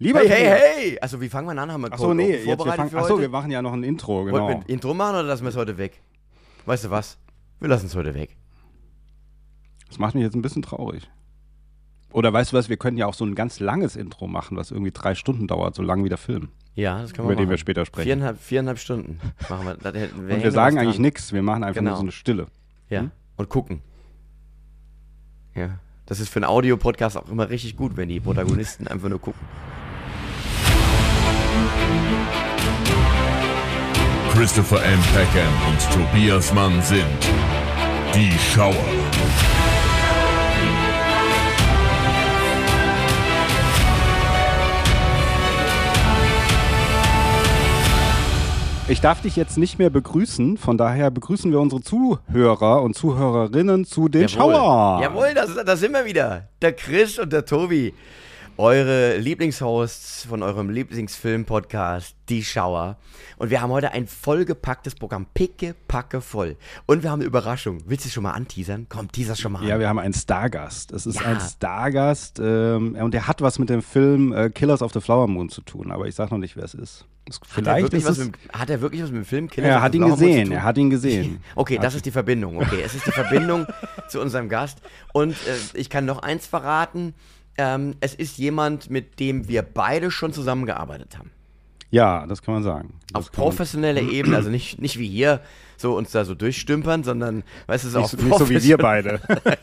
Hey! Also, wie fangen wir an? Haben wir Achso, nee, wir machen ja noch ein Intro, genau. Wollen wir ein Intro machen oder lassen wir es heute weg? Weißt du was? Wir lassen es heute weg. Das macht mich jetzt ein bisschen traurig. Oder weißt du was, wir können ja auch so ein ganz langes Intro machen, was irgendwie 3 Stunden dauert, so lang wie der Film. Ja, das können wir über den wir später sprechen. 4,5 Stunden machen wir. Und wir sagen eigentlich nichts, wir machen einfach nur so eine Stille. Ja, und gucken. Ja, das ist für einen Audio-Podcast auch immer richtig gut, wenn die Protagonisten einfach nur gucken. Christopher M. Peckham und Tobias Mann sind die Schauer. Ich darf dich jetzt nicht mehr begrüßen, von daher begrüßen wir unsere Zuhörer und Zuhörerinnen zu den Schauer. Jawohl, da sind wir wieder. Der Chris und der Tobi. Eure Lieblingshosts von eurem Lieblingsfilm-Podcast, Die Schauer. Und wir haben heute ein vollgepacktes Programm, picke voll. Und wir haben eine Überraschung. Willst du es schon mal anteasern? Komm, teaser schon mal an. Ja, wir haben einen Stargast. Es ist ein Stargast und der hat was mit dem Film Killers of the Flower Moon zu tun. Aber ich sag noch nicht, wer es ist. Hat er wirklich was mit dem Film Killers of the Flower Moon zu tun? Er hat ihn gesehen. Okay, das ist die Verbindung. Okay, es ist die Verbindung zu unserem Gast. Und ich kann noch eins verraten. Es ist jemand, mit dem wir beide schon zusammengearbeitet haben. Ja, das kann man sagen. Auf professioneller Ebene, also nicht wie hier, so uns da so durchstümpern, sondern, weißt du, nicht so wie wir beide.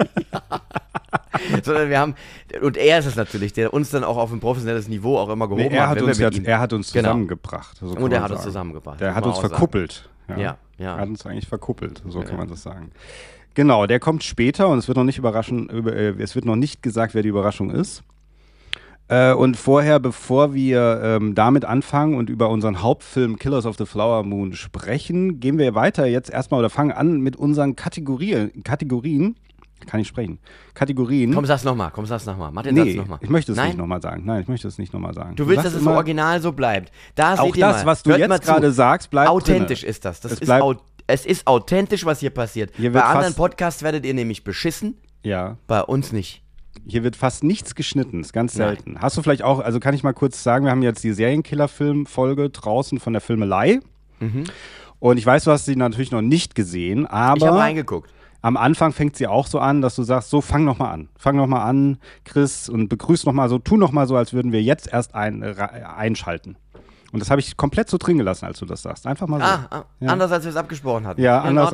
Sondern wir haben, und er ist es natürlich, der uns dann auch auf ein professionelles Niveau auch immer gehoben hat. Er hat uns zusammengebracht. So und er hat uns zusammengebracht. Der hat uns verkuppelt. Ja. Er hat uns eigentlich verkuppelt, so kann man das sagen. Genau, der kommt später und es wird noch nicht gesagt, wer die Überraschung ist. Und vorher, bevor wir damit anfangen und über unseren Hauptfilm Killers of the Flower Moon sprechen, gehen wir weiter jetzt erstmal oder fangen an mit unseren Kategorien. Kann ich sprechen? Kategorien. Komm, sag's nochmal. Mach den Satz nochmal. Ich möchte es nicht nochmal sagen. Nein, ich möchte es nicht nochmal sagen. Du willst, dass es so original so bleibt. Da auch seht ihr das, mal. was du jetzt gerade sagst, bleibt authentisch drinne. Ist das. Es ist authentisch, was hier passiert. Bei anderen Podcasts werdet ihr nämlich beschissen. Ja. Bei uns nicht. Hier wird fast nichts geschnitten, ist ganz selten. Nein. Hast du vielleicht auch, also kann ich mal kurz sagen, wir haben jetzt die Serienkiller-Film-Folge draußen von der Filmelei. Mhm. Und ich weiß, du hast sie natürlich noch nicht gesehen, aber... Ich habe reingeguckt. Am Anfang fängt sie auch so an, dass du sagst, so fang noch mal an, Chris, und begrüß noch mal so, tu noch mal so, als würden wir jetzt erst einschalten. Und das habe ich komplett so drin gelassen, als du das sagst. Einfach mal so. Ja. Anders, als wir es abgesprochen hatten. Ja, anders.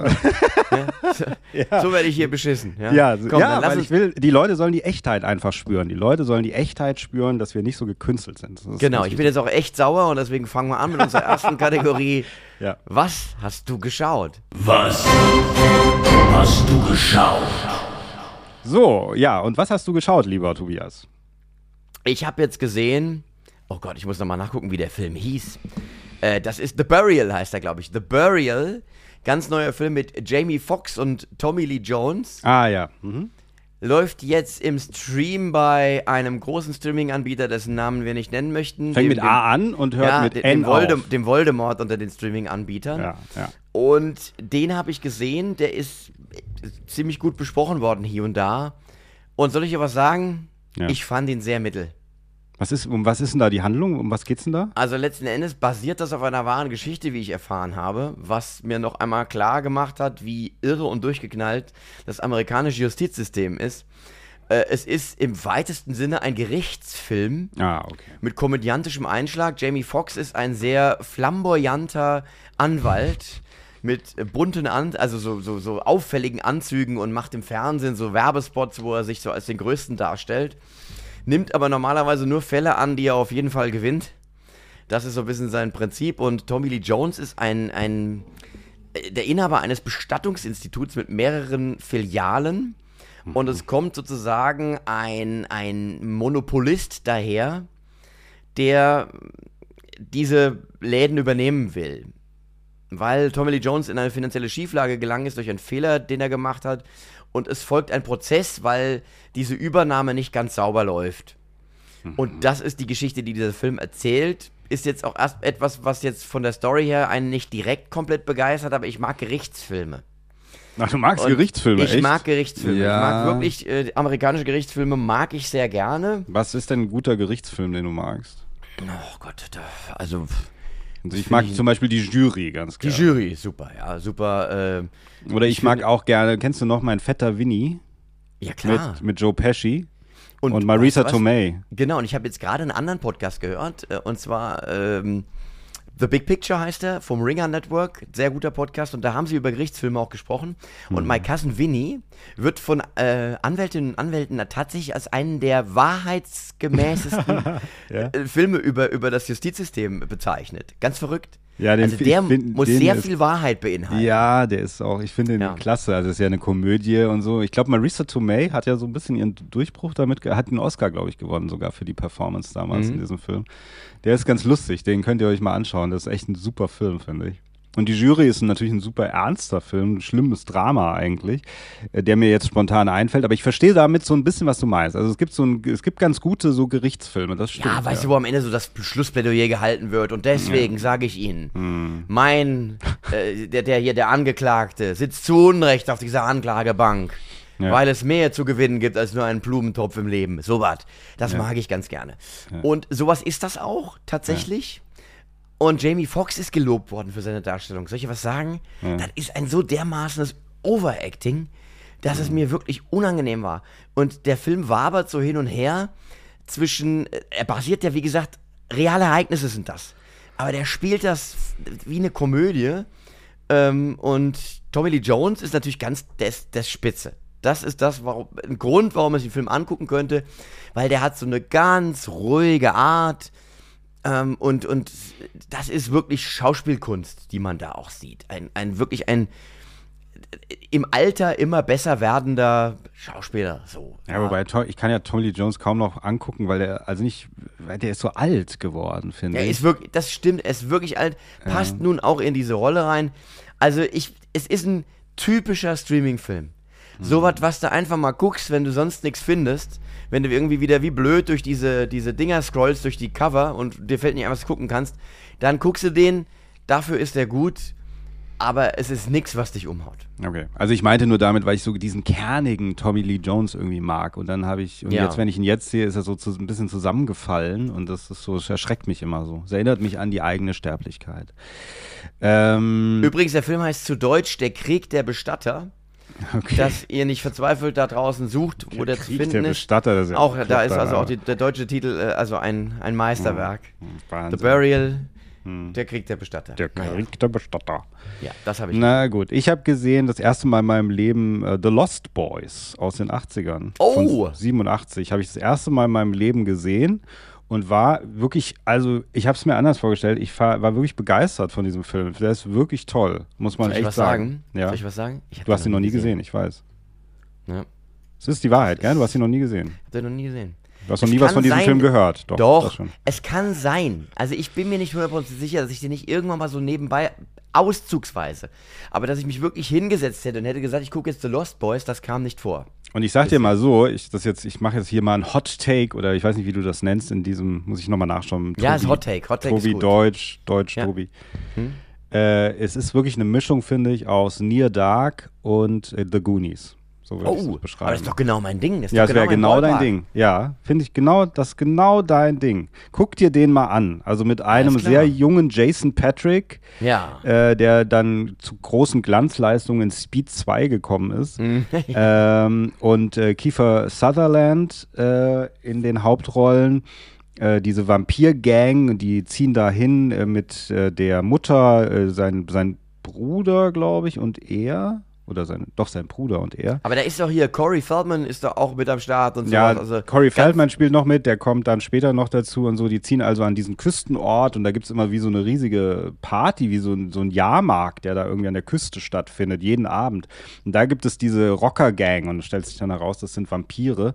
So werde ich hier beschissen. Weil die Leute sollen die Echtheit einfach spüren. Die Leute sollen die Echtheit spüren, dass wir nicht so gekünstelt sind. Genau, ich bin jetzt auch echt sauer und deswegen fangen wir an mit unserer ersten Kategorie. Ja. Was hast du geschaut? Was hast du geschaut? So, ja, und was hast du geschaut, lieber Tobias? Ich habe jetzt gesehen... Oh Gott, ich muss nochmal nachgucken, wie der Film hieß. Das ist The Burial, heißt er, glaube ich. The Burial, ganz neuer Film mit Jamie Foxx und Tommy Lee Jones. Ah, ja. Mhm. Läuft jetzt im Stream bei einem großen Streaming-Anbieter, dessen Namen wir nicht nennen möchten. Fängt mit A an und hört mit N auf. Dem Voldemort unter den Streaming-Anbietern. Ja. Und den habe ich gesehen, der ist ziemlich gut besprochen worden hier und da. Und soll ich dir was sagen? Ja. Ich fand ihn sehr mittel. Um was ist denn da die Handlung? Um was geht's denn da? Also letzten Endes basiert das auf einer wahren Geschichte, wie ich erfahren habe, was mir noch einmal klar gemacht hat, wie irre und durchgeknallt das amerikanische Justizsystem ist. Es ist im weitesten Sinne ein Gerichtsfilm mit komödiantischem Einschlag. Jamie Foxx ist ein sehr flamboyanter Anwalt mit bunten, so auffälligen Anzügen und macht im Fernsehen so Werbespots, wo er sich so als den Größten darstellt. Nimmt aber normalerweise nur Fälle an, die er auf jeden Fall gewinnt. Das ist so ein bisschen sein Prinzip. Und Tommy Lee Jones ist der Inhaber eines Bestattungsinstituts mit mehreren Filialen. Und es kommt sozusagen ein Monopolist daher, der diese Läden übernehmen will. Weil Tommy Lee Jones in eine finanzielle Schieflage gelangt ist durch einen Fehler, den er gemacht hat. Und es folgt ein Prozess, weil diese Übernahme nicht ganz sauber läuft. Und das ist die Geschichte, die dieser Film erzählt. Ist jetzt auch erst etwas, was jetzt von der Story her einen nicht direkt komplett begeistert, aber ich mag Gerichtsfilme. Ach, du magst Gerichtsfilme, echt? Ich mag Gerichtsfilme. Ja. Ich mag wirklich, amerikanische Gerichtsfilme mag ich sehr gerne. Was ist denn ein guter Gerichtsfilm, den du magst? Oh Gott, also ich mag zum Beispiel die Jury ganz die gerne. Jury ist super, ja, super. Oder ich mag auch gerne, kennst du noch Mein Vetter Vinny? Ja, klar. Mit Joe Pesci und Marisa weißt du was? Tomei. Genau, und ich habe jetzt gerade einen anderen Podcast gehört, und zwar The Big Picture heißt er, vom Ringer Network, sehr guter Podcast, und da haben sie über Gerichtsfilme auch gesprochen. Und My Cousin Vinny wird von Anwältinnen und Anwälten tatsächlich als einen der wahrheitsgemäßesten Ja? Filme über das Justizsystem bezeichnet. Ganz verrückt. Ja, Also der muss sehr viel Wahrheit beinhalten. Ja, der ist auch, ich finde den klasse. Also es ist ja eine Komödie und so. Ich glaube, Marisa Tomei hat ja so ein bisschen ihren Durchbruch damit, hat einen Oscar, glaube ich, gewonnen sogar für die Performance damals in diesem Film. Der ist ganz lustig, den könnt ihr euch mal anschauen. Das ist echt ein super Film, finde ich. Und die Jury ist natürlich ein super ernster Film, ein schlimmes Drama eigentlich, der mir jetzt spontan einfällt. Aber ich verstehe damit so ein bisschen, was du meinst. Also es gibt ganz gute so Gerichtsfilme, das stimmt. Ja, weißt du, wo am Ende so das Schlussplädoyer gehalten wird. Und deswegen sage ich Ihnen, der Angeklagte sitzt zu Unrecht auf dieser Anklagebank, weil es mehr zu gewinnen gibt als nur einen Blumentopf im Leben. Sowas, das mag ich ganz gerne. Ja. Und sowas ist das auch tatsächlich. Und Jamie Foxx ist gelobt worden für seine Darstellung. Soll ich was sagen? Das ist ein so dermaßenes Overacting, dass es mir wirklich unangenehm war. Und der Film wabert so hin und her zwischen, er basiert ja, wie gesagt, reale Ereignisse sind das. Aber der spielt das wie eine Komödie. Und Tommy Lee Jones ist natürlich ganz das Spitze. Das ist ein Grund, warum man sich den Film angucken könnte, weil der hat so eine ganz ruhige Art. Und das ist wirklich Schauspielkunst, die man da auch sieht. Wirklich ein im Alter immer besser werdender Schauspieler. So. Ja, wobei ich kann ja Tommy Lee Jones kaum noch angucken, weil der ist so alt geworden, finde ich. Das stimmt, er ist wirklich alt, passt nun auch in diese Rolle rein. Also es ist ein typischer Streaming-Film. Sowas, was du einfach mal guckst, wenn du sonst nichts findest, wenn du irgendwie wieder wie blöd durch diese Dinger scrollst, durch die Cover und dir fällt nicht ein, was du gucken kannst, dann guckst du den, dafür ist der gut, aber es ist nichts, was dich umhaut. Okay, also ich meinte nur damit, weil ich so diesen kernigen Tommy Lee Jones irgendwie mag und dann habe ich, jetzt, wenn ich ihn jetzt sehe, ist er so ein bisschen zusammengefallen und das erschreckt mich immer so. Es erinnert mich an die eigene Sterblichkeit. Übrigens, der Film heißt zu Deutsch Der Krieg der Bestatter. Okay. Dass ihr nicht verzweifelt da draußen sucht, wo der zu finden ist. Bestatter, das ist ja auch da ist also auch der deutsche Titel, also ein Meisterwerk. Wahnsinn. The Burial, Der Krieg der Bestatter. Der Krieg der Bestatter. Ja, das habe ich. Na gut, ich habe gesehen, das erste Mal in meinem Leben The Lost Boys aus den 80ern. Oh! Von 87 habe ich das erste Mal in meinem Leben gesehen. Und war wirklich, also ich habe es mir anders vorgestellt, ich war wirklich begeistert von diesem Film. Der ist wirklich toll, muss man echt sagen. Ja. Soll ich was sagen? Du hast ihn noch nie gesehen, ich weiß. Ja. Das ist die Wahrheit, gell? Du hast ihn noch nie gesehen. Ich habe ihn noch nie gesehen. Du hast noch nie was von diesem Film gehört. Doch, es kann sein. Also ich bin mir nicht 100% sicher, dass ich den nicht irgendwann mal so nebenbei, auszugsweise, aber dass ich mich wirklich hingesetzt hätte und hätte gesagt, ich gucke jetzt The Lost Boys, das kam nicht vor. Und ich sag dir mal so, ich mache jetzt hier mal einen Hot Take oder ich weiß nicht, wie du das nennst, in diesem, muss ich nochmal nachschauen. Ja, ist Hot Take. Hot Take Tobi, ist gut. Deutsch, Ja. Tobi. Es ist wirklich eine Mischung, finde ich, aus Near Dark und The Goonies. So würde ich es beschreiben. Aber das ist doch genau mein Ding. Das wäre genau dein Ding. Ja, finde ich das ist genau dein Ding. Guck dir den mal an. Also mit einem sehr jungen Jason Patrick, der dann zu großen Glanzleistungen in Speed 2 gekommen ist. Und Kiefer Sutherland in den Hauptrollen. Diese Vampir-Gang, die ziehen da hin mit der Mutter, sein Bruder, glaube ich, und er. Oder sein Bruder und er. Aber da ist doch hier, Corey Feldman ist doch auch mit am Start und so. Ja, also Corey Feldman spielt noch mit, der kommt dann später noch dazu und so. Die ziehen also an diesen Küstenort und da gibt es immer wie so eine riesige Party, wie so ein Jahrmarkt, der da irgendwie an der Küste stattfindet, jeden Abend. Und da gibt es diese Rocker-Gang und es stellt sich dann heraus, das sind Vampire,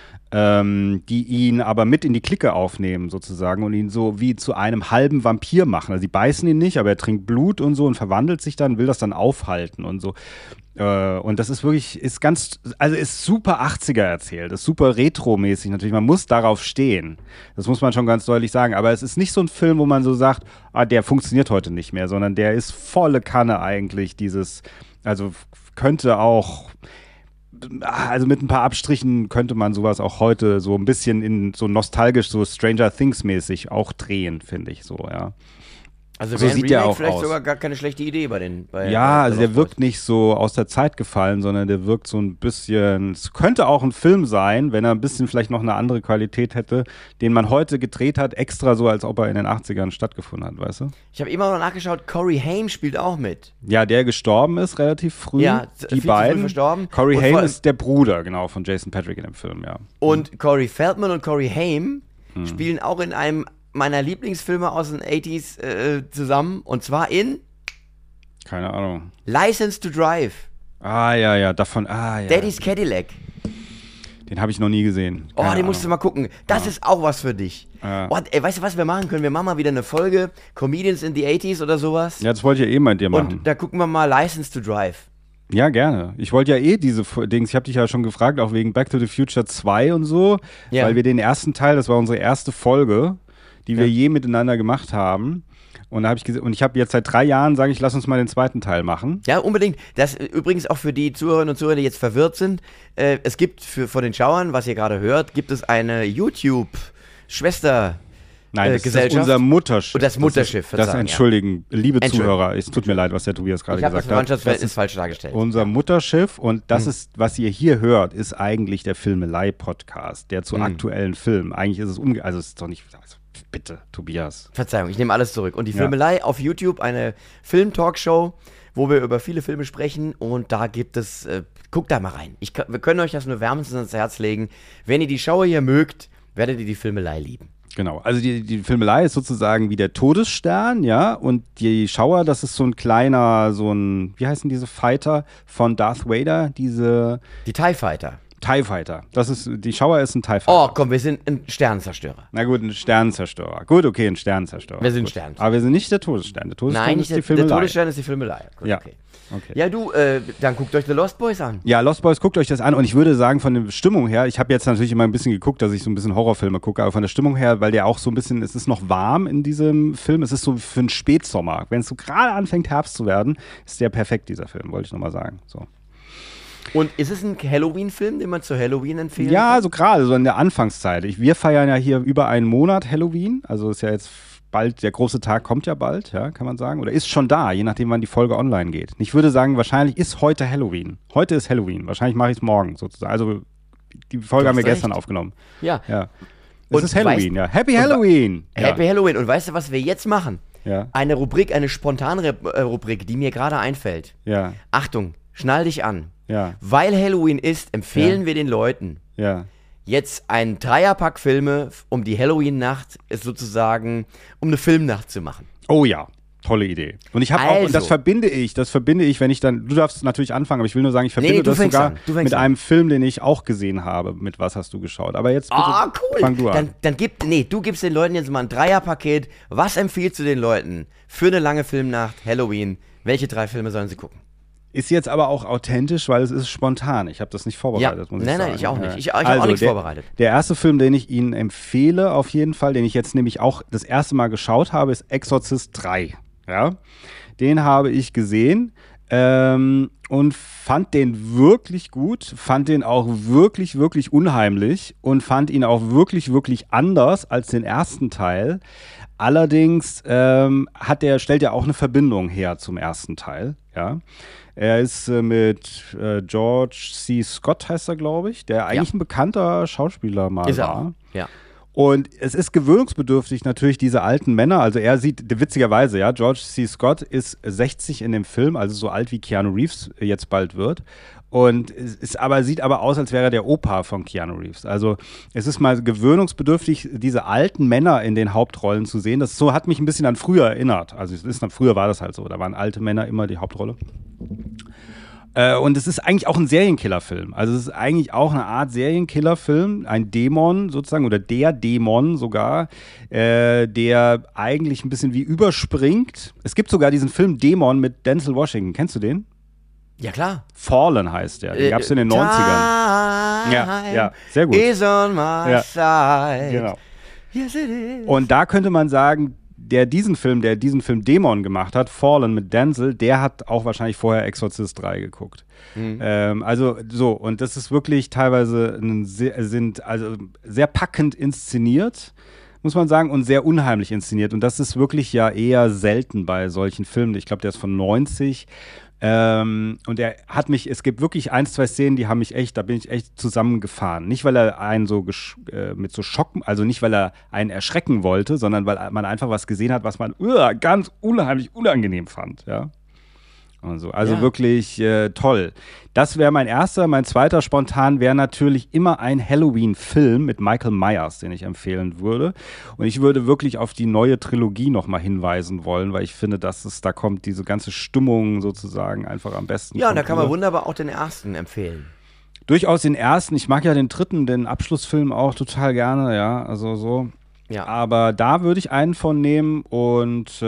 die ihn aber mit in die Clique aufnehmen sozusagen und ihn so wie zu einem halben Vampir machen. Also die beißen ihn nicht, aber er trinkt Blut und so und verwandelt sich dann, will das dann aufhalten und so. Und das ist wirklich, ist super 80er erzählt, ist super retro-mäßig natürlich. Man muss darauf stehen. Das muss man schon ganz deutlich sagen. Aber es ist nicht so ein Film, wo man so sagt, der funktioniert heute nicht mehr, sondern der ist volle Kanne eigentlich also könnte auch also mit ein paar Abstrichen könnte man sowas auch heute so ein bisschen in so nostalgisch, so Stranger Things mäßig auch drehen, finde ich so, ja. Also so sieht der auch vielleicht aus. sogar gar keine schlechte Idee bei also der wirkt nicht so aus der Zeit gefallen, sondern der wirkt so ein bisschen, es könnte auch ein Film sein, wenn er ein bisschen vielleicht noch eine andere Qualität hätte, den man heute gedreht hat, extra so, als ob er in den 80ern stattgefunden hat, weißt du? Ich habe immer noch nachgeschaut, Corey Haim spielt auch mit. Ja, der gestorben ist relativ früh. Ja, die viel zu früh beiden. verstorben. Corey Und Haim vor- ist der Bruder, genau, von Jason Patric in dem Film, ja. Und Corey Feldman und Corey Haim spielen auch in einem meiner Lieblingsfilme aus den 80s zusammen. Und zwar in Keine Ahnung. License to Drive. Ja, davon, Daddy's Cadillac. Den habe ich noch nie gesehen. Oh, Keine den musst du Ahnung. mal gucken. Das ist auch was für dich. Oh, ey, weißt du, was wir machen können? Wir machen mal wieder eine Folge Comedians in the 80s oder sowas. Ja, das wollte ich ja mit dir machen. Und da gucken wir mal License to Drive. Ja, gerne. Ich wollte ja diese Dings, ich habe dich ja schon gefragt, auch wegen Back to the Future 2 und so, Ja. weil wir den ersten Teil, das war unsere erste Folge, die wir je miteinander gemacht haben. Und da habe ich und ich habe jetzt seit 3 Jahren, sage ich, lass uns mal den zweiten Teil machen. Ja, unbedingt. Das übrigens auch für die Zuhörerinnen und Zuhörer, die jetzt verwirrt sind. Es gibt von den Schauern, was ihr gerade hört, gibt es eine YouTube-Schwester. Nein, das ist Gesellschaft. unser Mutterschiff. Und das Mutterschiff, Das Verzeihung, entschuldigen, liebe Entschuldigung. Zuhörer, es tut mir leid, was der Tobias gerade Ich habe das gesagt hat. Verwandtschaftsverhältnis falsch dargestellt. Unser Mutterschiff und das ist, was ihr hier hört, ist eigentlich der Filmelei-Podcast, der zu aktuellen Filmen. Eigentlich ist es also es ist doch nicht, also bitte, Tobias. Verzeihung, ich nehme alles zurück. Und die Filmelei auf YouTube, eine Film-Talkshow, wo wir über viele Filme sprechen und da gibt es, guckt da mal rein. Wir können euch das nur wärmstens ans Herz legen. Wenn ihr die Schauer hier mögt, werdet ihr die Filmelei lieben. Genau, also die Filmelei ist sozusagen wie der Todesstern, ja, und die Schauer, das ist so ein kleiner, wie heißen diese Fighter von Darth Vader, diese Die TIE Fighter. TIE Fighter. Die Schauer ist ein TIE Fighter. Oh, komm, wir sind ein Sternenzerstörer. Na gut, ein Sternenzerstörer. Gut, okay, ein Sternenzerstörer. Wir sind Gut. Sternenzerstörer. Aber wir sind nicht der Todesstern. Der Todesstern Nein, ist nicht die der Filmelei. Todesstern ist die Filmelei. Gut, Ja. okay. Okay. Ja, du, dann guckt euch The Lost Boys an. Ja, Lost Boys, guckt euch das an und ich würde sagen, von der Stimmung her, ich habe jetzt natürlich immer ein bisschen geguckt, dass ich so ein bisschen Horrorfilme gucke, aber von der Stimmung her, weil der auch so ein bisschen, es ist noch warm in diesem Film, es ist so für einen Spätsommer. Wenn es so gerade anfängt, Herbst zu werden, ist der perfekt, dieser Film, wollte ich nochmal sagen. So. Und ist es ein Halloween-Film, den man zu Halloween empfehlen Ja, kann? so gerade, so in der Anfangszeit. Wir feiern ja hier über einen Monat Halloween, also ist ja jetzt bald, der große Tag kommt ja bald, ja, kann man sagen. Oder ist schon da, je nachdem, wann die Folge online geht. Ich würde sagen, wahrscheinlich ist heute Halloween. Heute ist Halloween. Wahrscheinlich mache ich es morgen sozusagen. Also die Folge haben wir gestern aufgenommen. Ja. Ja. Es Und ist Halloween, weißt- ja. Happy Halloween! Happy Halloween. Und weißt du, was wir jetzt machen? Ja. Eine Rubrik, eine spontane Rubrik, die mir gerade einfällt. Ja, Achtung, schnall dich an. ja, Weil Halloween ist, empfehlen wir den Leuten ja. jetzt ein Dreierpack Filme, um die Halloween-Nacht ist sozusagen, um eine Filmnacht zu machen. Oh ja, tolle Idee. Und ich habe auch, und das verbinde ich, wenn ich dann, du darfst natürlich anfangen, aber ich will nur sagen, ich verbinde du das fängst sogar an, du fängst mit an. einem Film, den ich auch gesehen habe. Mit was hast du geschaut? Aber jetzt bitte, Cool. fang du an. Dann du gibst den Leuten jetzt mal ein Dreierpaket. Was empfiehlst du den Leuten für eine lange Filmnacht, Halloween? Welche 3 Filme sollen sie gucken? Ist jetzt aber auch authentisch, weil es ist spontan. Ich habe das nicht vorbereitet, muss ich sagen. Nein, ich auch nicht. Ich habe auch nichts vorbereitet. Der erste Film, den ich Ihnen empfehle, auf jeden Fall, den ich jetzt nämlich auch das erste Mal geschaut habe, ist Exorcist 3. Ja? Den habe ich gesehen und fand den wirklich gut, fand den auch wirklich, wirklich unheimlich und fand ihn auch wirklich, wirklich anders als den ersten Teil. Allerdings stellt er auch eine Verbindung her zum ersten Teil. Ja? Er ist mit George C. Scott, heißt er, glaube ich, der eigentlich ein bekannter Schauspieler mal Ist er war. auch. Ja. Und es ist gewöhnungsbedürftig natürlich, diese alten Männer, also er sieht, witzigerweise, ja, George C. Scott ist 60 in dem Film, also so alt wie Keanu Reeves jetzt bald wird. Und sieht aber aus, als wäre er der Opa von Keanu Reeves. Also es ist mal gewöhnungsbedürftig, diese alten Männer in den Hauptrollen zu sehen. Das hat mich ein bisschen an früher erinnert. Also früher war das halt so, da waren alte Männer immer die Hauptrolle. Und es ist eigentlich auch ein Serienkillerfilm. Also es ist eigentlich auch eine Art Serienkillerfilm, ein Dämon sozusagen, oder der Dämon sogar, der eigentlich ein bisschen wie überspringt. Es gibt sogar diesen Film Dämon mit Denzel Washington. Kennst du den? Ja, klar. Fallen heißt der. Den gab es in den 90ern. Ja, sehr gut. Is on my Ja. side. Genau. Yes, it is. Und da könnte man sagen, der diesen Film Dämon gemacht hat, Fallen mit Denzel, der hat auch wahrscheinlich vorher Exorcist 3 geguckt. Also so, und das ist wirklich teilweise sehr packend inszeniert, muss man sagen, und sehr unheimlich inszeniert. Und das ist wirklich ja eher selten bei solchen Filmen. Ich glaube, der ist von 90. Und es gibt wirklich 1, 2 Szenen, da bin ich echt zusammengefahren. Nicht, weil er einen so mit so Schocken, also nicht, weil er einen erschrecken wollte, sondern weil man einfach was gesehen hat, was man ganz unheimlich unangenehm fand, ja. Und so. Also wirklich toll. Das wäre mein erster. Mein zweiter spontan wäre natürlich immer ein Halloween-Film mit Michael Myers, den ich empfehlen würde. Und ich würde wirklich auf die neue Trilogie nochmal hinweisen wollen, weil ich finde, da kommt diese ganze Stimmung sozusagen einfach am besten. Ja, und da kann man wunderbar auch den ersten empfehlen. Durchaus den ersten. Ich mag ja den dritten, den Abschlussfilm auch total gerne, ja. Also so. Ja. Aber da würde ich einen von nehmen und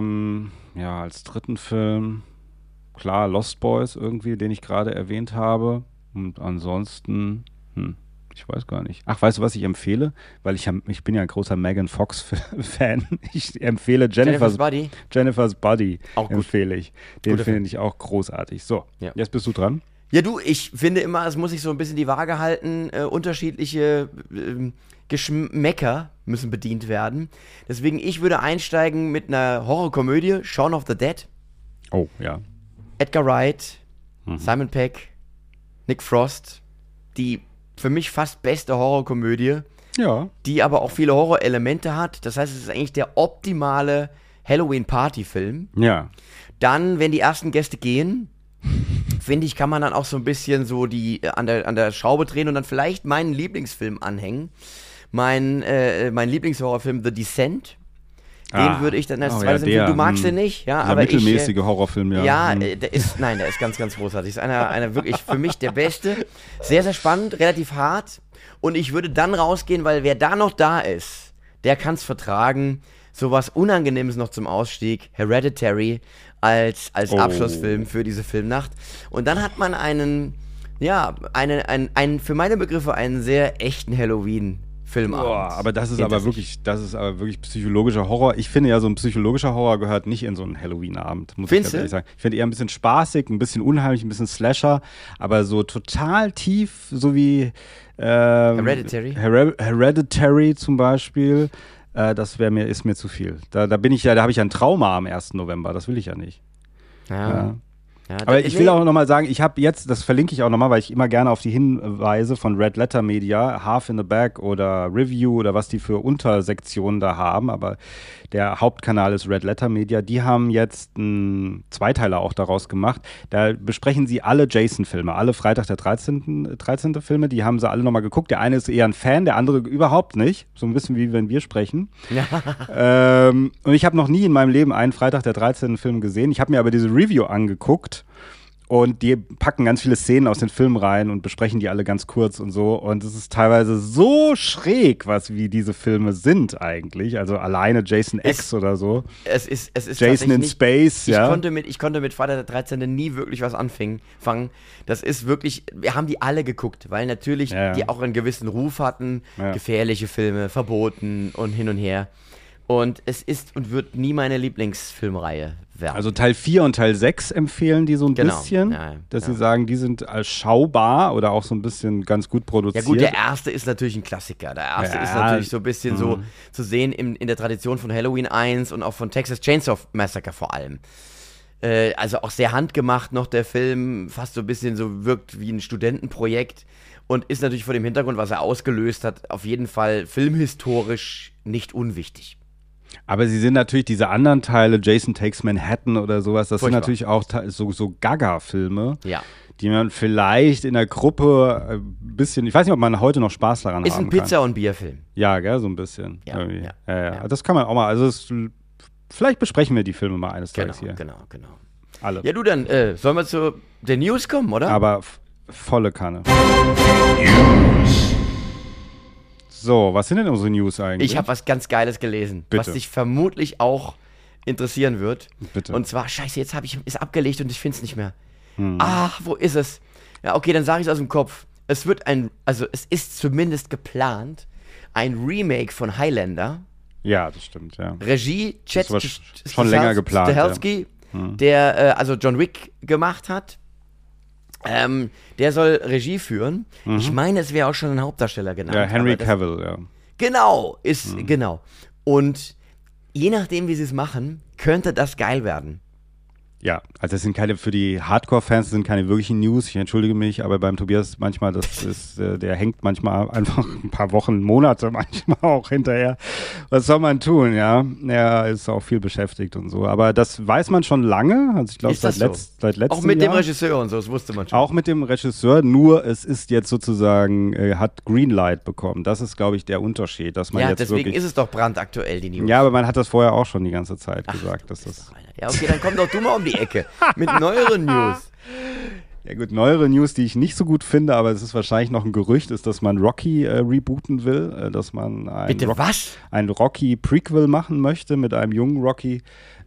als dritten Film. Klar, Lost Boys irgendwie, den ich gerade erwähnt habe. Und ansonsten, ich weiß gar nicht. Ach, weißt du, was ich empfehle? Weil ich bin ja ein großer Megan Fox-Fan. Ich empfehle Jennifer's Body. Auch gut. Empfehle ich. Den finde ich auch großartig. So, Jetzt bist du dran. Ja, ich finde immer, es muss sich so ein bisschen die Waage halten. Unterschiedliche Geschmäcker müssen bedient werden. Deswegen, ich würde einsteigen mit einer Horrorkomödie, Shaun of the Dead. Oh, ja. Edgar Wright, Simon Pegg, Nick Frost, die für mich fast beste Horrorkomödie, die aber auch viele Horrorelemente hat. Das heißt, es ist eigentlich der optimale Halloween-Party-Film. Ja. Dann, wenn die ersten Gäste gehen, finde ich, kann man dann auch so ein bisschen so an der Schraube drehen und dann vielleicht meinen Lieblingsfilm anhängen. Mein Lieblingshorrorfilm The Descent. Den würde ich dann als zweites empfehlen. Du magst den nicht, ja, aber mittelmäßige Horrorfilm, ja. Ja, der ist ganz, ganz großartig. Ist einer wirklich für mich der beste. Sehr, sehr spannend, relativ hart. Und ich würde dann rausgehen, weil wer da noch da ist, der kann es vertragen. Sowas Unangenehmes noch zum Ausstieg. Hereditary als Abschlussfilm für diese Filmnacht. Und dann hat man einen für meine Begriffe einen sehr echten Halloween-Filmabend. Aber das ist aber wirklich psychologischer Horror. Ich finde ja, so ein psychologischer Horror gehört nicht in so einen Halloween-Abend, muss ich ganz ehrlich sagen. Ich finde eher ein bisschen spaßig, ein bisschen unheimlich, ein bisschen Slasher, aber so total tief, so wie Hereditary zum Beispiel, das ist mir zu viel. Da habe ich ja ein Trauma am 1. November, das will ich ja nicht. Ja. Ja, aber ich will auch nochmal sagen, das verlinke ich auch nochmal, weil ich immer gerne auf die Hinweise von Red Letter Media, Half in the Bag oder Review oder was die für Untersektionen da haben, aber der Hauptkanal ist Red Letter Media, die haben jetzt einen Zweiteiler auch daraus gemacht, da besprechen sie alle Jason-Filme, alle Freitag der 13. Filme, die haben sie alle nochmal geguckt, der eine ist eher ein Fan, der andere überhaupt nicht, so ein bisschen wie wenn wir sprechen. Ja. Und ich habe noch nie in meinem Leben einen Freitag der 13. Film gesehen, ich habe mir aber diese Review angeguckt. Und die packen ganz viele Szenen aus den Filmen rein und besprechen die alle ganz kurz und so. Und es ist teilweise so schräg, wie diese Filme sind eigentlich. Also alleine Jason X oder so. Es ist Jason in Space, ich konnte mit Freitag der 13. nie wirklich was anfangen. Das ist wirklich, wir haben die alle geguckt, weil natürlich die auch einen gewissen Ruf hatten. Ja. Gefährliche Filme, verboten und hin und her. Und es ist und wird nie meine Lieblingsfilmreihe werden. Also Teil 4 und Teil 6 empfehlen die so ein bisschen, dass sie sagen, die sind schaubar oder auch so ein bisschen ganz gut produziert. Ja gut, der erste ist natürlich ein Klassiker. Der erste ist natürlich so ein bisschen so zu sehen in der Tradition von Halloween 1 und auch von Texas Chainsaw Massacre vor allem. Also auch sehr handgemacht noch der Film, fast so ein bisschen so wirkt wie ein Studentenprojekt und ist natürlich vor dem Hintergrund, was er ausgelöst hat, auf jeden Fall filmhistorisch nicht unwichtig. Aber sie sind natürlich diese anderen Teile, Jason Takes Manhattan oder sowas, das sind natürlich auch so Gaga-Filme, die man vielleicht in der Gruppe ein bisschen, ich weiß nicht, ob man heute noch Spaß daran haben kann. Ist ein Pizza- und Bierfilm. Ja, gell, so ein bisschen. Ja. Das kann man auch mal, also vielleicht besprechen wir die Filme mal eines Tages hier. Genau. Alle. Ja, du dann, sollen wir zu den News kommen, oder? Aber volle Kanne. So, was sind denn unsere News eigentlich? Ich habe was ganz Geiles gelesen, was dich vermutlich auch interessieren wird. Bitte. Und zwar, scheiße, jetzt ist abgelegt und ich finde es nicht mehr. Wo ist es? Ja, okay, dann sage ich es aus dem Kopf. Es ist zumindest geplant, ein Remake von Highlander Ja, das stimmt, ja. Regie, Chad Das war schon länger geplant. Stahelski, der also John Wick gemacht hat. Der soll Regie führen. Ich meine, es wäre auch schon ein Hauptdarsteller genannt. Ja, Henry Cavill, ja. Genau, genau. Und je nachdem, wie sie es machen, könnte das geil werden. Ja, also das sind keine, für die Hardcore-Fans sind keine wirklichen News, ich entschuldige mich, aber beim Tobias manchmal, das ist, der hängt manchmal einfach ein paar Wochen, Monate manchmal auch hinterher. Was soll man tun, ja? Er ist auch viel beschäftigt und so, aber das weiß man schon lange, also ich glaube seit letztem Jahr. Auch mit dem Regisseur und so, das wusste man schon. Auch mit dem Regisseur, nur es ist jetzt sozusagen, hat Greenlight bekommen, das ist, glaube ich, der Unterschied, dass man jetzt deswegen wirklich, ist es doch brandaktuell, die News. Ja, aber man hat das vorher auch schon die ganze Zeit gesagt, dass das... Ja, okay, dann komm doch du mal um die Ecke mit neueren News. Ja gut, neuere News, die ich nicht so gut finde, aber es ist wahrscheinlich noch ein Gerücht, ist, dass man Rocky rebooten will, dass man ein Rocky-Prequel machen möchte mit einem jungen Rocky.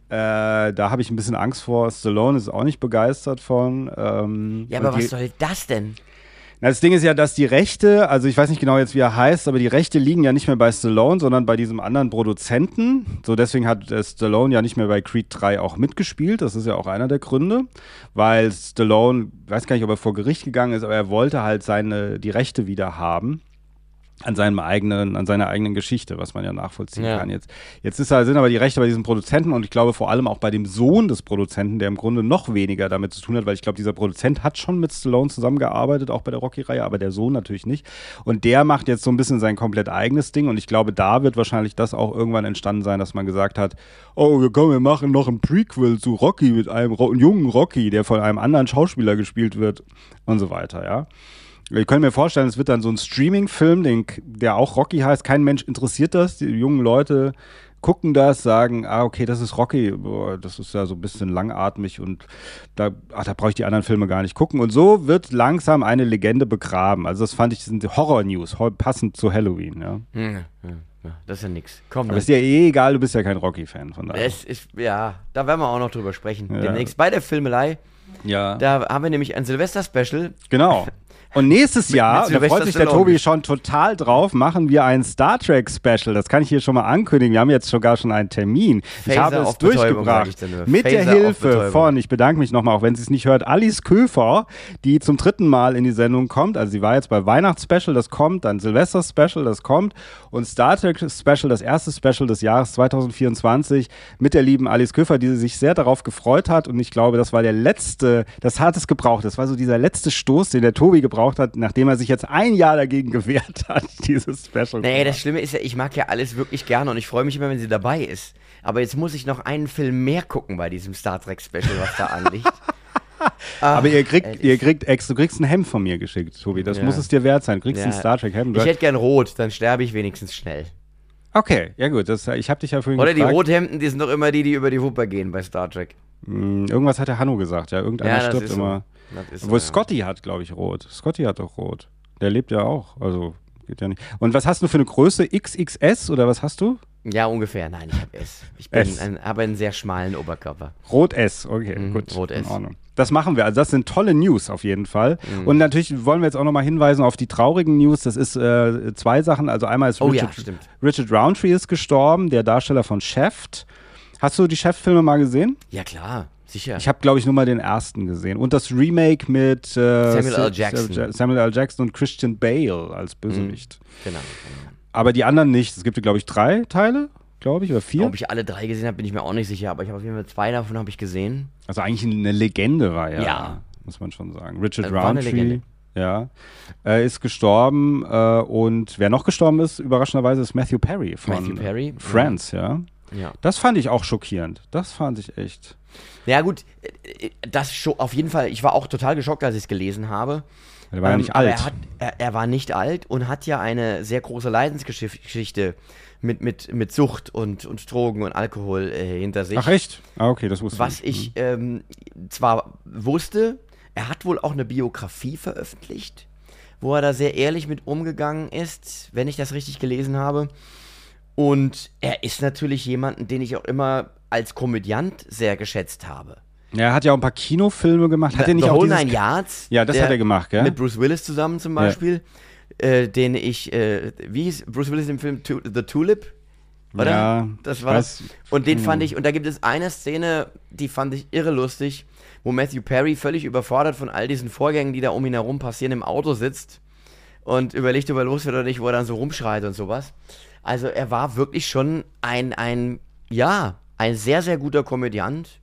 Da habe ich ein bisschen Angst vor. Stallone ist auch nicht begeistert von. Ja, aber was soll das denn? Na, das Ding ist ja, dass die Rechte, also ich weiß nicht genau jetzt, wie er heißt, aber die Rechte liegen ja nicht mehr bei Stallone, sondern bei diesem anderen Produzenten. So, deswegen hat Stallone ja nicht mehr bei Creed 3 auch mitgespielt. Das ist ja auch einer der Gründe, weil Stallone, ich weiß gar nicht, ob er vor Gericht gegangen ist, aber er wollte halt die Rechte wieder haben. An seiner eigenen Geschichte, was man ja nachvollziehen kann. Jetzt sind aber die Rechte bei diesem Produzenten und ich glaube vor allem auch bei dem Sohn des Produzenten, der im Grunde noch weniger damit zu tun hat, weil ich glaube, dieser Produzent hat schon mit Stallone zusammengearbeitet, auch bei der Rocky-Reihe, aber der Sohn natürlich nicht. Und der macht jetzt so ein bisschen sein komplett eigenes Ding und ich glaube, da wird wahrscheinlich das auch irgendwann entstanden sein, dass man gesagt hat, oh, wir machen noch ein Prequel zu Rocky mit einem jungen Rocky, der von einem anderen Schauspieler gespielt wird und so weiter, ja. Ich könnte mir vorstellen, es wird dann so ein Streaming-Film, der auch Rocky heißt. Kein Mensch interessiert das. Die jungen Leute gucken das, sagen, okay, das ist Rocky. Boah, das ist ja so ein bisschen langatmig und da brauche ich die anderen Filme gar nicht gucken. Und so wird langsam eine Legende begraben. Also das fand ich, sind Horror-News, passend zu Halloween. Ja. Das ist ja nix. Komm, aber ist dir egal, du bist ja kein Rocky-Fan. Von daher. Da werden wir auch noch drüber sprechen. Ja. Demnächst bei der Filmelei. Ja. Da haben wir nämlich ein Silvester-Special. Genau. Und nächstes Jahr, da freut sich der Tobi schon total drauf, machen wir ein Star Trek Special. Das kann ich hier schon mal ankündigen. Wir haben jetzt sogar schon einen Termin. Ich habe es durchgebracht. Mit der Hilfe von, ich bedanke mich nochmal, auch wenn sie es nicht hört, Alice Köfer, die zum 3. Mal in die Sendung kommt. Also sie war jetzt bei Weihnachtsspecial, das kommt, dann Silvester-Special, das kommt und Star Trek Special, das erste Special des Jahres 2024 mit der lieben Alice Köfer, die sich sehr darauf gefreut hat und ich glaube, das war der letzte, das hat es gebraucht. Das war so dieser letzte Stoß, den der Tobi gebraucht hat, nachdem er sich jetzt ein Jahr dagegen gewehrt hat, dieses Special. Nee, das Schlimme ist ja, ich mag ja alles wirklich gerne und ich freue mich immer, wenn sie dabei ist. Aber jetzt muss ich noch einen Film mehr gucken bei diesem Star Trek Special, was da anliegt. Aber du kriegst ein Hemd von mir geschickt, Tobi. Das muss es dir wert sein. Du kriegst ein Star Trek Hemd. Ich hätte gern rot, dann sterbe ich wenigstens schnell. Okay, ja gut. Ich habe dich ja vorhin gefragt. Oder die Rothemden, die sind doch immer die über die Wupper gehen bei Star Trek. Irgendwas hat der Hanno gesagt, ja. Irgendeiner stirbt immer. Wo Scotty hat, glaube ich, rot. Scotty hat doch rot. Der lebt ja auch. Also, geht ja nicht. Und was hast du für eine Größe? XXS oder was hast du? Ja, ungefähr. Nein, ich habe S. Ich habe einen sehr schmalen Oberkörper. Rot S, okay, gut. Rot S. In Ordnung. Das machen wir. Also das sind tolle News auf jeden Fall. Und natürlich wollen wir jetzt auch nochmal hinweisen auf die traurigen News. Das ist 2 Sachen. Also einmal ist Richard Roundtree ist gestorben, der Darsteller von Shaft. Hast du die Shaft-Filme mal gesehen? Ja, klar. Sicher. Ich habe, glaube ich, nur mal den ersten gesehen. Und das Remake mit Samuel L. Jackson und Christian Bale als Bösewicht. Genau. Aber die anderen nicht. Es gibt, glaube ich, 3 Teile, glaube ich, oder 4. Ob ich alle 3 gesehen habe, bin ich mir auch nicht sicher. Aber ich habe auf jeden Fall 2 davon habe ich gesehen. Also eigentlich eine Legende war ja. Muss man schon sagen. Richard Roundtree. Ja, ist gestorben und wer noch gestorben ist, überraschenderweise, ist Matthew Perry von Friends, ja. Das fand ich auch schockierend. Das fand ich echt. Ja gut, das auf jeden Fall, ich war auch total geschockt, als ich es gelesen habe. Er war ja nicht alt. Er war nicht alt und hat ja eine sehr große Leidensgeschichte mit Sucht und Drogen und Alkohol hinter sich. Ach echt? Ah, okay, das wusste ich. Was ich zwar wusste, er hat wohl auch eine Biografie veröffentlicht, wo er da sehr ehrlich mit umgegangen ist, wenn ich das richtig gelesen habe. Und er ist natürlich jemanden, den ich auch immer als Komödiant sehr geschätzt habe. Ja, er hat ja auch ein paar Kinofilme gemacht. Hat er nicht The auch Whole 9 Yards? Ja, das hat er gemacht, gell? Mit Bruce Willis zusammen zum Beispiel. Den ich, wie hieß Bruce Willis im Film The Tulip? oder? Ja, das war das. Und den fand ich, und da gibt es eine Szene, die fand ich irre lustig, wo Matthew Perry völlig überfordert von all diesen Vorgängen, die da um ihn herum passieren, im Auto sitzt und überlegt, ob er los wird oder nicht, wo er dann so rumschreit und sowas. Also er war wirklich schon ein sehr, sehr guter Komödiant.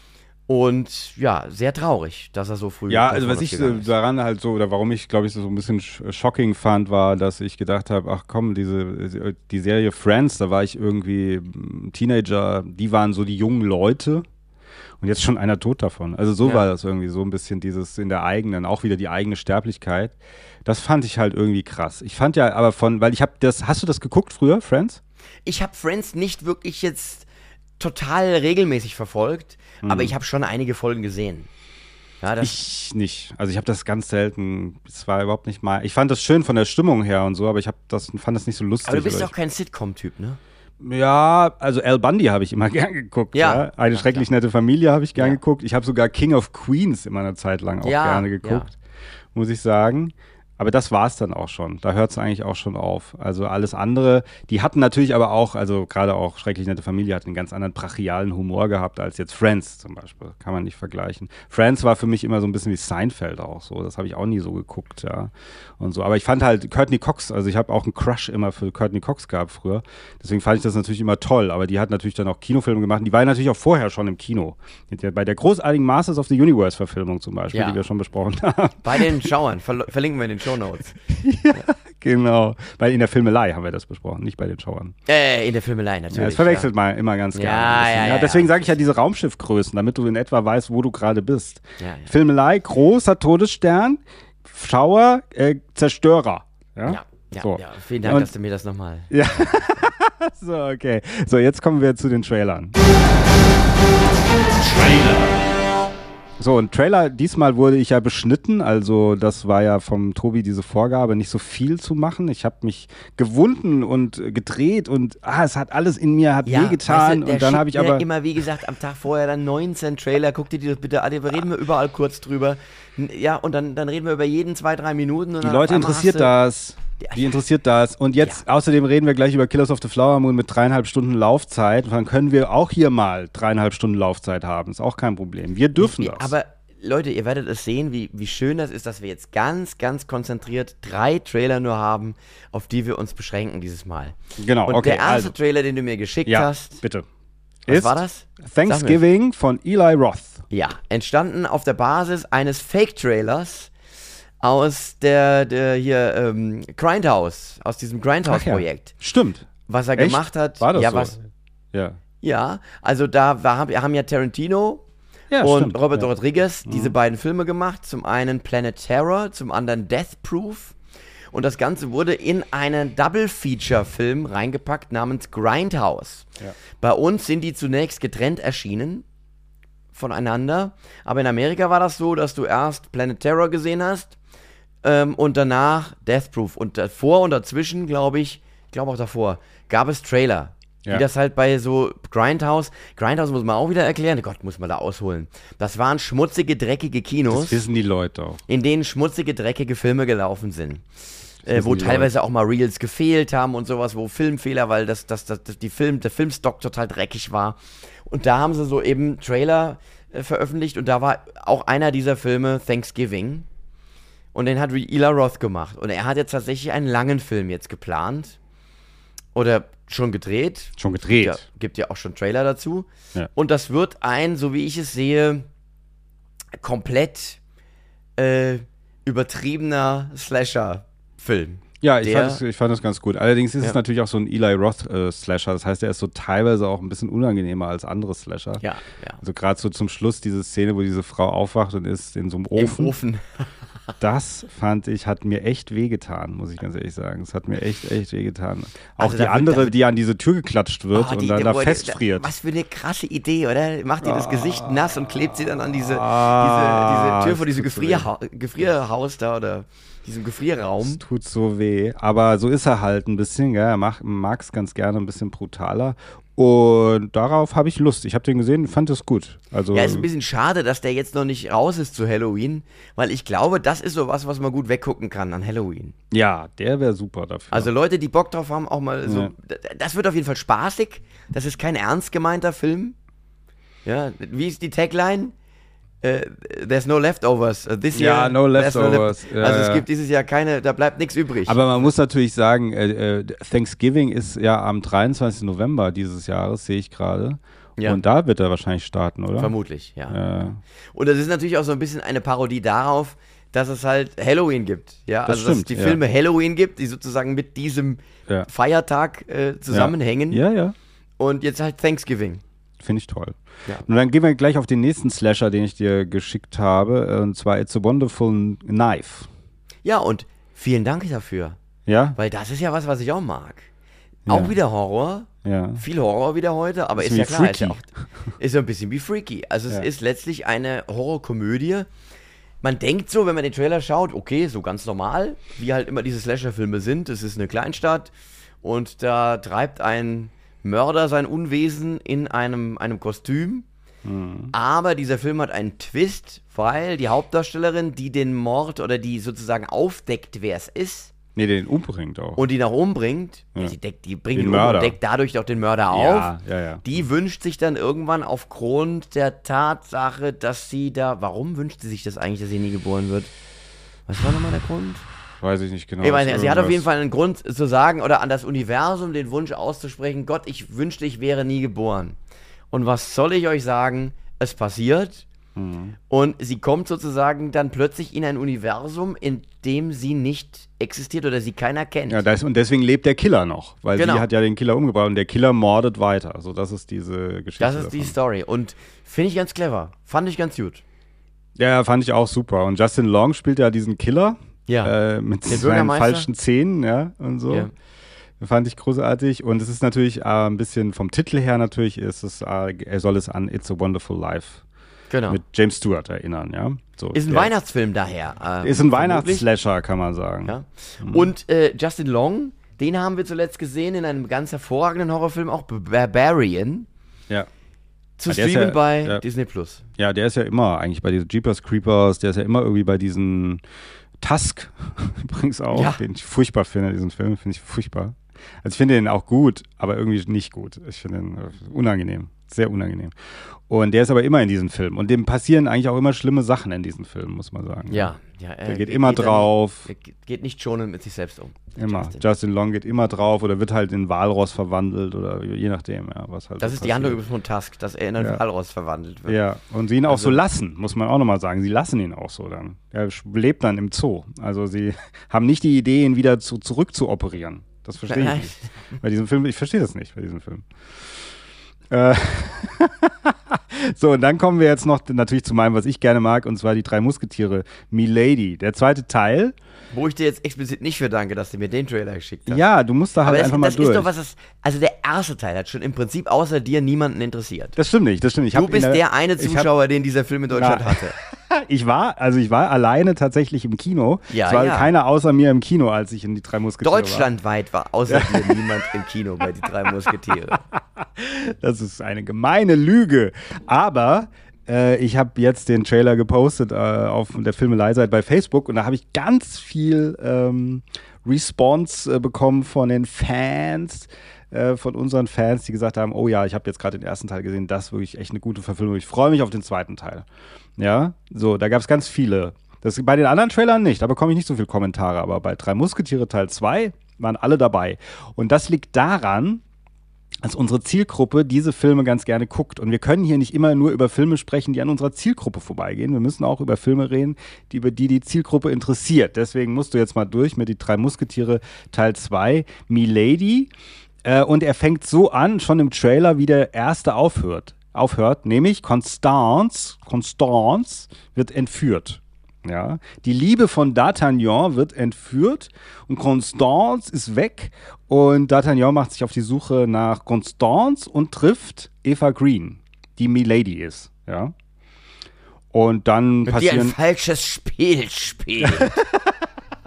Und ja, sehr traurig, dass er so früh. Ja, also was ich daran halt so, oder warum ich, glaube ich, so ein bisschen shocking fand, war, dass ich gedacht habe, ach komm, die Serie Friends, da war ich irgendwie Teenager, die waren so die jungen Leute und jetzt schon einer tot davon. Also so war das irgendwie, so ein bisschen dieses in der eigenen, auch wieder die eigene Sterblichkeit. Das fand ich halt irgendwie krass. Ich fand ja aber weil hast du das geguckt früher, Friends? Ich habe Friends nicht wirklich jetzt total regelmäßig verfolgt, aber ich habe schon einige Folgen gesehen. Ja, ich nicht. Also ich habe das ganz selten, es war überhaupt nicht mal, ich fand das schön von der Stimmung her und so, aber fand das nicht so lustig. Aber du bist doch kein Sitcom-Typ, ne? Ja, also Al Bundy habe ich immer gern geguckt. Ja. Eine schrecklich nette Familie habe ich gern geguckt. Ich habe sogar King of Queens immer eine Zeit lang auch gerne geguckt, muss ich sagen. Aber das war es dann auch schon. Da hört es eigentlich auch schon auf. Also alles andere, die hatten natürlich aber auch, also gerade auch Schrecklich nette Familie hat einen ganz anderen brachialen Humor gehabt als jetzt Friends zum Beispiel. Kann man nicht vergleichen. Friends war für mich immer so ein bisschen wie Seinfeld auch so. Das habe ich auch nie so geguckt, ja. Und so. Aber ich fand halt Courtney Cox, also ich habe auch einen Crush immer für Courtney Cox gehabt früher. Deswegen fand ich das natürlich immer toll. Aber die hat natürlich dann auch Kinofilme gemacht. Und die war natürlich auch vorher schon im Kino. Bei der großartigen Masters of the Universe-Verfilmung zum Beispiel, die wir schon besprochen haben. Bei den Schauern, verlinken wir in den Shownotes. Ja, genau. In der Filmelei haben wir das besprochen, nicht bei den Schauern. In der Filmelei, natürlich. Ja, das verwechselt man immer ganz gerne. Ja, deswegen sage ich ja diese Raumschiffgrößen, damit du in etwa weißt, wo du gerade bist. Ja. Filmelei, großer Todesstern, Schauer, Zerstörer. Ja, so. Vielen Dank, dass du mir das nochmal... Ja. So, okay. So, jetzt kommen wir zu den Trailern. So, ein Trailer, diesmal wurde ich ja beschnitten, also das war ja vom Tobi diese Vorgabe, nicht so viel zu machen. Ich habe mich gewunden und gedreht und es hat alles in mir, wehgetan. Weißt du, und dann habe ich aber immer, wie gesagt, am Tag vorher dann 19 Trailer, guck dir die das bitte an, reden wir überall kurz drüber. Ja, und dann reden wir über jeden 2-3 Minuten. Und die Leute interessiert das. Die interessiert das. Und jetzt, außerdem reden wir gleich über Killers of the Flower Moon mit 3,5 Stunden Laufzeit. Und dann können wir auch hier mal 3,5 Stunden Laufzeit haben. Ist auch kein Problem. Wir dürfen das. Aber Leute, ihr werdet es sehen, wie schön das ist, dass wir jetzt ganz, ganz konzentriert 3 Trailer nur haben, auf die wir uns beschränken dieses Mal. Genau, und der erste Trailer, den du mir geschickt hast. Bitte. Was war das? Thanksgiving von Eli Roth. Ja, entstanden auf der Basis eines Fake-Trailers aus der Grindhouse, aus diesem Grindhouse-Projekt. Stimmt. Was er gemacht hat. War das ja, so? Ja, also haben ja Tarantino und Robert Rodriguez diese beiden Filme gemacht. Zum einen Planet Terror, zum anderen Death Proof. Und das Ganze wurde in einen Double-Feature-Film reingepackt namens Grindhouse. Ja. Bei uns sind die zunächst getrennt erschienen voneinander. Aber in Amerika war das so, dass du erst Planet Terror gesehen hast und danach Death Proof. Und davor und dazwischen, glaube auch davor, gab es Trailer. Ja. Wie das halt bei so Grindhouse muss man auch wieder erklären, Gott, muss man da ausholen. Das waren schmutzige, dreckige Kinos. Das wissen die Leute auch. In denen schmutzige, dreckige Filme gelaufen sind. Wo teilweise auch mal Reels gefehlt haben und sowas, wo Filmfehler, weil der Filmstock total dreckig war. Und da haben sie so eben Trailer veröffentlicht und da war auch einer dieser Filme Thanksgiving. Und den hat Eli Roth gemacht. Und er hat jetzt tatsächlich einen langen Film jetzt geplant. Oder schon gedreht. Schon gedreht. Gibt ja auch schon Trailer dazu. Ja. Und das wird ein, so wie ich es sehe, komplett übertriebener Slasher-Film. Ja, ich fand das ganz gut. Allerdings ist es natürlich auch so ein Eli Roth-Slasher. Das heißt, er ist so teilweise auch ein bisschen unangenehmer als andere Slasher. Ja. Also gerade so zum Schluss diese Szene, wo diese Frau aufwacht und ist in so einem Ofen. Im Ofen. Das fand ich, hat mir echt wehgetan, muss ich ganz ehrlich sagen. Es hat mir echt wehgetan. Auch Also die andere, die an diese Tür geklatscht wird und dann da festfriert. Was für eine krasse Idee, oder? Macht ihr das Gesicht nass und klebt sie dann an diese Tür vor diesem Gefrierhaus da oder diesem Gefrierraum. Es tut so weh, aber so ist er halt ein bisschen, gell? Er mag es ganz gerne ein bisschen brutaler Und darauf habe ich Lust. Ich habe den gesehen, fand es gut. Also, Ja, ist ein bisschen schade, dass der jetzt noch nicht raus ist zu Halloween, weil ich glaube, das ist sowas, was man gut weggucken kann an Halloween. ja, der wäre super dafür. Also Leute, die Bock drauf haben, auch mal so, das wird auf jeden Fall spaßig. Das ist kein ernst gemeinter Film. Ja, wie ist die Tagline? There's no leftovers. This year, Ja, no there's leftovers. Ja, also es ja. gibt dieses Jahr keine, da bleibt nichts übrig. Aber man muss natürlich sagen, Thanksgiving ist ja am 23. November dieses Jahres, sehe ich gerade. Ja. Und da wird er wahrscheinlich starten, oder? Vermutlich, ja. Und das ist natürlich auch so ein bisschen eine Parodie darauf, dass es halt Halloween gibt. Ja, Das also dass es stimmt, die ja. Filme Halloween gibt, die sozusagen mit diesem Ja. Feiertag zusammenhängen. Ja, ja. Und jetzt halt Thanksgiving. Finde ich toll. Ja. Und dann gehen wir gleich auf den nächsten Slasher, den ich dir geschickt habe. Und zwar It's a Wonderful Knife. Ja, und vielen Dank dafür. Ja? Weil das ist ja was ich auch mag. Ja. Auch wieder Horror. Ja. Viel Horror wieder heute, aber ist Bisschen ja wie klar, ist ja, Freaky. ist ja ein bisschen wie Freaky. Also es Ja. ist letztlich eine Horrorkomödie. Man denkt so, wenn man den Trailer schaut, okay, so ganz normal, wie halt immer diese Slasher-Filme sind. Es ist eine Kleinstadt und da treibt ein Mörder sein Unwesen in einem Kostüm. Aber dieser Film hat einen Twist, weil die Hauptdarstellerin, die den Mord oder die sozusagen aufdeckt, wer es ist, Nee, den umbringt auch. und ihn auch umbringt, Ja. die bringt Den ihn um Mörder. und deckt dadurch auch den Mörder auf. Ja, ja, ja. Die wünscht sich dann irgendwann aufgrund der Tatsache, dass sie da. Warum wünscht sie sich das eigentlich, dass sie nie geboren wird? Was war nochmal der Grund? Weiß ich nicht genau. Ich meine, ist sie hat auf irgendwas. jeden Fall einen Grund zu sagen oder an das Universum den Wunsch auszusprechen: Gott, ich wünschte, ich wäre nie geboren. Und was soll ich euch sagen? Es passiert. Und sie kommt sozusagen dann plötzlich in ein Universum, in dem sie nicht existiert oder sie keiner kennt. Ja, und deswegen lebt der Killer noch, weil Genau. sie hat ja den Killer umgebracht und der Killer mordet weiter. Also das ist diese Geschichte. Das ist die davon. Story. Und finde ich ganz clever. Fand ich ganz gut. Ja, fand ich auch super. Und Justin Long spielt ja diesen Killer Ja. mit Den seinen Bürgermeister. falschen Zähnen, ja, und so. Ja. Fand ich großartig. Und es ist natürlich ein bisschen vom Titel her natürlich, ist es, er soll es an It's a Wonderful Life Genau. mit James Stewart erinnern, ja. So, Ist ein der Weihnachtsfilm daher. Ist ein vermutlich. Weihnachtsslasher, kann man sagen. Ja. Und Justin Long, den haben wir zuletzt gesehen in einem ganz hervorragenden Horrorfilm, auch Barbarian, Ja. zu der ist streamen ja- bei ja. Disney Plus. Ja, der ist ja immer eigentlich bei diesen Jeepers Creepers, der ist ja immer irgendwie bei diesen Tusk übrigens auch, Ja. den ich furchtbar finde, diesen Film, finde ich furchtbar. Also ich finde den auch gut, aber irgendwie nicht gut. Ich finde den unangenehm, sehr unangenehm. Und der ist aber immer in diesen Filmen. Und dem passieren eigentlich auch immer schlimme Sachen in diesen Filmen, muss man sagen. Ja. Der geht immer drauf. Er geht nicht schonend mit sich selbst um. Immer. Justin. Justin Long geht immer drauf oder wird halt in Walross verwandelt oder je nachdem, ja, was halt Das so ist die Handlung passiert. übrigens von Tusk, dass er in einen Ja. Walross verwandelt wird. Ja, und sie ihn auch Also- so lassen, muss man auch nochmal sagen. Sie lassen ihn auch so dann. Er lebt dann im Zoo. Also sie haben nicht die Idee, ihn wieder zurück zu operieren. Das verstehe ich Nein. nicht. Bei diesem Film, ich verstehe das nicht bei diesem Film. So, und dann kommen wir jetzt noch natürlich zu meinem, was ich gerne mag, und zwar die drei Musketiere, Milady. Der zweite Teil. Wo ich dir jetzt explizit nicht für danke, dass du mir den Trailer geschickt hast. Ja, du musst da halt aber einfach mal das durch. ist doch was, also der erste Teil hat schon im Prinzip außer dir niemanden interessiert. Das stimmt nicht, das stimmt nicht. Du bist der eine Zuschauer, den dieser Film in Deutschland Na. hatte. Ich war alleine tatsächlich im Kino. Ja, es war ja. keiner außer mir im Kino, als ich in die drei Musketiere war. Deutschlandweit war außer dir niemand im Kino bei die drei Musketiere. Das ist eine gemeine Lüge. Aber ich habe jetzt den Trailer gepostet auf der Filmelei-Seite bei Facebook und da habe ich ganz viel Response bekommen von den Fans, von unseren Fans, die gesagt haben, oh ja, ich habe jetzt gerade den ersten Teil gesehen, das ist wirklich echt eine gute Verfilmung. Ich freue mich auf den zweiten Teil. Ja, so, da gab es ganz viele. Das bei den anderen Trailern nicht, da bekomme ich nicht so viele Kommentare, aber bei Drei Musketiere Teil 2 waren alle dabei. Und das liegt daran, dass unsere Zielgruppe diese Filme ganz gerne guckt. Und wir können hier nicht immer nur über Filme sprechen, die an unserer Zielgruppe vorbeigehen. Wir müssen auch über Filme reden, über die Zielgruppe interessiert. Deswegen musst du jetzt mal durch mit die drei Musketiere Teil 2, Milady. Und er fängt so an, schon im Trailer, wie der erste aufhört, nämlich Constance wird entführt. Ja, die Liebe von D'Artagnan wird entführt und Constance ist weg und D'Artagnan macht sich auf die Suche nach Constance und trifft Eva Green, die Milady ist. Ja. Und dann Und die ein passieren falsches Spiel spielt.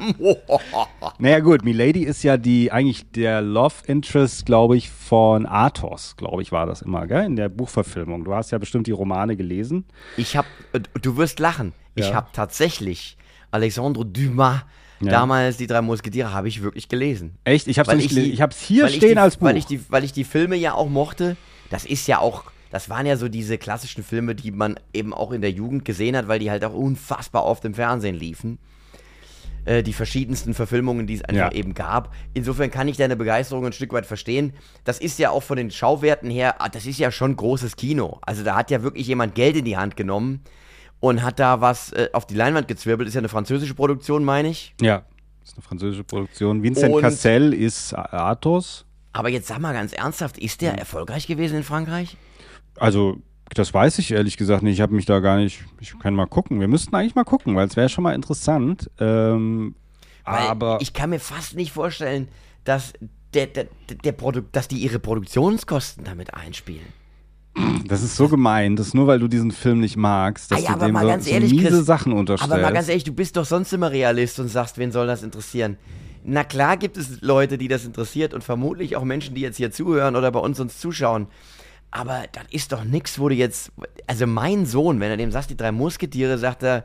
Naja gut, Milady ist ja eigentlich der Love Interest, glaube ich, von Athos, glaube ich, war das immer, gell? In der Buchverfilmung. Du hast ja bestimmt die Romane gelesen. Du wirst lachen, Ja. ich habe tatsächlich Alexandre Dumas, damals die 3 Musketiere, habe ich wirklich gelesen. Echt? Ich habe es Weil nicht ich gelesen. die- Ich habe es hier weil ich stehen die- als Buch. Weil ich die Filme ja auch mochte. Das waren ja so diese klassischen Filme, die man eben auch in der Jugend gesehen hat, weil die halt auch unfassbar oft im Fernsehen liefen. Die verschiedensten Verfilmungen, die es einfach eben gab. Insofern kann ich deine Begeisterung ein Stück weit verstehen. Das ist ja auch von den Schauwerten her, das ist ja schon großes Kino. Also da hat ja wirklich jemand Geld in die Hand genommen und hat da was auf die Leinwand gezwirbelt. Ist ja eine französische Produktion, meine ich. Ja, das ist eine französische Produktion. Vincent Und- Cassel ist Athos. Aber jetzt sag mal ganz ernsthaft, ist der erfolgreich gewesen in Frankreich? Also, das weiß ich ehrlich gesagt nicht. Ich habe mich da gar nicht. Ich kann mal gucken. Wir müssten eigentlich mal gucken, weil es wäre schon mal interessant. Weil Aber ich kann mir fast nicht vorstellen, dass dass die ihre Produktionskosten damit einspielen. das ist so gemein, dass nur weil du diesen Film nicht magst, dass Ah ja, du aber dem mal so, ganz so ehrlich, miese Chris, Sachen unterstellst. Aber mal ganz ehrlich, du bist doch sonst immer Realist und sagst, wen soll das interessieren? Na klar gibt es Leute, die das interessiert und vermutlich auch Menschen, die jetzt hier zuhören oder bei uns zuschauen. Aber das ist doch nichts, wo du jetzt, also mein Sohn, wenn er dem sagst, die 3 Musketiere, sagt er,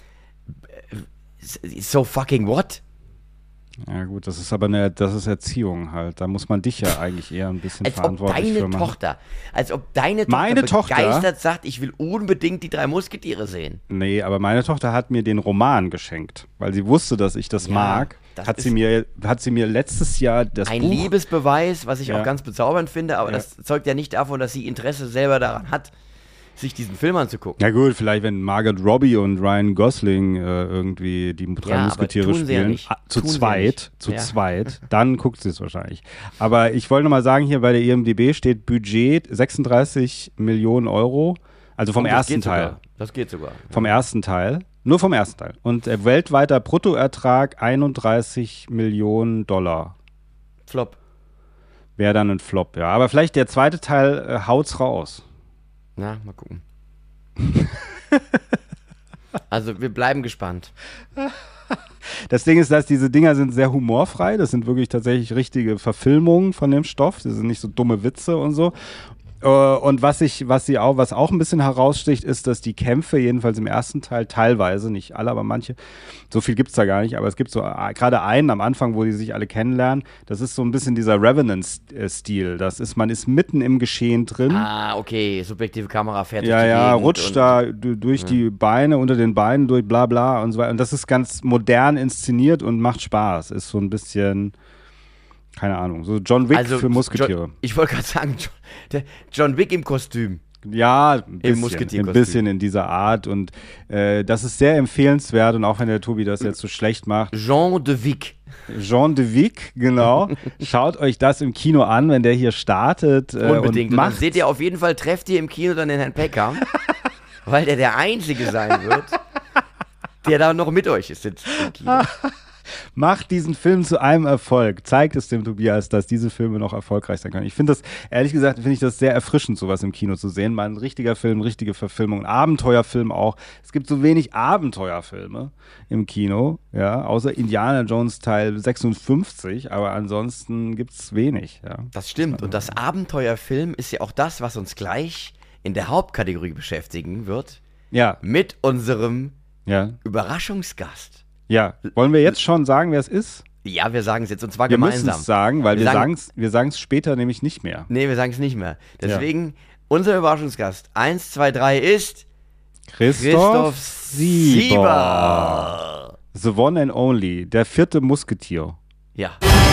so fucking what? Ja gut, das ist aber das ist Erziehung halt. Da muss man dich ja eigentlich eher ein bisschen Als ob verantwortlich für deine machen. Tochter Meine Tochter? begeistert sagt, ich will unbedingt die 3 Musketiere sehen. Nee, aber meine Tochter hat mir den Roman geschenkt, weil sie wusste, dass ich das Ja, mag. das Hat ist sie mir letztes Jahr das Ein Buch... Liebesbeweis, was ich Ja. auch ganz bezaubernd finde, aber Ja. das zeugt ja nicht davon, dass sie Interesse selber daran hat, sich diesen Film anzugucken. Ja gut, vielleicht wenn Margot Robbie und Ryan Gosling irgendwie die 3 Ja, aber Musketiere tun sie ja spielen, nicht. zu Tun sie ja zweit, nicht. Ja. dann guckt sie es wahrscheinlich. Aber ich wollte noch mal sagen, hier bei der IMDb steht Budget 36 Millionen Euro, also vom Und das ersten geht Teil. Sogar. Das geht sogar. Vom ersten Teil. Nur vom ersten Teil. Und weltweiter Bruttoertrag 31 Millionen $. Flop. Wäre dann ein Flop, ja. Aber vielleicht der zweite Teil haut's raus. Na, mal gucken. Also, wir bleiben gespannt. Das Ding ist, dass diese Dinger sind sehr humorfrei. Das sind wirklich tatsächlich richtige Verfilmungen von dem Stoff. Das sind nicht so dumme Witze und so. Und was auch ein bisschen heraussticht, ist, dass die Kämpfe, jedenfalls im ersten Teil, teilweise, nicht alle, aber manche, so viel gibt es da gar nicht, aber es gibt so gerade einen am Anfang, wo die sich alle kennenlernen, das ist so ein bisschen dieser Revenant-Stil. Man ist mitten im Geschehen drin. Ah, okay. Subjektive Kamera fährt Ja, durch die ja, Gegend rutscht und- da durch die Beine, unter den Beinen, durch bla bla und so weiter. Und das ist ganz modern inszeniert und macht Spaß. Ist so ein bisschen, keine Ahnung, so John Wick für Musketiere. Ich wollte gerade sagen, John Wick im Kostüm. Ja, ein Musketierkostüm. bisschen in dieser Art. Und das ist sehr empfehlenswert. Und auch wenn der Tobi das jetzt so schlecht macht. Jean de Wick. Jean de Wick, genau. Schaut euch das im Kino an, wenn der hier startet. Unbedingt. Und Und dann macht. seht ihr auf jeden Fall, trefft ihr im Kino dann den Herrn Pecker, weil der Einzige sein wird, der da noch mit euch sitzt im Kino. Macht diesen Film zu einem Erfolg. Zeigt es dem Tobias, dass diese Filme noch erfolgreich sein können. Ich finde das, ehrlich gesagt, finde ich das sehr erfrischend, sowas im Kino zu sehen. Mal ein richtiger Film, richtige Verfilmung, ein Abenteuerfilm auch. Es gibt so wenig Abenteuerfilme im Kino, ja, außer Indiana Jones Teil 56, aber ansonsten gibt es wenig, ja. Das stimmt. Und das Abenteuerfilm ist ja auch das, was uns gleich in der Hauptkategorie beschäftigen wird, Ja, mit unserem ja, Überraschungsgast. ja. Wollen wir jetzt schon sagen, wer es ist? Ja, wir sagen es jetzt und zwar Wir müssen gemeinsam. es sagen, weil Wir wir sagen es später nämlich nicht mehr. Nee, wir sagen es nicht mehr. Deswegen, unser Überraschungsgast 1, 2, 3 ist Christoph Sieber. Sieber. The One and Only, der 4. Musketier. Ja.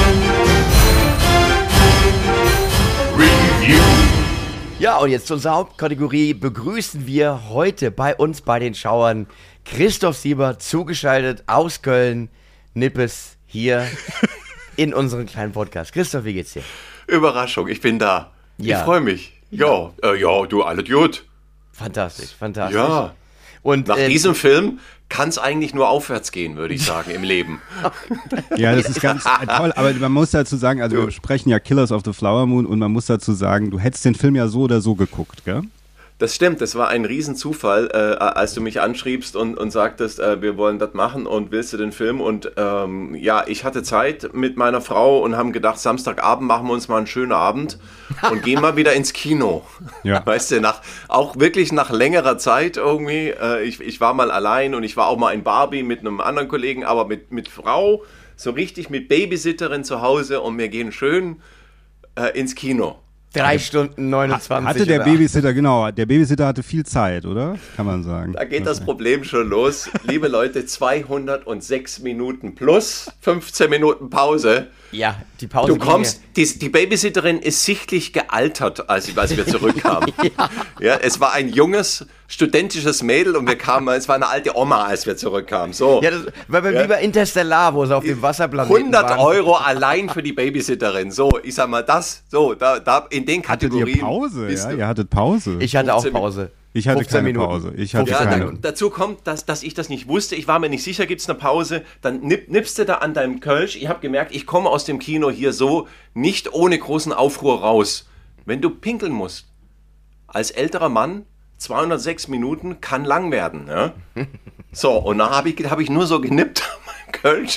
Review. Ja, und jetzt zu unserer Hauptkategorie begrüßen wir heute bei uns bei den Schauern Christoph Sieber, zugeschaltet aus Köln, Nippes, hier in unserem kleinen Podcast. Christoph, wie geht's dir? Überraschung, ich bin da. Ja. Ich freue mich. Ja, du, alles gut. Fantastisch, fantastisch. Ja. Und Nach diesem Film kann es eigentlich nur aufwärts gehen, würde ich sagen, im Leben. Ja, das ist ganz toll, aber man muss dazu sagen, also wir sprechen ja Killers of the Flower Moon und man muss dazu sagen, du hättest den Film ja so oder so geguckt, gell? Das stimmt, das war ein Riesenzufall, als du mich anschriebst und sagtest, wir wollen das machen und willst du den Film? Und ich hatte Zeit mit meiner Frau und haben gedacht, Samstagabend machen wir uns mal einen schönen Abend und gehen mal wieder ins Kino. Ja. Weißt du, auch wirklich nach längerer Zeit irgendwie. Ich war mal allein und ich war auch mal in Barbie mit einem anderen Kollegen, aber mit Frau, so richtig mit Babysitterin zu Hause und wir gehen schön ins Kino. 3 Stunden 29. Hatte der Babysitter, genau, der Babysitter hatte viel Zeit, oder? Kann man sagen. Da geht das Problem schon los. Liebe Leute, 206 Minuten plus 15 Minuten Pause. Ja, die Pause. Du kommst, die Babysitterin ist sichtlich gealtert, als wir zurückkamen. Ja, es war ein junges, studentisches Mädel und es war eine alte Oma, als wir zurückkamen. So. Ja, das war wie bei Interstellar, wo sie auf dem Wasserplaneten 100 waren. 100 € allein für die Babysitterin. So, ich sag mal, da in den Kategorien. Hattet ihr Pause? Ja, ihr hattet Pause. Ich hatte auch Pause. Ich hatte keine Pause. Dazu kommt, dass ich das nicht wusste. Ich war mir nicht sicher, gibt es eine Pause. Dann nippst du da an deinem Kölsch. Ich habe gemerkt, ich komme aus dem Kino hier so nicht ohne großen Aufruhr raus. Wenn du pinkeln musst, als älterer Mann, 206 Minuten kann lang werden. Ja? So, und dann habe ich nur so genippt an meinem Kölsch.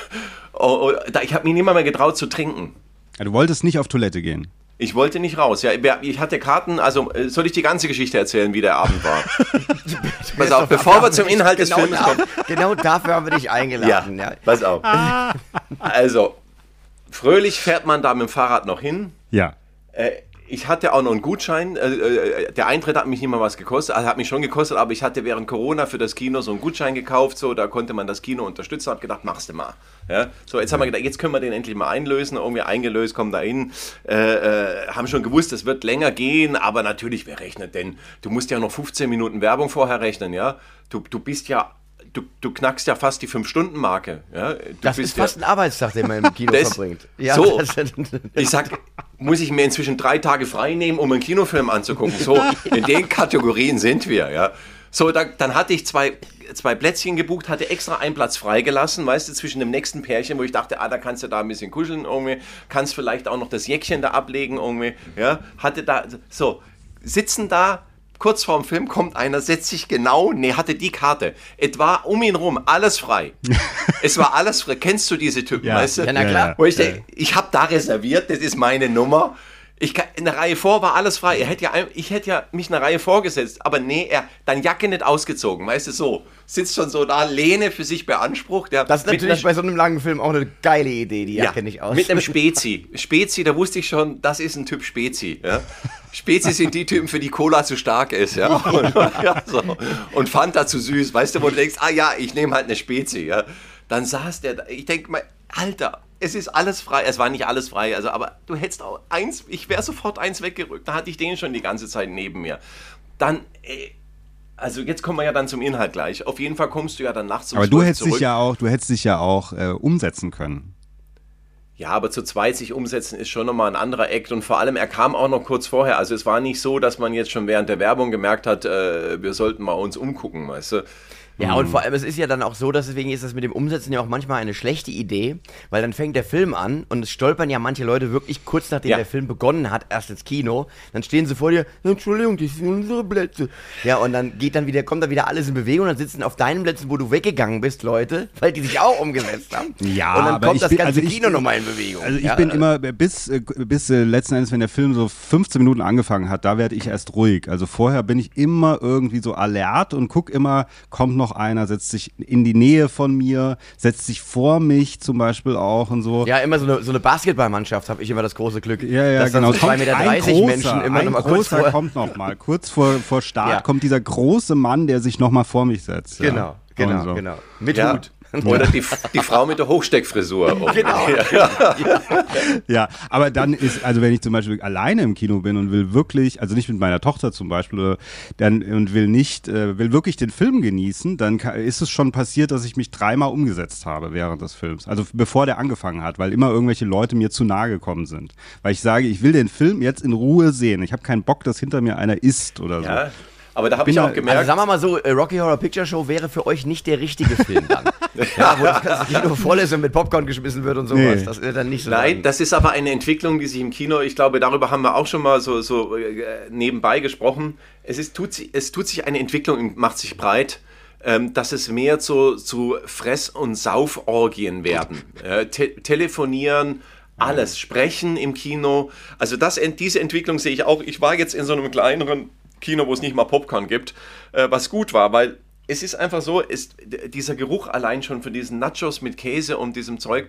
Ich habe mich nicht mehr getraut zu trinken. Ja, du wolltest nicht auf Toilette gehen? Ich wollte nicht raus. Ja, ich hatte Karten, also soll ich die ganze Geschichte erzählen, wie der Abend war? Pass auf, bevor wir zum Inhalt des Films kommen. Genau dafür haben wir dich eingeladen. Ja, pass auf. Also, fröhlich fährt man da mit dem Fahrrad noch hin. Ja. Ich hatte auch noch einen Gutschein. Der Eintritt hat mich nicht mal was gekostet. Also hat mich schon gekostet, aber ich hatte während Corona für das Kino so einen Gutschein gekauft. So, da konnte man das Kino unterstützen. Hab gedacht, machst du mal. Ja? So, jetzt haben wir gedacht, jetzt können wir den endlich mal einlösen. Irgendwie eingelöst, kommen da hin. Haben schon gewusst, es wird länger gehen. Aber natürlich, wer rechnet denn? Du musst ja noch 15 Minuten Werbung vorher rechnen. Ja? Du bist ja... Du knackst ja fast die 5-Stunden-Marke. Ja? Das ist fast ein Arbeitstag, den man im Kino verbringt. Ja, so, ich sag, muss ich mir inzwischen 3 Tage frei nehmen, um einen Kinofilm anzugucken. So, in den Kategorien sind wir. Ja. So, dann hatte ich zwei Plätzchen gebucht, hatte extra einen Platz freigelassen, weißt du, zwischen dem nächsten Pärchen, wo ich dachte, da kannst du da ein bisschen kuscheln irgendwie, kannst vielleicht auch noch das Jäckchen da ablegen irgendwie. Ja. Hatte da, so, sitzen da, kurz vorm Film kommt einer, setzt sich hatte die Karte. Es war um ihn rum alles frei. Es war alles frei. Kennst du diese Typen, weißt du? Ja, na klar. Wo ich habe da reserviert, das ist meine Nummer. In der Reihe vor war alles frei. Ich hätte ja mich in der Reihe vorgesetzt, aber nee, dann Jacke nicht ausgezogen, weißt du, so. Sitzt schon so da, Lehne für sich beansprucht. Ja, das ist natürlich bei so einem langen Film auch eine geile Idee, die Jacke nicht aus. Mit einem Spezi. Spezi, da wusste ich schon, das ist ein Typ Spezi. Ja. Spezi sind die Typen, für die Cola zu stark ist. Ja. Und Fanta zu süß. Weißt du, wo du denkst, ich nehme halt eine Spezi. Ja. Dann saß der da. Ich denke mal, Alter, es ist alles frei. Es war nicht alles frei, aber du hättest auch ich wäre sofort eins weggerückt. Da hatte ich den schon die ganze Zeit neben mir. Dann, also jetzt kommen wir ja dann zum Inhalt gleich. Auf jeden Fall kommst du ja dann nachts um 12 zurück. Aber du hättest dich ja auch umsetzen können. Ja, aber zu zweit sich umsetzen ist schon nochmal ein anderer Act und vor allem, er kam auch noch kurz vorher. Also es war nicht so, dass man jetzt schon während der Werbung gemerkt hat, wir sollten mal uns umgucken, weißt du. Ja, und vor allem, es ist ja dann auch so, deswegen ist das mit dem Umsetzen ja auch manchmal eine schlechte Idee, weil dann fängt der Film an und es stolpern ja manche Leute wirklich kurz nachdem der Film begonnen hat, erst ins Kino, dann stehen sie vor dir, Entschuldigung, das sind unsere Plätze. Ja, und dann kommt da wieder alles in Bewegung und dann sitzen auf deinen Plätzen, wo du weggegangen bist, Leute, weil die sich auch umgesetzt haben. Ja, und dann kommt das ganze Kino nochmal in Bewegung. Also ich bin immer, bis letzten Endes, wenn der Film so 15 Minuten angefangen hat, da werde ich erst ruhig. Also vorher bin ich immer irgendwie so alert und guck immer, kommt noch einer, setzt sich in die Nähe von mir, setzt sich vor mich zum Beispiel auch und so. Ja, immer so eine Basketballmannschaft habe ich immer das große Glück. Ja, dass genau. Dann so 2,30 Meter Menschen immer noch mal kurz vor... kommt noch mal. Kurz vor Start kommt dieser große Mann, der sich noch mal vor mich setzt. Ja. Genau. Mit Hut. Oder die Frau mit der Hochsteckfrisur. Genau. Ja, aber dann ist, also wenn ich zum Beispiel alleine im Kino bin und will wirklich, also nicht mit meiner Tochter zum Beispiel, und will wirklich den Film genießen, dann ist es schon passiert, dass ich mich 3-mal umgesetzt habe während des Films. Also bevor der angefangen hat, weil immer irgendwelche Leute mir zu nahe gekommen sind. Weil ich sage, ich will den Film jetzt in Ruhe sehen. Ich habe keinen Bock, dass hinter mir einer isst oder so. Aber da habe ich auch gemerkt. Also sagen wir mal so, Rocky Horror Picture Show wäre für euch nicht der richtige Film dann. Ja, wo das Kino voll ist und mit Popcorn geschmissen wird und sowas. Nee. Das ist dann nicht so. Nein, das ist aber eine Entwicklung, die sich im Kino, ich glaube, darüber haben wir auch schon mal so nebenbei gesprochen. Es tut sich eine Entwicklung, macht sich breit, dass es mehr zu Fress- und Sauforgien werden. Telefonieren, alles, sprechen im Kino. Also diese Entwicklung sehe ich auch. Ich war jetzt in so einem kleineren Kino, wo es nicht mal Popcorn gibt, was gut war, weil es ist einfach so, dieser Geruch allein schon von diesen Nachos mit Käse und diesem Zeug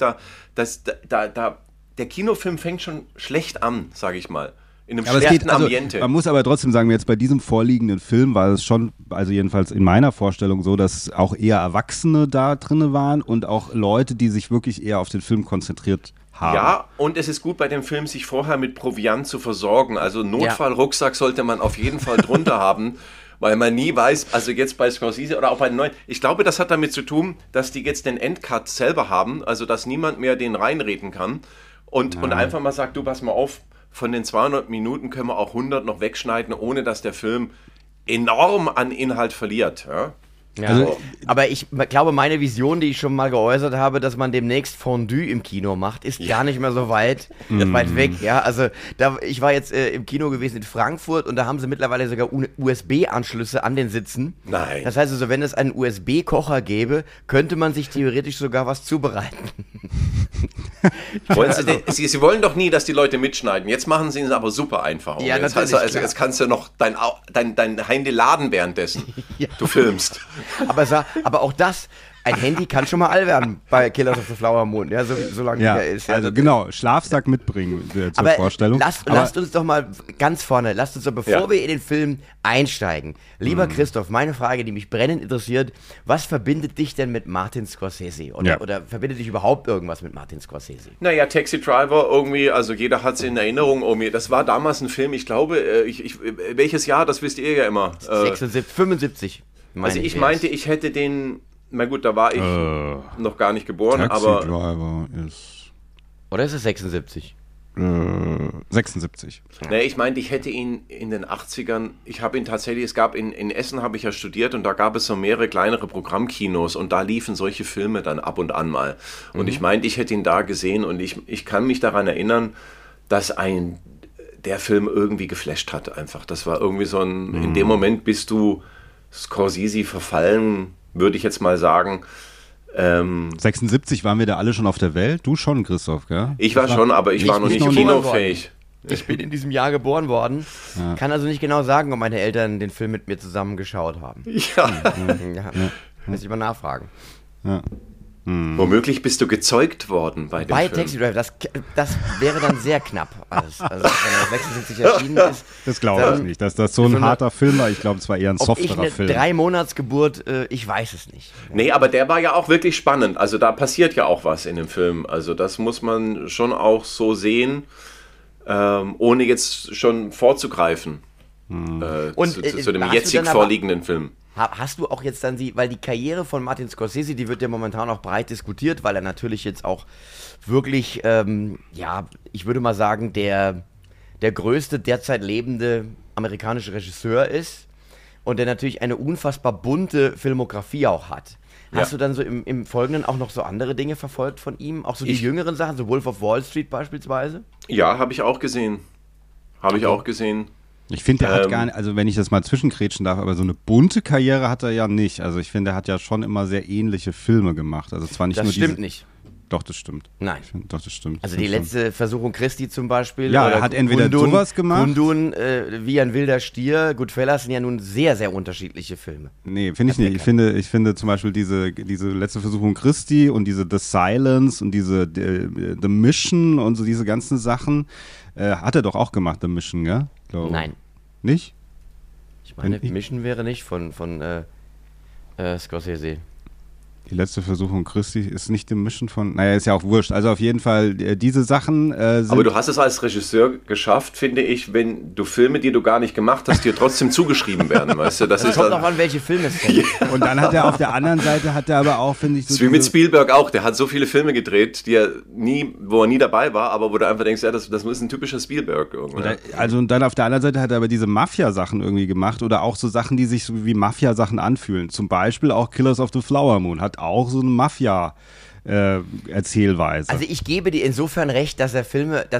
der Kinofilm fängt schon schlecht an, sage ich mal. In einem schlechten Ambiente. Man muss aber trotzdem sagen, jetzt bei diesem vorliegenden Film war es schon, also jedenfalls in meiner Vorstellung so, dass auch eher Erwachsene da drin waren und auch Leute, die sich wirklich eher auf den Film konzentriert haben. Ja, und es ist gut bei dem Film, sich vorher mit Proviant zu versorgen. Also Notfallrucksack sollte man auf jeden Fall drunter haben, weil man nie weiß, also jetzt bei Scorsese oder auch bei den neuen, ich glaube, das hat damit zu tun, dass die jetzt den Endcut selber haben, also dass niemand mehr den reinreden kann und einfach mal sagt, du pass mal auf, von den 200 Minuten können wir auch 100 noch wegschneiden, ohne dass der Film enorm an Inhalt verliert. Ja? Ja, also, aber ich glaube, meine Vision, die ich schon mal geäußert habe, dass man demnächst Fondue im Kino macht, ist gar nicht mehr so weit weg. Ja, also ich war jetzt im Kino gewesen in Frankfurt und da haben sie mittlerweile sogar USB-Anschlüsse an den Sitzen. Nein. Das heißt also, wenn es einen USB-Kocher gäbe, könnte man sich theoretisch sogar was zubereiten. Sie wollen doch nie, dass die Leute mitschneiden. Jetzt machen sie es aber super einfach. Ja, jetzt kannst du noch dein Handy laden währenddessen. Ja. Du filmst. Aber auch das, ein Handy kann schon mal all werden bei Killers of the Flower Moon, ja, solange der ist. Ja, also genau, Schlafsack mitbringen zur Vorstellung. Lasst uns doch mal ganz vorne, bevor wir in den Film einsteigen, lieber Christoph, meine Frage, die mich brennend interessiert, was verbindet dich denn mit Martin Scorsese? Oder verbindet dich überhaupt irgendwas mit Martin Scorsese? Naja, Taxi Driver irgendwie, also jeder hat es in Erinnerung, das war damals ein Film, ich glaube, welches Jahr, das wisst ihr ja immer. 75. Also ich meinte, ich hätte den, na gut, da war ich noch gar nicht geboren, Taxi aber... Driver ist... Oder ist es 76? 76. Nee, ich meinte, ich hätte ihn in den 80ern, ich habe ihn tatsächlich, es gab in Essen habe ich ja studiert und da gab es so mehrere kleinere Programmkinos und da liefen solche Filme dann ab und an mal. Und ich meinte, ich hätte ihn da gesehen und ich kann mich daran erinnern, dass der Film irgendwie geflasht hat einfach. Das war irgendwie so in dem Moment bist du Scorsese verfallen, würde ich jetzt mal sagen. 76 waren wir da alle schon auf der Welt? Du schon, Christoph, gell? Ich war schon, aber ich war noch nicht kinofähig. Ich bin in diesem Jahr geboren worden. Ja. Kann also nicht genau sagen, ob meine Eltern den Film mit mir zusammen geschaut haben. Ja. Muss ich mal nachfragen. Ja. Womöglich bist du gezeugt worden bei dem Film. Taxi Driver, das wäre dann sehr knapp. Also wenn er 76 erschienen ist. Das glaube ich nicht, dass das so ein harter Film war. Ich glaube, es war eher ein softerer Film. 3-Monatsgeburt, ich weiß es nicht. Nee, aber der war ja auch wirklich spannend. Also da passiert ja auch was in dem Film. Also das muss man schon auch so sehen, ohne jetzt schon vorzugreifen zu dem jetzig vorliegenden Film. Hast du auch jetzt dann weil die Karriere von Martin Scorsese, die wird ja momentan auch breit diskutiert, weil er natürlich jetzt auch wirklich, ich würde mal sagen, der größte derzeit lebende amerikanische Regisseur ist und der natürlich eine unfassbar bunte Filmografie auch hat. Hast du dann so im Folgenden auch noch so andere Dinge verfolgt von ihm? Auch so die jüngeren Sachen, so Wolf of Wall Street beispielsweise? Ja, habe ich auch gesehen. Ich finde, der hat gar nicht, also wenn ich das mal zwischenkrätschen darf, aber so eine bunte Karriere hat er ja nicht. Also ich finde, er hat ja schon immer sehr ähnliche Filme gemacht. Also zwar nicht das nur stimmt nicht. Doch, das stimmt. Nein. Doch, das stimmt. Also die letzte Versuchung Christi zum Beispiel. Ja, er hat entweder sowas gemacht. Kundun, wie ein wilder Stier. Goodfellas sind ja nun sehr, sehr unterschiedliche Filme. Nee, finde ich nicht. Ich finde zum Beispiel diese letzte Versuchung Christi und diese The Silence und diese The Mission und so diese ganzen Sachen hat er doch auch gemacht, The Mission, gell? Nein. Nicht? Ich meine, Mission wäre nicht von Scorsese. Die letzte Versuchung Christi ist nicht die Mission von, naja, ist ja auch wurscht. Also auf jeden Fall, diese Sachen sind... Aber du hast es als Regisseur geschafft, finde ich, wenn du Filme, die du gar nicht gemacht hast, dir trotzdem zugeschrieben werden, weißt du? Das kommt auch an, welche Filme es sind. Und dann hat er auf der anderen Seite, aber auch, finde ich... So das ist wie mit Spielberg auch, der hat so viele Filme gedreht, wo er nie dabei war, aber wo du einfach denkst, ja, das ist ein typischer Spielberg. Also und dann auf der anderen Seite hat er aber diese Mafia-Sachen irgendwie gemacht oder auch so Sachen, die sich so wie Mafia-Sachen anfühlen. Zum Beispiel auch Killers of the Flower Moon hat auch so eine Mafia-Erzählweise. Also ich gebe dir insofern recht, dass er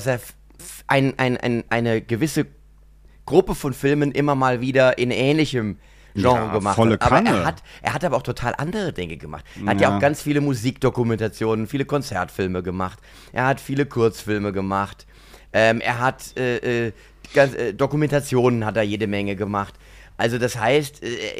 eine gewisse Gruppe von Filmen immer mal wieder in ähnlichem Genre gemacht volle hat. Aber Kanne. er hat aber auch total andere Dinge gemacht. Er hat ja auch ganz viele Musikdokumentationen, viele Konzertfilme gemacht. Er hat viele Kurzfilme gemacht. Er hat Dokumentationen hat er jede Menge gemacht. Also das heißt,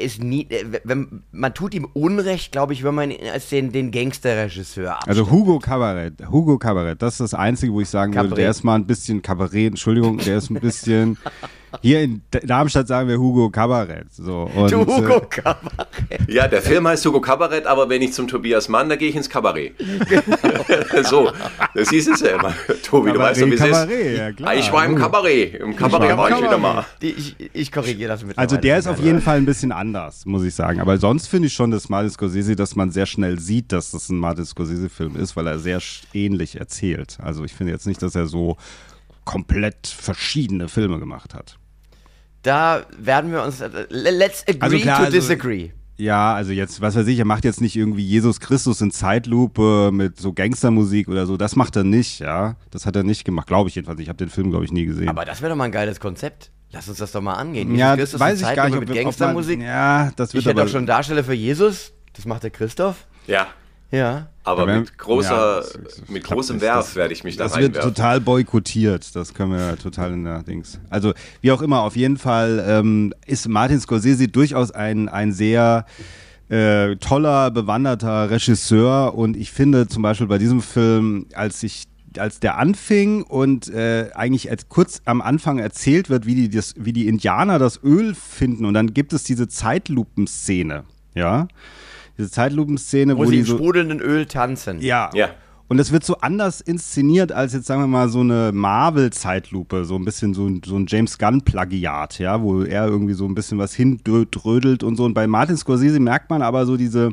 man tut ihm Unrecht, glaube ich, wenn man ihn als den Gangsterregisseur abstempelt. Also Hugo Cabaret, das ist das Einzige, wo ich sagen würde, der ist mal ein bisschen Kabarett, Entschuldigung, der ist ein bisschen... Hier in Darmstadt sagen wir Hugo Cabaret. So, und, Hugo Cabaret. Ja, der Film heißt Hugo Cabaret, aber wenn ich zum Tobias Mann, da gehe ich ins Kabarett. So, das hieß es ja immer. Tobi, du weißt doch, wie es ist. Ja, klar. Ich war im Kabarett. Im Kabarett war ich wieder mal. Ich korrigiere das mit. Also der ist auf jeden Fall ein bisschen anders, muss ich sagen. Aber sonst finde ich schon, dass Martin Scorsese, dass man sehr schnell sieht, dass das ein Martin Scorsese-Film ist, weil er sehr ähnlich erzählt. Also ich finde jetzt nicht, dass er so komplett verschiedene Filme gemacht hat. Da werden wir uns. Let's agree to disagree. Ja, also jetzt, was weiß ich, er macht jetzt nicht irgendwie Jesus Christus in Zeitlupe mit so Gangstermusik oder so. Das macht er nicht, ja. Das hat er nicht gemacht, glaube ich jedenfalls. Ich habe den Film, glaube ich, nie gesehen. Aber das wäre doch mal ein geiles Konzept. Lass uns das doch mal angehen. Ja, Jesus Christus weiß ich gar nicht, mit Gangstermusik. Ja, das wird ich hätte doch schon Darsteller für Jesus. Das macht der Christoph. Ja. Ja. Aber mit großem Werf werde ich mich da reinwerfen. Das wird total boykottiert, das können wir total in der Dings. Also wie auch immer, auf jeden Fall ist Martin Scorsese durchaus ein sehr toller, bewanderter Regisseur und ich finde zum Beispiel bei diesem Film, als der anfing und eigentlich kurz am Anfang erzählt wird, wie die Indianer das Öl finden und dann gibt es diese Zeitlupenszene, ja. Diese Zeitlupenszene, wo sie im sprudelnden Öl tanzen. Ja. Und es wird so anders inszeniert als jetzt, sagen wir mal, so eine Marvel-Zeitlupe, so ein bisschen so ein James Gunn-Plagiat, ja, wo er irgendwie so ein bisschen was hindrödelt und so. Und bei Martin Scorsese merkt man aber so das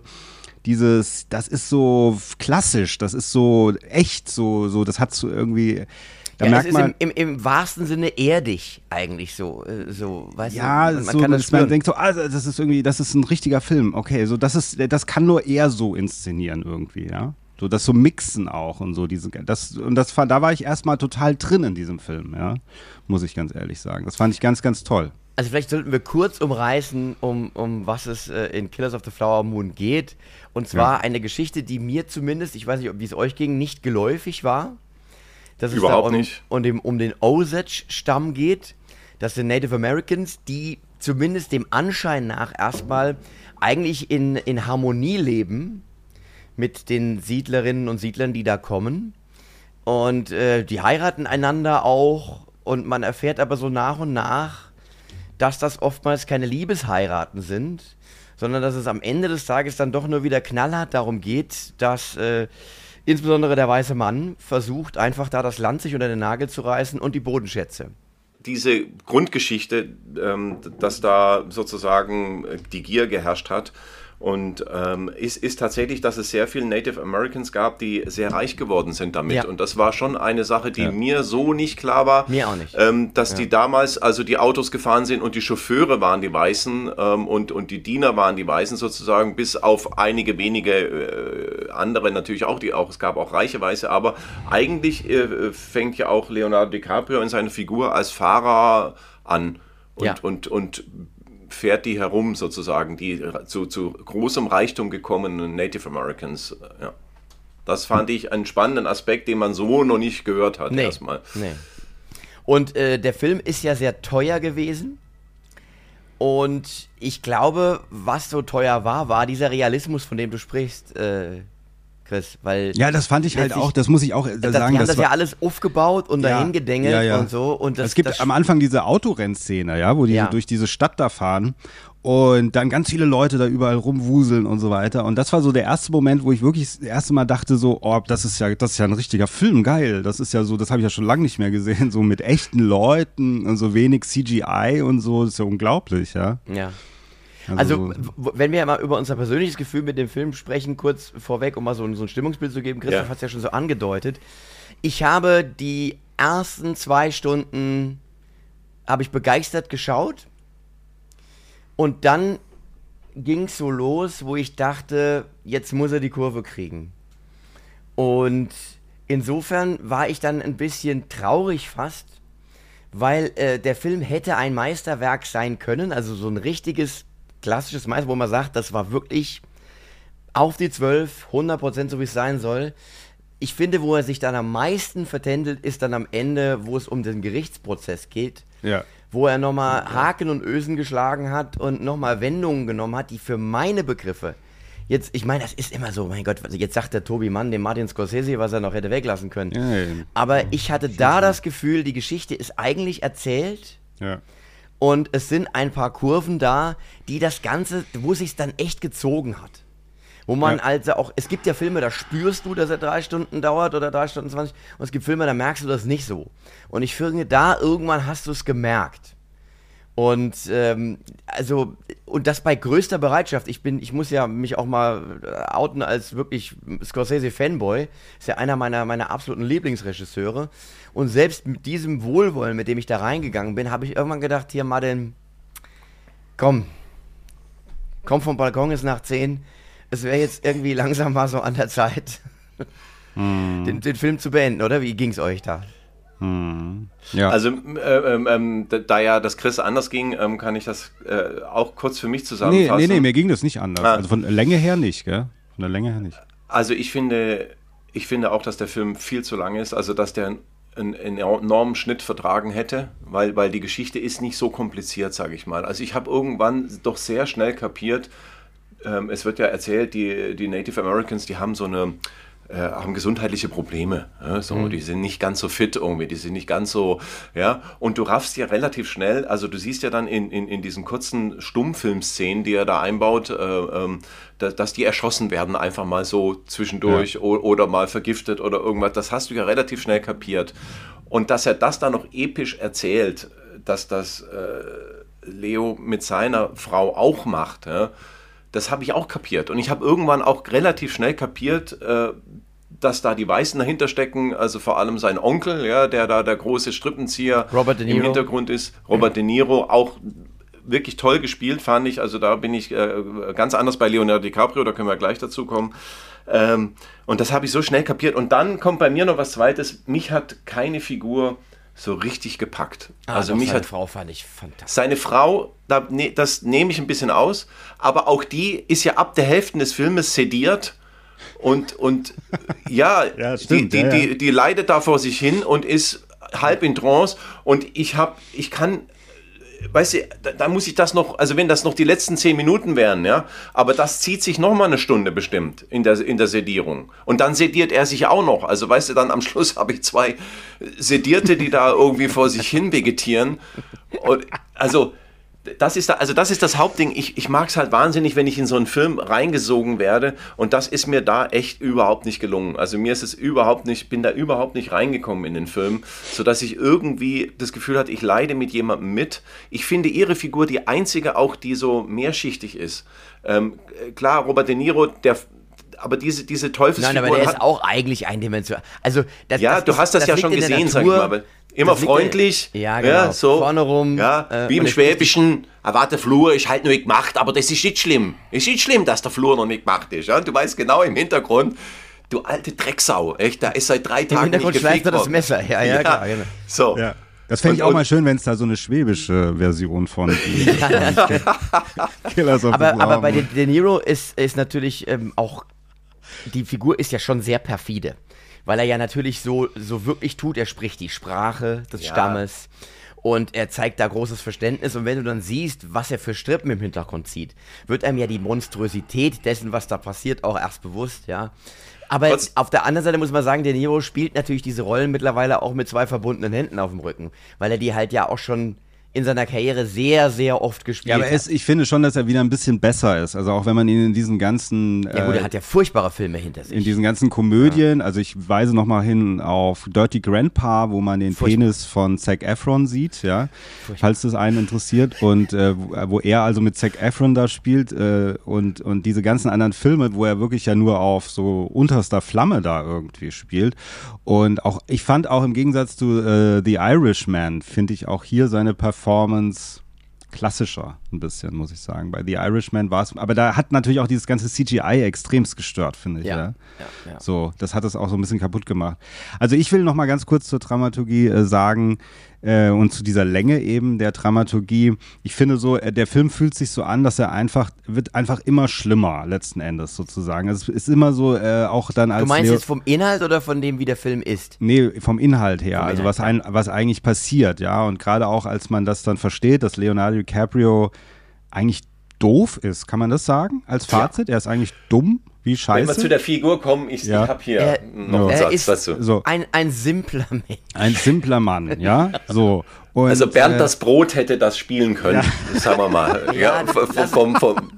ist so klassisch, das ist so echt, so das hat so irgendwie... Ja, es ist im wahrsten Sinne erdig eigentlich so weißt du, man so, kann das spüren. Man denkt so, das ist ein richtiger Film, okay, so das kann nur er so inszenieren irgendwie, ja, so das so mixen auch und so da war ich erstmal total drin in diesem Film, ja, muss ich ganz ehrlich sagen, das fand ich ganz, ganz toll. Also vielleicht sollten wir kurz umreißen, um was es in Killers of the Flower Moon geht, und zwar eine Geschichte, die mir zumindest, ich weiß nicht, wie es euch ging, nicht geläufig war. Dass es Überhaupt da nicht. um den Osage-Stamm geht. Das sind Native Americans, die zumindest dem Anschein nach erstmal eigentlich in Harmonie leben mit den Siedlerinnen und Siedlern, die da kommen. Und die heiraten einander auch. Und man erfährt aber so nach und nach, dass das oftmals keine Liebesheiraten sind, sondern dass es am Ende des Tages dann doch nur wieder knallhart darum geht, dass... insbesondere der weiße Mann versucht einfach da das Land sich unter den Nagel zu reißen und die Bodenschätze. Diese Grundgeschichte, dass da sozusagen die Gier geherrscht hat und ist tatsächlich, dass es sehr viele Native Americans gab, die sehr reich geworden sind damit. Ja. Und das war schon eine Sache, die mir so nicht klar war. Mir auch nicht. Dass die damals, also die Autos gefahren sind und die Chauffeure waren die Weißen und die Diener waren die Weißen sozusagen, bis auf einige wenige andere natürlich auch, es gab auch reiche Weiße, aber eigentlich fängt ja auch Leonardo DiCaprio in seiner Figur als Fahrer an und fährt die herum sozusagen, die zu großem Reichtum gekommenen Native Americans. Ja. Das fand ich einen spannenden Aspekt, den man so noch nicht gehört hat erstmal. Nee. Und der Film ist ja sehr teuer gewesen. Und ich glaube, was so teuer war dieser Realismus, von dem du sprichst, Chris, weil... Ja, das fand ich halt auch, das muss ich auch sagen. Die haben das ja alles aufgebaut und dahin gedengelt und so. Und es gibt am Anfang diese Autorennszene, ja, wo die so durch diese Stadt da fahren und dann ganz viele Leute da überall rumwuseln und so weiter. Und das war so der erste Moment, wo ich wirklich das erste Mal dachte so, oh, das ist ja ein richtiger Film, geil. Das ist ja so, das habe ich ja schon lange nicht mehr gesehen, so mit echten Leuten und so wenig CGI und so, das ist ja unglaublich, ja. Ja. Also, wenn wir ja mal über unser persönliches Gefühl mit dem Film sprechen, kurz vorweg, um mal so ein Stimmungsbild zu geben, Christoph hat es ja schon so angedeutet. Ich habe die ersten 2 Stunden habe ich begeistert geschaut und dann ging es so los, wo ich dachte, jetzt muss er die Kurve kriegen. Und insofern war ich dann ein bisschen traurig fast, weil der Film hätte ein Meisterwerk sein können, also so ein richtiges klassisches Meister, wo man sagt, das war wirklich auf die 12, 100% so wie es sein soll. Ich finde, wo er sich dann am meisten vertändelt, ist dann am Ende, wo es um den Gerichtsprozess geht. Ja. Wo er nochmal Haken und Ösen geschlagen hat und nochmal Wendungen genommen hat, die für meine Begriffe, jetzt, ich meine, das ist immer so, mein Gott, jetzt sagt der Tobi Mann dem Martin Scorsese, was er noch hätte weglassen können. Ja. Aber ich hatte da das Gefühl, die Geschichte ist eigentlich erzählt. Ja. Und es sind ein paar Kurven da, die das Ganze, wo es sich dann echt gezogen hat. Wo man also auch, es gibt ja Filme, da spürst du, dass er 3 Stunden dauert oder 3 Stunden 20. Und es gibt Filme, da merkst du das nicht so. Und ich finde, da irgendwann hast du es gemerkt. Und und das bei größter Bereitschaft. Ich muss ja mich auch mal outen als wirklich Scorsese-Fanboy. Ist ja einer meiner absoluten Lieblingsregisseure. Und selbst mit diesem Wohlwollen, mit dem ich da reingegangen bin, habe ich irgendwann gedacht, hier Martin, komm vom Balkon, ist nach 10. Es wäre jetzt irgendwie langsam mal so an der Zeit, den Film zu beenden, oder? Wie ging es euch da? Ja. Also, da ja das Chris anders ging, kann ich das auch kurz für mich zusammenfassen. Nee, mir ging das nicht anders. Also von der Länge her nicht, gell? Von der Länge her nicht. Also ich finde auch, dass der Film viel zu lang ist, also dass der einen enormen Schnitt vertragen hätte, weil die Geschichte ist nicht so kompliziert, sage ich mal. Also ich habe irgendwann doch sehr schnell kapiert, es wird ja erzählt, die Native Americans, die haben haben gesundheitliche Probleme, die sind nicht ganz so fit irgendwie, die sind nicht ganz so, und du raffst ja relativ schnell, also du siehst ja dann in diesen kurzen Stummfilmszenen, die er da einbaut, dass die erschossen werden, einfach mal so zwischendurch oder mal vergiftet oder irgendwas, das hast du ja relativ schnell kapiert. Und dass er das dann noch episch erzählt, dass das Leo mit seiner Frau auch macht, das habe ich auch kapiert. Und ich habe irgendwann auch relativ schnell kapiert, dass da die Weißen dahinter stecken, also vor allem sein Onkel, der da der große Strippenzieher im Hintergrund ist. Robert De Niro, auch wirklich toll gespielt, fand ich. Also da bin ich ganz anders bei Leonardo DiCaprio, da können wir gleich dazu kommen. Und das habe ich so schnell kapiert. Und dann kommt bei mir noch was Zweites. Mich hat keine Figur so richtig gepackt. Also mich seine Frau fand ich fantastisch. Seine Frau, das nehme ich ein bisschen aus, aber auch die ist ja ab der Hälfte des Filmes sediert und stimmt, die leidet da vor sich hin und ist halb in Trance und ich kann, weißt du, da muss ich das noch, also wenn das noch die letzten 10 Minuten wären, aber das zieht sich noch mal eine Stunde bestimmt in der Sedierung. Und dann sediert er sich auch noch. Also weißt du, dann am Schluss habe ich 2 Sedierte, die da irgendwie vor sich hin vegetieren. Und also das ist das Hauptding. Ich mag es halt wahnsinnig, wenn ich in so einen Film reingesogen werde. Und das ist mir da echt überhaupt nicht gelungen. Also mir ist es bin da überhaupt nicht reingekommen in den Film, sodass ich irgendwie das Gefühl hatte, ich leide mit jemandem mit. Ich finde ihre Figur die einzige auch, die so mehrschichtig ist. Klar, Robert De Niro, aber diese Teufelsfigur... Nein, aber der ist auch eigentlich eindimensional. Also, du hast das ja schon gesehen, sag ich mal. Aber immer freundlich. Genau. So. Vorne rum. Wie im Schwäbischen. Der Flur ist halt noch nicht gemacht, aber das ist nicht schlimm. Es ist nicht schlimm, dass der Flur noch nicht gemacht ist. Ja? Du weißt genau im Hintergrund, du alte Drecksau, echt, da ist seit 3 Tagen nicht gefegt worden. Das Messer. Ja, klar. Genau. So. Ja. Das fände ich auch mal schön, wenn es da so eine schwäbische Version von Killers of the Flower Moon. Aber bei De Niro ist natürlich auch, die Figur ist ja schon sehr perfide. Weil er ja natürlich so wirklich tut, er spricht die Sprache des Stammes und er zeigt da großes Verständnis und wenn du dann siehst, was er für Strippen im Hintergrund zieht, wird einem ja die Monstrosität dessen, was da passiert, auch erst bewusst, Aber auf der anderen Seite muss man sagen, De Niro spielt natürlich diese Rollen mittlerweile auch mit 2 verbundenen Händen auf dem Rücken, weil er die halt ja auch schon in seiner Karriere sehr, sehr oft gespielt hat. Ja, aber ich finde schon, dass er wieder ein bisschen besser ist. Also auch wenn man ihn in diesen ganzen... Ja gut, er hat ja furchtbare Filme hinter sich. In diesen ganzen Komödien, also ich weise nochmal hin auf Dirty Grandpa, wo man den Penis von Zac Efron sieht, ja, falls das einen interessiert. Und wo er also mit Zac Efron da spielt und diese ganzen anderen Filme, wo er wirklich ja nur auf so unterster Flamme da irgendwie spielt. Und auch, ich fand auch im Gegensatz zu The Irishman, finde ich auch hier seine Performance klassischer ein bisschen, muss ich sagen. Bei The Irishman war es, aber da hat natürlich auch dieses ganze CGI extremst gestört, finde ich. Ja. So, das hat es auch so ein bisschen kaputt gemacht. Also ich will noch mal ganz kurz zur Dramaturgie sagen und zu dieser Länge eben der Dramaturgie. Ich finde so, der Film fühlt sich so an, dass er wird einfach immer schlimmer, letzten Endes sozusagen. Also es ist immer so, auch dann als... Du meinst jetzt vom Inhalt oder von dem, wie der Film ist? Nee, vom Inhalt her, also was eigentlich passiert, ja. Und gerade auch, als man das dann versteht, dass Leonardo DiCaprio eigentlich doof ist, kann man das sagen als Fazit? Ja. Er ist eigentlich dumm, wie scheiße. Wenn wir zu der Figur kommen, ich habe hier noch einen Satz dazu. So. Ein simpler Mensch. Ein simpler Mann, ja, so. Und, also Bernd das Brot hätte das spielen können, sagen wir mal. Vom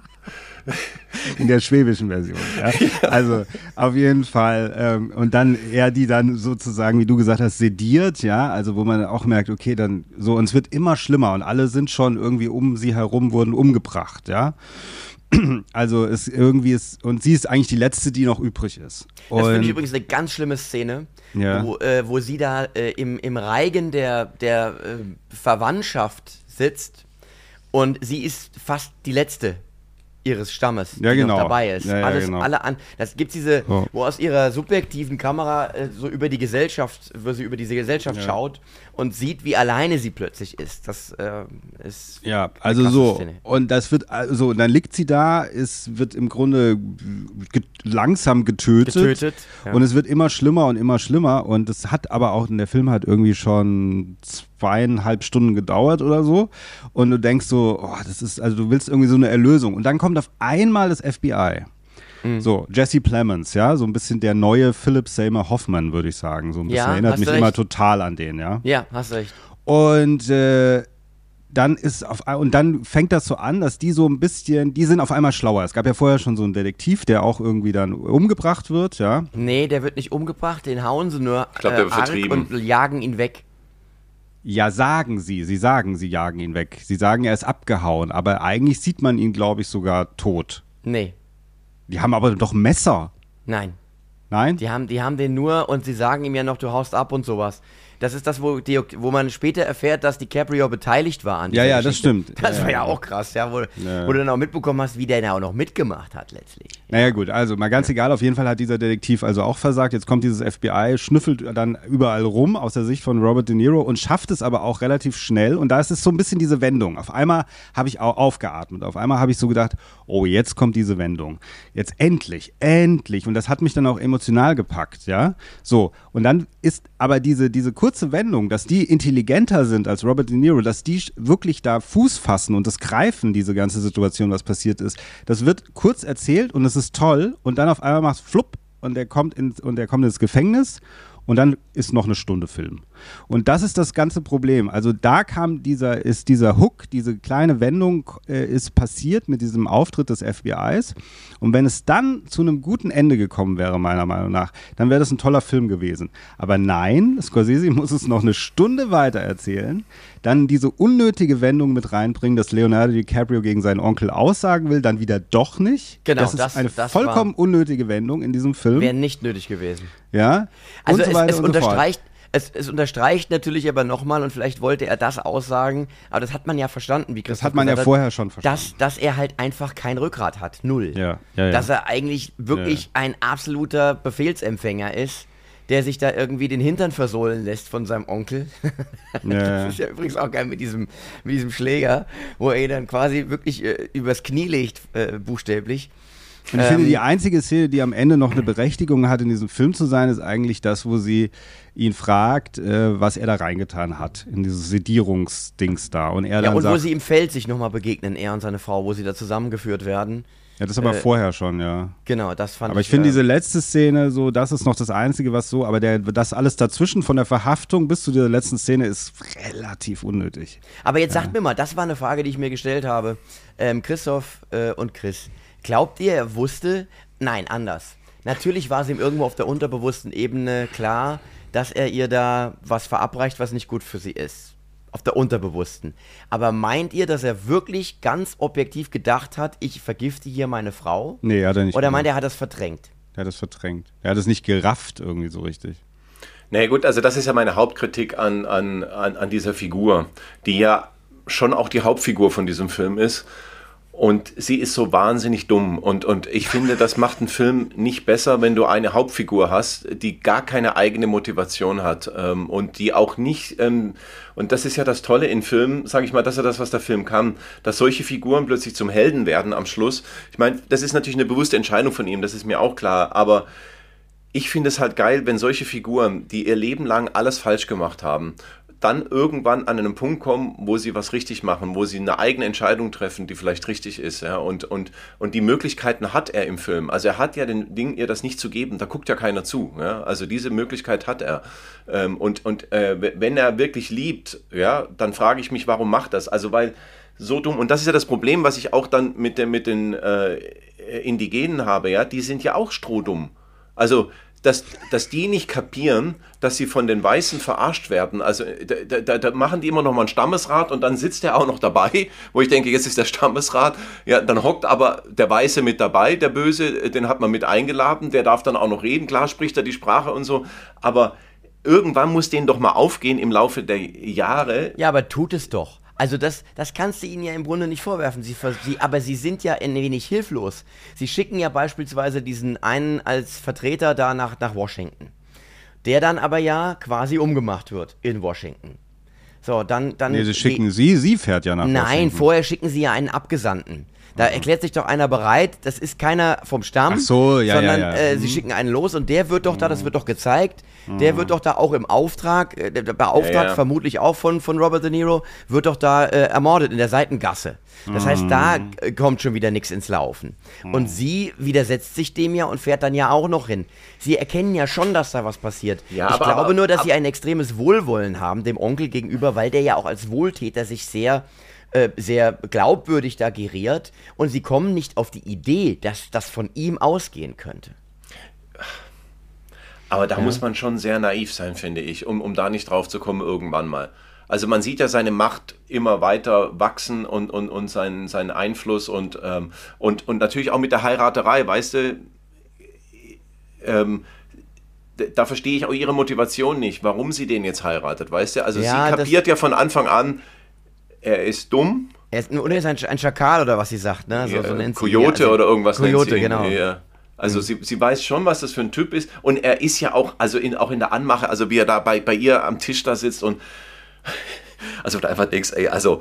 in der schwäbischen Version. Ja? Also auf jeden Fall. Und dann er die dann sozusagen, wie du gesagt hast, sediert, ja, also wo man auch merkt, okay, dann so, und es wird immer schlimmer und alle sind schon irgendwie um sie herum, wurden umgebracht, ja. Also es irgendwie ist, und sie ist eigentlich die letzte, die noch übrig ist. Das finde ich übrigens eine ganz schlimme Szene, wo sie da im Reigen der Verwandtschaft sitzt und sie ist fast die letzte ihres Stammes, die noch dabei ist. Das gibt diese, wo aus ihrer subjektiven Kamera so über die Gesellschaft, wo sie über diese Gesellschaft schaut und sieht, wie alleine sie plötzlich ist. Das ist also so. Szene. Und das wird also, dann liegt sie da, es wird im Grunde langsam getötet. Und es wird immer schlimmer und das hat aber auch, der Film hat irgendwie schon 2,5 Stunden gedauert oder so und du denkst so, das ist, also du willst irgendwie so eine Erlösung und dann kommt auf einmal das FBI. So, Jesse Plemons, ja, so ein bisschen der neue Philip Seymour Hoffman, würde ich sagen, so ein bisschen, erinnert mich immer total an den, ja. Ja, hast recht. Und dann fängt das so an, dass die so ein bisschen, die sind auf einmal schlauer. Es gab ja vorher schon so einen Detektiv, der auch irgendwie dann umgebracht wird, ja. Nee, der wird nicht umgebracht, den hauen sie nur ich glaub, der wird vertrieben und jagen ihn weg. Ja, sie sagen, sie jagen ihn weg. Sie sagen, er ist abgehauen, aber eigentlich sieht man ihn, glaube ich, sogar tot. Nee. Die haben aber doch Messer. Nein? Die haben den nur und sie sagen ihm ja noch, du haust ab und sowas. Das ist das, wo man später erfährt, dass DiCaprio beteiligt war an dieser Geschichte. Das stimmt. Das war ja auch krass, ja, wo du dann auch mitbekommen hast, wie der da auch noch mitgemacht hat letztlich. Naja gut, also mal ganz egal, auf jeden Fall hat dieser Detektiv also auch versagt. Jetzt kommt dieses FBI, schnüffelt dann überall rum aus der Sicht von Robert De Niro und schafft es aber auch relativ schnell. Und da ist es so ein bisschen diese Wendung. Auf einmal habe ich auch aufgeatmet. Auf einmal habe ich so gedacht, oh, jetzt kommt diese Wendung. Jetzt endlich. Und das hat mich dann auch emotional gepackt, ja. So, und dann ist aber diese kurze Wendung, dass die intelligenter sind als Robert De Niro, dass die wirklich da Fuß fassen und das greifen, diese ganze Situation, was passiert ist. Das wird kurz erzählt und es ist toll und dann auf einmal macht es flupp und der kommt ins Gefängnis und dann ist noch eine Stunde Film. Und das ist das ganze Problem. Also da ist dieser Hook, diese kleine Wendung ist passiert mit diesem Auftritt des FBIs. Und wenn es dann zu einem guten Ende gekommen wäre, meiner Meinung nach, dann wäre das ein toller Film gewesen. Aber nein, Scorsese muss es noch eine Stunde weiter erzählen, dann diese unnötige Wendung mit reinbringen, dass Leonardo DiCaprio gegen seinen Onkel aussagen will, dann wieder doch nicht. Genau, das ist eine vollkommen unnötige Wendung in diesem Film. Wäre nicht nötig gewesen. Ja, also es unterstreicht natürlich aber nochmal, und vielleicht wollte er das aussagen, aber das hat man ja verstanden, wie Christoph Das hat man ja vorher schon verstanden. Dass er halt einfach kein Rückgrat hat, null. Ja. Dass er eigentlich wirklich ein absoluter Befehlsempfänger ist, der sich da irgendwie den Hintern versohlen lässt von seinem Onkel. Das ist ja übrigens auch geil mit diesem Schläger, wo er ihn dann quasi wirklich übers Knie legt, buchstäblich. Und ich finde, die einzige Szene, die am Ende noch eine Berechtigung hat, in diesem Film zu sein, ist eigentlich das, wo sie ihn fragt, was er da reingetan hat, in dieses Sedierungsdings da. Und er dann und sagt, wo sie im Feld sich nochmal begegnen, er und seine Frau, wo sie da zusammengeführt werden. Ja, das ist aber vorher schon, ja. Genau, das fand ich. Aber ich finde diese letzte Szene so, das ist noch das Einzige, was so, aber das alles dazwischen von der Verhaftung bis zu dieser letzten Szene ist relativ unnötig. Aber jetzt sagt mir mal, das war eine Frage, die ich mir gestellt habe. Christoph und Chris, glaubt ihr, er wusste, nein, anders. Natürlich war es ihm irgendwo auf der unterbewussten Ebene klar, dass er ihr da was verabreicht, was nicht gut für sie ist. Auf der unterbewussten. Aber meint ihr, dass er wirklich ganz objektiv gedacht hat, ich vergifte hier meine Frau? Nee, hat er nicht. Oder meint er, hat das verdrängt? Er hat das verdrängt. Er hat es nicht gerafft irgendwie so richtig. Na gut, also das ist ja meine Hauptkritik an dieser Figur, die ja schon auch die Hauptfigur von diesem Film ist. Und sie ist so wahnsinnig dumm. Und ich finde, das macht einen Film nicht besser, wenn du eine Hauptfigur hast, die gar keine eigene Motivation hat. Und die auch nicht, und das ist ja das Tolle in Filmen, sage ich mal, das ist ja das, was der Film kann, dass solche Figuren plötzlich zum Helden werden am Schluss. Ich meine, das ist natürlich eine bewusste Entscheidung von ihm, das ist mir auch klar. Aber ich finde es halt geil, wenn solche Figuren, die ihr Leben lang alles falsch gemacht haben, dann irgendwann an einen Punkt kommen, wo sie was richtig machen, wo sie eine eigene Entscheidung treffen, die vielleicht richtig ist. Ja? Und die Möglichkeiten hat er im Film. Also er hat ja den Ding, ihr das nicht zu geben, da guckt ja keiner zu. Ja? Also diese Möglichkeit hat er. Wenn er wirklich liebt, ja, dann frage ich mich, warum macht das? Also weil so dumm, und das ist ja das Problem, was ich auch dann mit den Indigenen habe, ja, die sind ja auch strohdumm. Also dass die nicht kapieren, dass sie von den Weißen verarscht werden. Also da machen die immer noch mal einen Stammesrat und dann sitzt der auch noch dabei, wo ich denke, jetzt ist der Stammesrat, ja, dann hockt aber der Weiße mit dabei, der Böse, den hat man mit eingeladen, der darf dann auch noch reden, klar spricht er die Sprache und so, aber irgendwann muss denen doch mal aufgehen im Laufe der Jahre. Ja, aber tut es doch. Also das kannst du ihnen ja im Grunde nicht vorwerfen. Aber sie sind ja ein wenig hilflos. Sie schicken ja beispielsweise diesen einen als Vertreter da nach Washington. Der dann aber ja quasi umgemacht wird in Washington. So, dann nee, sie fährt ja nach Washington. Nein, vorher schicken sie ja einen Abgesandten. Da erklärt sich doch einer bereit, das ist keiner vom Stamm, sondern sie schicken einen los und der wird doch da, das wird doch gezeigt, der wird doch da auch im Auftrag, beauftragt vermutlich auch von Robert De Niro, wird doch da ermordet in der Seitengasse. Das heißt, da kommt schon wieder nichts ins Laufen. Und sie widersetzt sich dem ja und fährt dann ja auch noch hin. Sie erkennen ja schon, dass da was passiert. Ja, ich glaube nur, dass sie ein extremes Wohlwollen haben dem Onkel gegenüber, weil der ja auch als Wohltäter sich sehr glaubwürdig da geriert und sie kommen nicht auf die Idee, dass das von ihm ausgehen könnte. Aber da muss man schon sehr naiv sein, finde ich, um da nicht drauf zu kommen irgendwann mal. Also man sieht ja seine Macht immer weiter wachsen und seinen Einfluss und natürlich auch mit der Heiraterei, weißt du, da verstehe ich auch ihre Motivation nicht, warum sie den jetzt heiratet, weißt du? Also sie kapiert ja von Anfang an, er ist dumm. Er ist ein Schakal oder was sie sagt, ne? So nennt Coyote sie, also, oder irgendwas Coyote, nennt sie ihn. Genau. Ja. Also sie weiß schon, was das für ein Typ ist. Und er ist ja auch, also auch in der Anmache, also wie er da bei ihr am Tisch da sitzt und also da einfach denkst, ey, also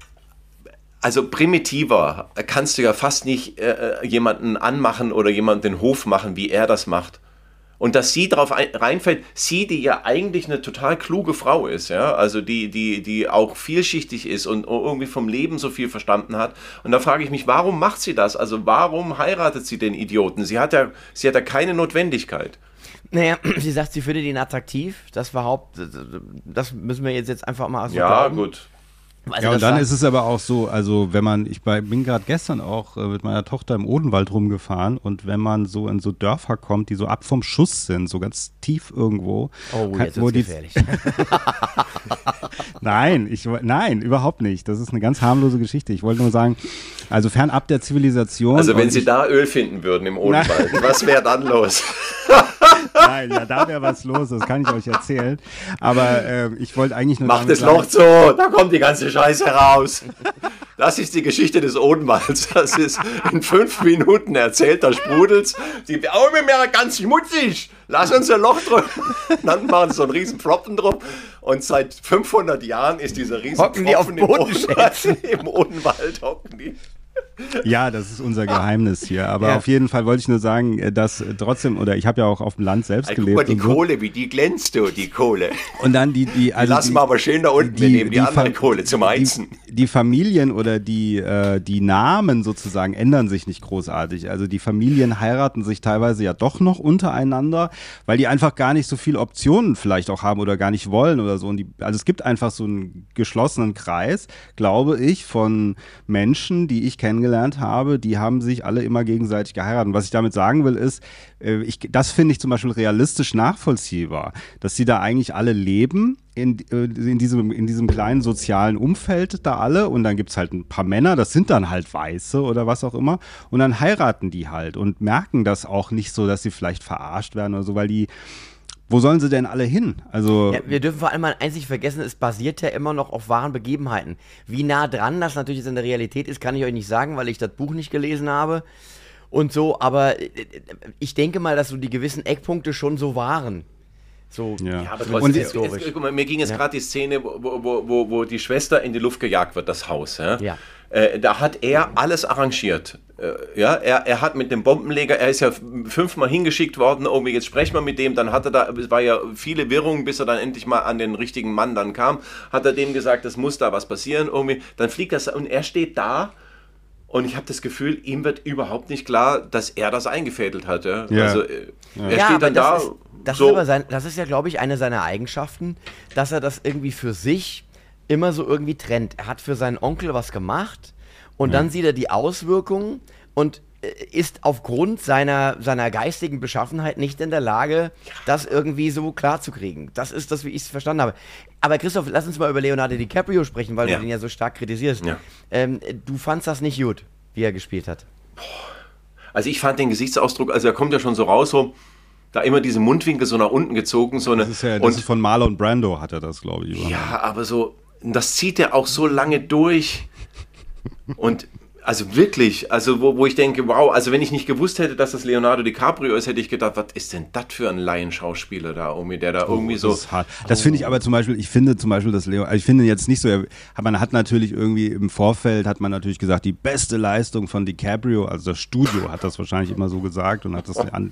primitiver kannst du ja fast nicht jemanden anmachen oder jemanden den Hof machen, wie er das macht. Und dass sie darauf reinfällt, sie, die ja eigentlich eine total kluge Frau ist, ja, also die auch vielschichtig ist und irgendwie vom Leben so viel verstanden hat. Und da frage ich mich, warum macht sie das? Also warum heiratet sie den Idioten? Sie hat ja keine Notwendigkeit. Naja, sie sagt, sie findet ihn attraktiv. Das müssen wir jetzt einfach mal so glauben. Ja, gut. Also ja, und dann ist es aber auch so, also ich bin gerade gestern auch mit meiner Tochter im Odenwald rumgefahren und wenn man so in so Dörfer kommt, die so ab vom Schuss sind, so ganz tief irgendwo. Oh, jetzt wird's gefährlich. Nein, überhaupt nicht. Das ist eine ganz harmlose Geschichte. Ich wollte nur sagen, also fernab der Zivilisation. Also wenn Sie da Öl finden würden im Odenwald, was wäre dann los? Nein, ja, da wäre was los, das kann ich euch erzählen. Aber ich wollte eigentlich nur. Macht das Loch zu, da kommt die ganze Scheiße heraus. Das ist die Geschichte des Odenwalds. Das ist in 5 Minuten erzählt, da sprudelt's. Die mir ganz schmutzig. Lass uns ein Loch drücken. Dann machen sie so einen riesen Pfropfen drauf. Und seit 500 Jahren ist dieser riesen Pfropfen im Odenwald hocken die. Ja, das ist unser Geheimnis hier. Aber auf jeden Fall wollte ich nur sagen, dass trotzdem, oder ich habe ja auch auf dem Land selbst gelebt. Guck mal, die Kohle, wie die glänzt, die Kohle. Und dann die lassen wir aber schön da unten, wir nehmen die andere Kohle zum Heizen. Die Familien oder die Namen sozusagen ändern sich nicht großartig. Also die Familien heiraten sich teilweise ja doch noch untereinander, weil die einfach gar nicht so viele Optionen vielleicht auch haben oder gar nicht wollen oder so. Und also es gibt einfach so einen geschlossenen Kreis, glaube ich, von Menschen, die ich kennengelernt habe, die haben sich alle immer gegenseitig geheiratet. Und was ich damit sagen will, ist, das finde ich zum Beispiel realistisch nachvollziehbar, dass sie da eigentlich alle leben, in diesem kleinen sozialen Umfeld da alle, und dann gibt es halt ein paar Männer, das sind dann halt Weiße oder was auch immer, und dann heiraten die halt und merken das auch nicht so, dass sie vielleicht verarscht werden oder so, weil die wo sollen sie denn alle hin? Also wir dürfen vor allem mal eins nicht vergessen, es basiert ja immer noch auf wahren Begebenheiten. Wie nah dran das natürlich jetzt in der Realität ist, kann ich euch nicht sagen, weil ich das Buch nicht gelesen habe und so, aber ich denke mal, dass so die gewissen Eckpunkte schon so waren. So, ja, aber trotzdem, guck mal, mir ging jetzt gerade die Szene, wo die Schwester in die Luft gejagt wird, das Haus. Ja? Da hat er alles arrangiert. Er hat mit dem Bombenleger, er ist ja 5-mal hingeschickt worden, irgendwie jetzt sprechen wir mit dem, dann hat er da, es war ja viele Wirrungen, bis er dann endlich mal an den richtigen Mann dann kam, hat er dem gesagt, es muss da was passieren, irgendwie, dann fliegt das und er steht da und ich habe das Gefühl, ihm wird überhaupt nicht klar, dass er das eingefädelt hat. Ja? Ja. Also er steht dann da. Das ist ja, glaube ich, eine seiner Eigenschaften, dass er das irgendwie für sich immer so irgendwie trennt. Er hat für seinen Onkel was gemacht und dann sieht er die Auswirkungen und ist aufgrund seiner geistigen Beschaffenheit nicht in der Lage, das irgendwie so klarzukriegen. Das ist das, wie ich es verstanden habe. Aber Christoph, lass uns mal über Leonardo DiCaprio sprechen, weil du den ja so stark kritisierst. Ja. Du fandst das nicht gut, wie er gespielt hat. Also ich fand den Gesichtsausdruck, also er kommt ja schon so raus, so da immer diese Mundwinkel so nach unten gezogen. So eine, das ist von Marlon Brando, hat er das, glaube ich. Ja, aber so, das zieht er auch so lange durch. Und also wirklich, also wo ich denke, wow, also wenn ich nicht gewusst hätte, dass das Leonardo DiCaprio ist, hätte ich gedacht, was ist denn das für ein Laienschauspieler da irgendwie, der da irgendwie so... Das ist hart. Das finde ich aber zum Beispiel, ich finde dass Leonardo, ich finde jetzt nicht so, man hat natürlich irgendwie im Vorfeld, hat man natürlich gesagt, die beste Leistung von DiCaprio, also das Studio hat das wahrscheinlich immer so gesagt und hat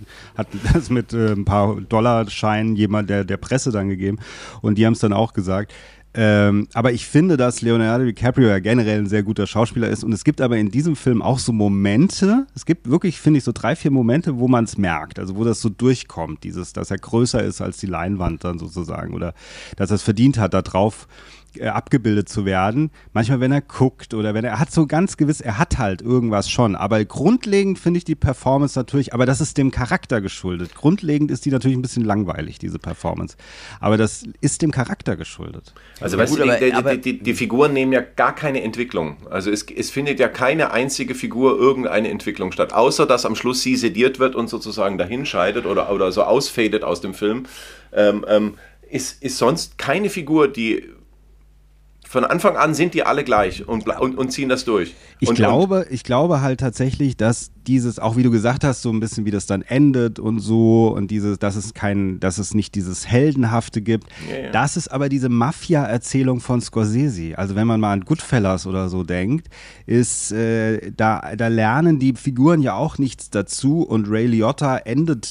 das mit ein paar Dollarscheinen jemand der Presse dann gegeben und die haben es dann auch gesagt. Aber ich finde, dass Leonardo DiCaprio ja generell ein sehr guter Schauspieler ist und es gibt aber in diesem Film auch so Momente, es gibt wirklich, finde ich, so 3-4 Momente, wo man es merkt, also wo das so durchkommt, dass er größer ist als die Leinwand dann sozusagen oder dass er es verdient hat, da drauf abgebildet zu werden. Manchmal, wenn er guckt oder wenn er hat so ganz gewiss, er hat halt irgendwas schon, aber grundlegend finde ich die Performance natürlich, aber das ist dem Charakter geschuldet. Grundlegend ist die natürlich ein bisschen langweilig, diese Performance. Aber das ist dem Charakter geschuldet. Also weißt du, die Figuren nehmen ja gar keine Entwicklung. Also es findet ja keine einzige Figur irgendeine Entwicklung statt, außer dass am Schluss sie sediert wird und sozusagen dahinscheidet oder so ausfadet aus dem Film. Ist sonst keine Figur, die von Anfang an sind die alle gleich und ziehen das durch. Ich glaube halt tatsächlich, dass dieses, auch wie du gesagt hast, so ein bisschen wie das dann endet und so und dass es nicht dieses Heldenhafte gibt. Ja. Das ist aber diese Mafia-Erzählung von Scorsese. Also wenn man mal an Goodfellas oder so denkt, ist da lernen die Figuren ja auch nichts dazu und Ray Liotta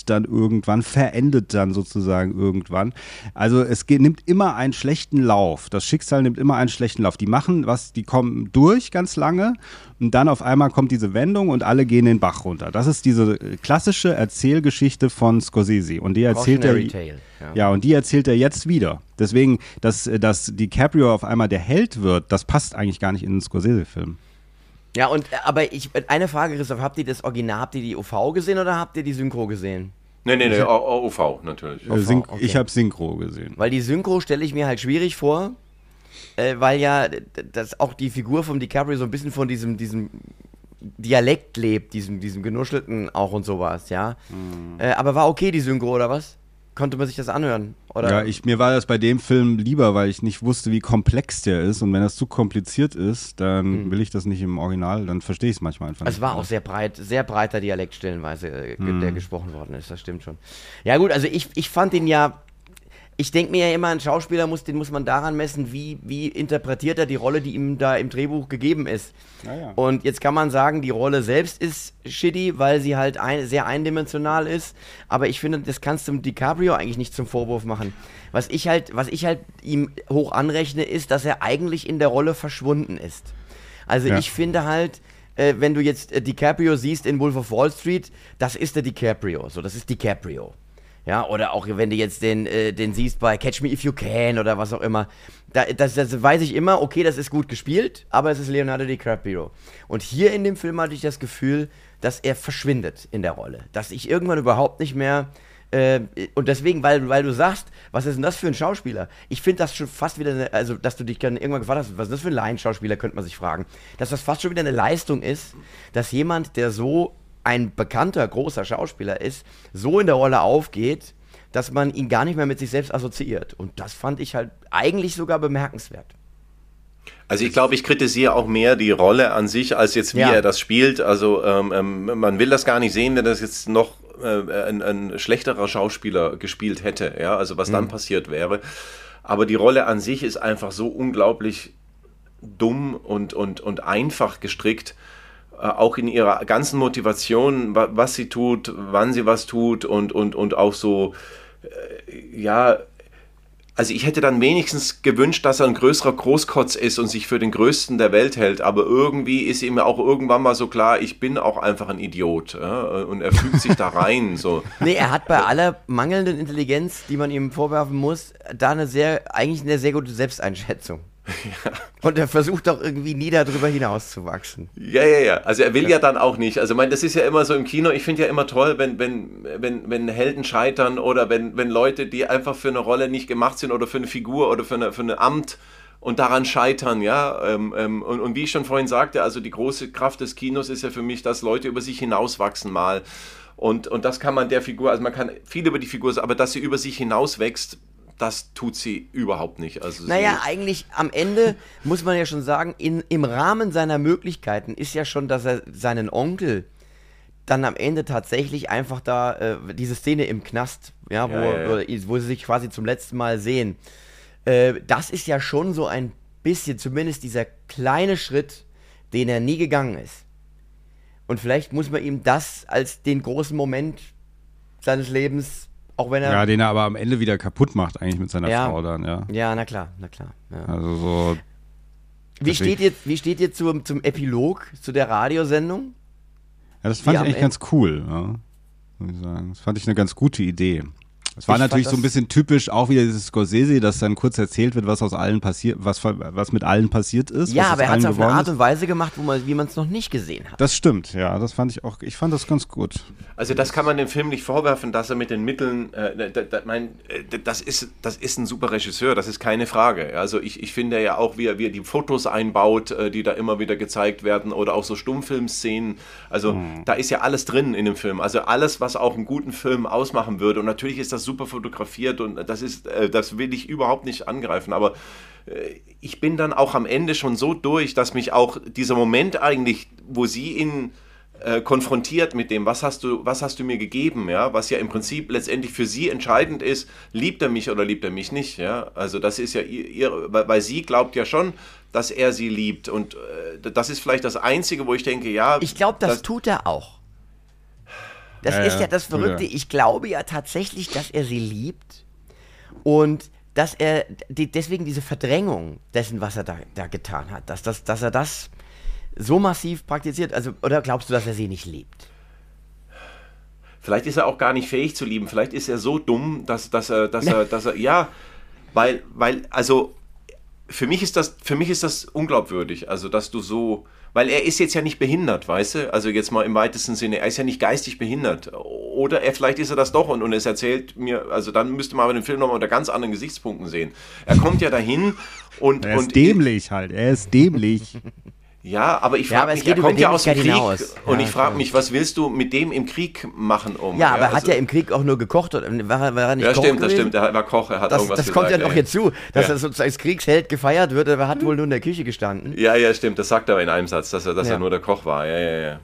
verendet dann sozusagen irgendwann. Also es nimmt immer einen schlechten Lauf. Das Schicksal nimmt immer einen schlechten Lauf. Die machen was, die kommen durch ganz lange und dann auf einmal kommt diese Wendung und alle gehen den Bach runter. Das ist diese klassische Erzählgeschichte von Scorsese und die erzählt und die erzählt er jetzt wieder. Deswegen, dass DiCaprio auf einmal der Held wird, das passt eigentlich gar nicht in den Scorsese-Film. Ja, aber eine Frage, Christoph, habt ihr das Original, habt ihr die OV gesehen oder habt ihr die Synchro gesehen? Nee, OV natürlich. Okay. Ich habe Synchro gesehen. Weil die Synchro stelle ich mir halt schwierig vor, weil ja das auch die Figur von DiCaprio so ein bisschen von diesem Dialekt lebt, diesem Genuschelten auch und sowas, ja. Aber war okay die Synchro, oder was? Konnte man sich das anhören? Oder? Ja, mir war das bei dem Film lieber, weil ich nicht wusste, wie komplex der ist. Und wenn das zu kompliziert ist, dann will ich das nicht im Original, dann verstehe ich es manchmal einfach nicht. Es war auch sehr breiter Dialekt stellenweise, der gesprochen worden ist, das stimmt schon. Ja gut, also ich fand ihn ja, ich denke mir ja immer, ein Schauspieler den muss man daran messen, wie interpretiert er die Rolle, die ihm da im Drehbuch gegeben ist. Ja. Und jetzt kann man sagen, die Rolle selbst ist shitty, weil sie halt sehr eindimensional ist. Aber ich finde, das kannst du DiCaprio eigentlich nicht zum Vorwurf machen. Was ich halt ihm hoch anrechne, ist, dass er eigentlich in der Rolle verschwunden ist. Also ich finde halt, wenn du jetzt DiCaprio siehst in Wolf of Wall Street, das ist der DiCaprio. So, das ist DiCaprio. Ja, oder auch wenn du jetzt den siehst bei Catch Me If You Can oder was auch immer. Das weiß ich immer, okay, das ist gut gespielt, aber es ist Leonardo DiCaprio. Und hier in dem Film hatte ich das Gefühl, dass er verschwindet in der Rolle. Dass ich irgendwann überhaupt nicht mehr und deswegen, weil du sagst, was ist denn das für ein Schauspieler? Ich finde das schon fast wieder, also dass du dich dann irgendwann gefragt hast, was ist das für ein Laienschauspieler, könnte man sich fragen. Dass das fast schon wieder eine Leistung ist, dass jemand, der so ein bekannter, großer Schauspieler ist, so in der Rolle aufgeht, dass man ihn gar nicht mehr mit sich selbst assoziiert. Und das fand ich halt eigentlich sogar bemerkenswert. Also ich glaube, ich kritisiere auch mehr die Rolle an sich, als jetzt wie er das spielt. Also man will das gar nicht sehen, wenn das jetzt noch ein schlechterer Schauspieler gespielt hätte, ja, also was dann passiert wäre. Aber die Rolle an sich ist einfach so unglaublich dumm und einfach gestrickt, auch in ihrer ganzen Motivation, was sie tut, wann sie was tut und auch so, also ich hätte dann wenigstens gewünscht, dass er ein größerer Großkotz ist und sich für den Größten der Welt hält, aber irgendwie ist ihm auch irgendwann mal so klar, ich bin auch einfach ein Idiot, ja? Und er fügt sich da rein. So. Nee, er hat bei aller mangelnden Intelligenz, die man ihm vorwerfen muss, da eigentlich eine sehr gute Selbsteinschätzung. Ja. Und er versucht doch irgendwie nie darüber hinaus zu wachsen. Ja. Also er will ja dann auch nicht. Also ich meine, das ist ja immer so im Kino. Ich finde ja immer toll, wenn Helden scheitern oder wenn Leute, die einfach für eine Rolle nicht gemacht sind oder für eine Figur oder für ein Amt und daran scheitern, ja. Und wie ich schon vorhin sagte, also die große Kraft des Kinos ist ja für mich, dass Leute über sich hinauswachsen mal. Und das kann man der Figur, also man kann viel über die Figur sagen, aber dass sie über sich hinauswächst, das tut sie überhaupt nicht. Also eigentlich am Ende muss man ja schon sagen, im Rahmen seiner Möglichkeiten ist ja schon, dass er seinen Onkel dann am Ende tatsächlich einfach da, diese Szene im Knast, ja, wo sie sich quasi zum letzten Mal sehen, das ist ja schon so ein bisschen, zumindest dieser kleine Schritt, den er nie gegangen ist. Und vielleicht muss man ihm das als den großen Moment seines Lebens, auch wenn er... Ja, den er aber am Ende wieder kaputt macht eigentlich mit seiner Frau dann, ja. Ja, na klar. Ja. Also so... Wie steht ihr zum Epilog, zu der Radiosendung? Ja, das fand ich eigentlich ganz cool, ja, muss ich sagen. Das fand ich eine ganz gute Idee. Es war natürlich so ein bisschen typisch, auch wieder dieses Scorsese, dass dann kurz erzählt wird, was aus allen passiert, was mit allen passiert ist. Ja, aber er hat es auf eine Art und Weise gemacht, wie man es noch nicht gesehen hat. Das stimmt, ja, das fand ich auch, ich fand das ganz gut. Also das kann man dem Film nicht vorwerfen, dass er mit den Mitteln, das ist ein super Regisseur, das ist keine Frage. Also ich finde ja auch, wie er die Fotos einbaut, die da immer wieder gezeigt werden oder auch so Stummfilmszenen, also da ist ja alles drin in dem Film, also alles, was auch einen guten Film ausmachen würde und natürlich ist das super fotografiert und das will ich überhaupt nicht angreifen, aber ich bin dann auch am Ende schon so durch, dass mich auch dieser Moment eigentlich, wo sie ihn konfrontiert mit dem, was hast du mir gegeben, ja, was ja im Prinzip letztendlich für sie entscheidend ist, liebt er mich oder liebt er mich nicht, ja, also das ist ja weil sie glaubt ja schon, dass er sie liebt und das ist vielleicht das Einzige, wo ich denke, ja. Ich glaube, das tut er auch. Das ist ja das Verrückte. Ja. Ich glaube ja tatsächlich, dass er sie liebt und dass er deswegen diese Verdrängung dessen, was er da getan hat, dass er das so massiv praktiziert. Also, oder glaubst du, dass er sie nicht liebt? Vielleicht ist er auch gar nicht fähig zu lieben. Vielleicht ist er so dumm, dass er ja, weil also für mich ist das unglaubwürdig. Also, dass du so. Weil er ist jetzt ja nicht behindert, weißt du? Also jetzt mal im weitesten Sinne, er ist ja nicht geistig behindert. Oder vielleicht ist er das doch und es erzählt mir, also dann müsste man aber den Film nochmal unter ganz anderen Gesichtspunkten sehen. Er kommt ja dahin und... Er ist dämlich halt, er ist dämlich. Ja, aber ich frage mich, er kommt ja aus dem Krieg und ich frage mich, was willst du mit dem im Krieg machen? Ja, aber er hat ja im Krieg auch nur gekocht. War er nicht Koch gewesen? Das stimmt, er war Koch, er hat irgendwas gesagt. Das kommt ja noch hinzu, dass er sozusagen als Kriegsheld gefeiert wird, aber er hat wohl nur in der Küche gestanden. Ja, stimmt, das sagt er in einem Satz, dass er nur der Koch war, ja.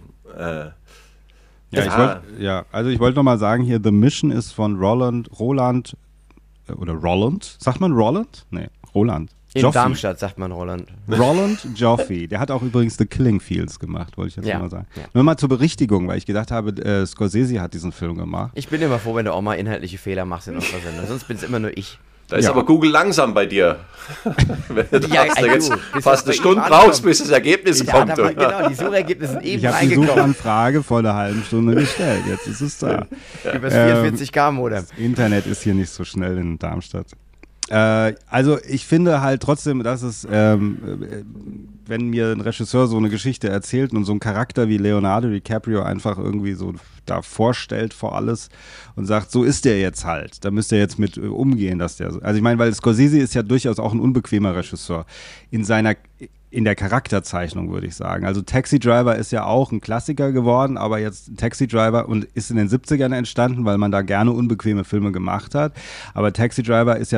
Ich wollte noch mal sagen hier, The Mission ist von Roland oder Roland. Sagt man Roland? Nee, Roland. In Joffe. Darmstadt sagt man Roland. Roland Joffe, der hat auch übrigens The Killing Fields gemacht, wollte ich jetzt mal sagen. Ja. Nur mal zur Berichtigung, weil ich gedacht habe, Scorsese hat diesen Film gemacht. Ich bin immer froh, wenn du auch mal inhaltliche Fehler machst in unserer Sendung, sonst bin es immer nur ich. Da ist aber Google langsam bei dir. Du Ja, hast da jetzt bis fast das eine bei ihm Stunde brauchst, bis das Ergebnis kommt. Genau, die Suchergebnisse sind eben Ich habe die reingekommen. Suchanfrage vor einer halben Stunde gestellt, jetzt ist es da. Über das 44K-Modem. Das Internet ist hier nicht so schnell in Darmstadt. Also ich finde halt trotzdem, dass es, wenn mir ein Regisseur so eine Geschichte erzählt und so einen Charakter wie Leonardo DiCaprio einfach irgendwie so da vorstellt vor alles und sagt, so ist der jetzt halt, da müsst ihr jetzt mit umgehen, dass der so, also ich meine, weil Scorsese ist ja durchaus auch ein unbequemer Regisseur in der Charakterzeichnung, würde ich sagen. Also Taxi Driver ist ja auch ein Klassiker geworden, aber jetzt Taxi Driver und ist in den 70ern entstanden, weil man da gerne unbequeme Filme gemacht hat. Aber Taxi Driver ist ja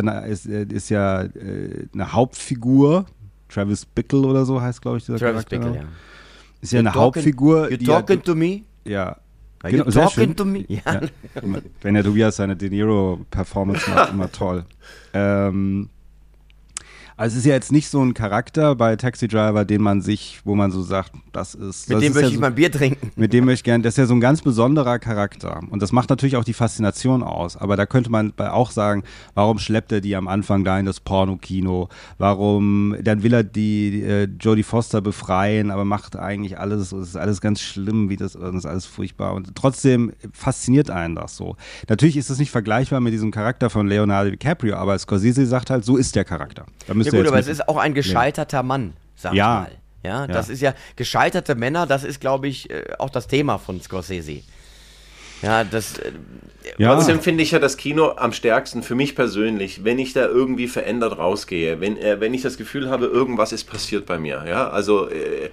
eine Hauptfigur. Travis Bickle oder so heißt, glaube ich, dieser Travis Charakter. Bickle, ja. Ist ja eine Hauptfigur. You talking to me? Ja. Are you sehr talking schön. to me? Ja. Wenn der Tobias seine De Niro-Performance macht, immer toll. Also es ist ja jetzt nicht so ein Charakter bei Taxi Driver, wo man so sagt, das ist... Mit dem möchte ich mal ein Bier trinken. Mit dem möchte ich gerne, das ist ja so ein ganz besonderer Charakter. Und das macht natürlich auch die Faszination aus. Aber da könnte man auch sagen, warum schleppt er die am Anfang da in das Pornokino? Dann will er die Jodie Foster befreien, aber macht eigentlich alles, es ist alles ganz schlimm, das ist alles furchtbar. Und trotzdem fasziniert einen das so. Natürlich ist es nicht vergleichbar mit diesem Charakter von Leonardo DiCaprio, aber Scorsese sagt halt, so ist der Charakter. Ja gut, aber es ist auch ein gescheiterter Mann, sag ich mal. Ja, das ist ja, gescheiterte Männer, das ist, glaube ich, auch das Thema von Scorsese. Ja, Trotzdem finde ich ja das Kino am stärksten für mich persönlich, wenn ich da irgendwie verändert rausgehe, wenn ich das Gefühl habe, irgendwas ist passiert bei mir. Ja, also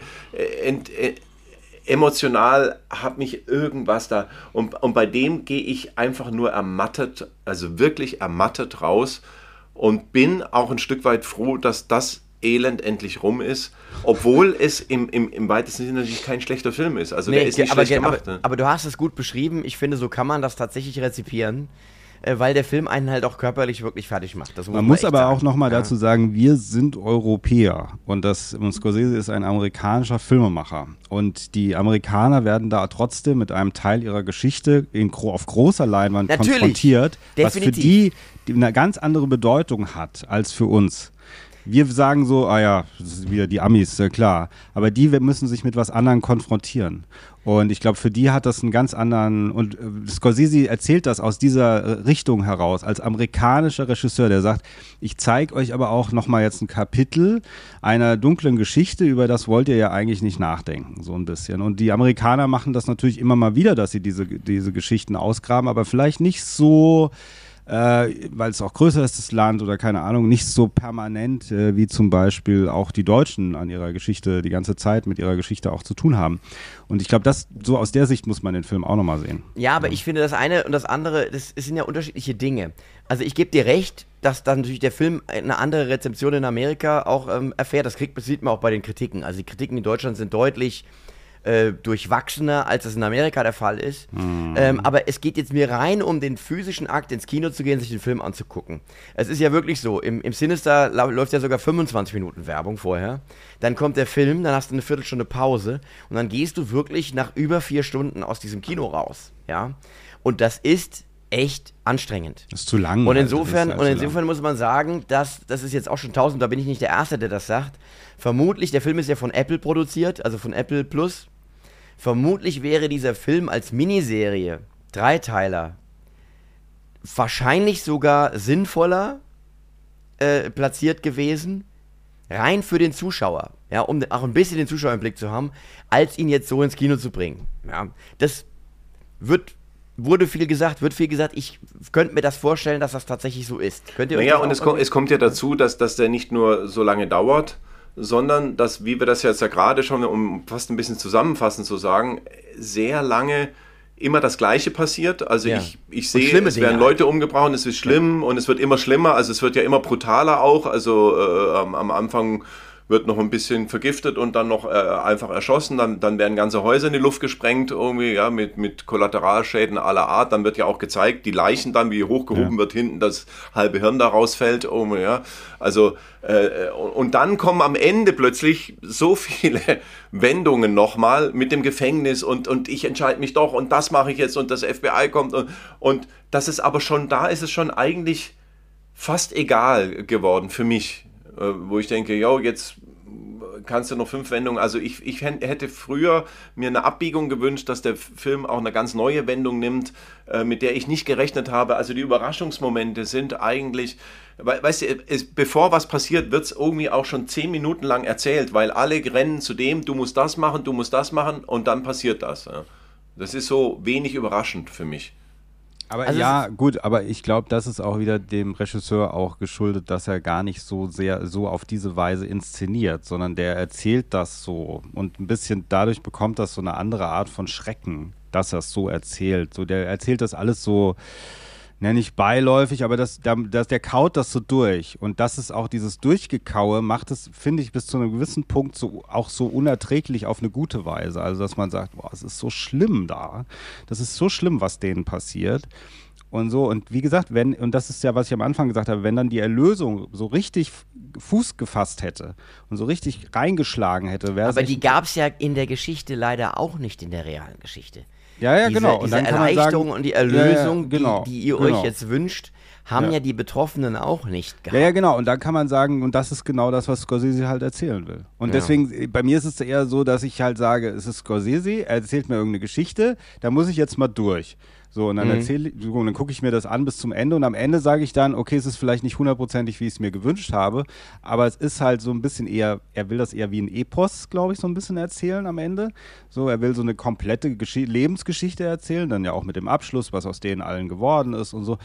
emotional hat mich irgendwas da und bei dem gehe ich einfach nur ermattet, also wirklich ermattet raus. Und bin auch ein Stück weit froh, dass das Elend endlich rum ist, obwohl es im weitesten Sinne natürlich kein schlechter Film ist. Also der ist nicht schlecht gemacht. Aber du hast es gut beschrieben. Ich finde, so kann man das tatsächlich rezipieren, weil der Film einen halt auch körperlich wirklich fertig macht. Man muss aber auch nochmal dazu sagen, wir sind Europäer und Scorsese ist ein amerikanischer Filmemacher. Und die Amerikaner werden da trotzdem mit einem Teil ihrer Geschichte auf großer Leinwand konfrontiert, was für die eine ganz andere Bedeutung hat als für uns. Wir sagen so, das ist wieder die Amis, klar. Aber die müssen sich mit was anderem konfrontieren. Und ich glaube, für die hat das einen ganz anderen, und Scorsese erzählt das aus dieser Richtung heraus, als amerikanischer Regisseur, der sagt, ich zeige euch aber auch nochmal jetzt ein Kapitel einer dunklen Geschichte, über das wollt ihr ja eigentlich nicht nachdenken, so ein bisschen. Und die Amerikaner machen das natürlich immer mal wieder, dass sie diese Geschichten ausgraben, aber vielleicht nicht so... weil es auch größer ist, das Land oder keine Ahnung, nicht so permanent wie zum Beispiel auch die Deutschen an ihrer Geschichte die ganze Zeit mit ihrer Geschichte auch zu tun haben. Und ich glaube, so aus der Sicht muss man den Film auch nochmal sehen. Ja, aber ich finde das eine und das andere, das sind ja unterschiedliche Dinge. Also ich gebe dir recht, dass dann natürlich der Film eine andere Rezeption in Amerika auch erfährt. Das sieht man auch bei den Kritiken. Also die Kritiken in Deutschland sind deutlich durchwachsener, als es in Amerika der Fall ist. Aber es geht jetzt mir rein um den physischen Akt, ins Kino zu gehen, sich den Film anzugucken. Es ist ja wirklich so, im Sinister läuft ja sogar 25 Minuten Werbung vorher. Dann kommt der Film, dann hast du eine Viertelstunde Pause und dann gehst du wirklich nach über 4 Stunden aus diesem Kino raus. Ja? Und das ist echt anstrengend. Das ist zu lang. Und insofern muss man sagen, das ist jetzt auch schon 1000, da bin ich nicht der Erste, der das sagt. Vermutlich, der Film ist ja von Apple produziert, also von Apple Plus. Vermutlich wäre dieser Film als Miniserie, 3-Teiler, wahrscheinlich sogar sinnvoller platziert gewesen, rein für den Zuschauer, ja, um auch ein bisschen den Zuschauer im Blick zu haben, als ihn jetzt so ins Kino zu bringen. Ja, das wird viel gesagt. Ich könnte mir das vorstellen, dass das tatsächlich so ist. Könnt ihr euch das und es kommt ja dazu, dass der nicht nur so lange dauert, sondern dass, wie wir das jetzt ja gerade schon, um fast ein bisschen zusammenfassend zu sagen, sehr lange immer das Gleiche passiert. Also ja. ich sehe, es werden Leute umgebracht, es ist schlimm und es wird immer schlimmer, also es wird ja immer brutaler auch. Also am Anfang wird noch ein bisschen vergiftet und dann noch einfach erschossen, dann werden ganze Häuser in die Luft gesprengt, irgendwie, ja, mit Kollateralschäden aller Art. Dann wird ja auch gezeigt, die Leichen dann, wie hochgehoben wird hinten, das halbe Hirn da rausfällt, irgendwie, ja. Also, und dann kommen am Ende plötzlich so viele Wendungen nochmal mit dem Gefängnis und ich entscheide mich doch und das mache ich jetzt und das FBI kommt und das ist aber schon, da ist es schon eigentlich fast egal geworden für mich. Wo ich denke, jetzt kannst du noch 5 Wendungen, also ich hätte früher mir eine Abbiegung gewünscht, dass der Film auch eine ganz neue Wendung nimmt, mit der ich nicht gerechnet habe, also die Überraschungsmomente sind eigentlich, weißt du, bevor was passiert, wird es irgendwie auch schon 10 Minuten lang erzählt, weil alle rennen zu dem, du musst das machen und dann passiert das. Ja. Das ist so wenig überraschend für mich. Aber also ja, gut, aber ich glaube, das ist auch wieder dem Regisseur auch geschuldet, dass er gar nicht so sehr so auf diese Weise inszeniert, sondern der erzählt das so und ein bisschen dadurch bekommt das so eine andere Art von Schrecken, dass er es so erzählt. So, der erzählt das alles so, nicht beiläufig, aber der kaut das so durch. Und das ist auch dieses Durchgekaue, macht es, finde ich, bis zu einem gewissen Punkt auch so unerträglich auf eine gute Weise. Also, dass man sagt, boah, es ist so schlimm da. Das ist so schlimm, was denen passiert. Und so, und wie gesagt, und das ist ja, was ich am Anfang gesagt habe, wenn dann die Erlösung so richtig Fuß gefasst hätte und so richtig reingeschlagen hätte, wäre es. Aber die gab es ja in der Geschichte leider auch nicht in der realen Geschichte. Ja, genau. Und diese dann kann Erleichterung man sagen, und die Erlösung, genau, die ihr euch jetzt wünscht, haben ja die Betroffenen auch nicht gehabt. Ja, genau. Und dann kann man sagen, und das ist genau das, was Scorsese halt erzählen will. Und deswegen, bei mir ist es eher so, dass ich halt sage, es ist Scorsese, er erzählt mir irgendeine Geschichte, da muss ich jetzt mal durch. So, und dann dann gucke ich mir das an bis zum Ende und am Ende sage ich dann, okay, es ist vielleicht nicht 100%ig, wie ich es mir gewünscht habe, aber es ist halt so ein bisschen eher, er will das eher wie ein Epos, glaube ich, so ein bisschen erzählen am Ende. So, er will so eine komplette Lebensgeschichte erzählen, dann ja auch mit dem Abschluss, was aus denen allen geworden ist und so.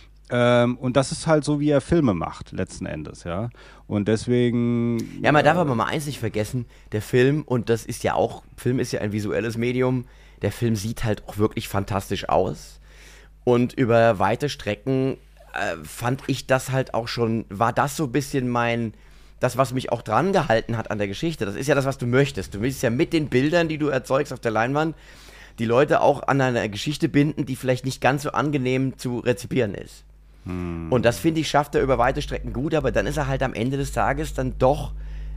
Und das ist halt so, wie er Filme macht, letzten Endes, ja. Und deswegen... Ja, man darf aber mal eins nicht vergessen, der Film, und das ist ja auch, Film ist ja ein visuelles Medium, der Film sieht halt auch wirklich fantastisch aus. Und über weite Strecken fand ich das halt auch schon, war das so ein bisschen das, was mich auch dran gehalten hat an der Geschichte. Das ist ja das, was du möchtest. Du willst ja mit den Bildern, die du erzeugst auf der Leinwand, die Leute auch an einer Geschichte binden, die vielleicht nicht ganz so angenehm zu rezipieren ist. Und das, finde ich, schafft er über weite Strecken gut, aber dann ist er halt am Ende des Tages dann doch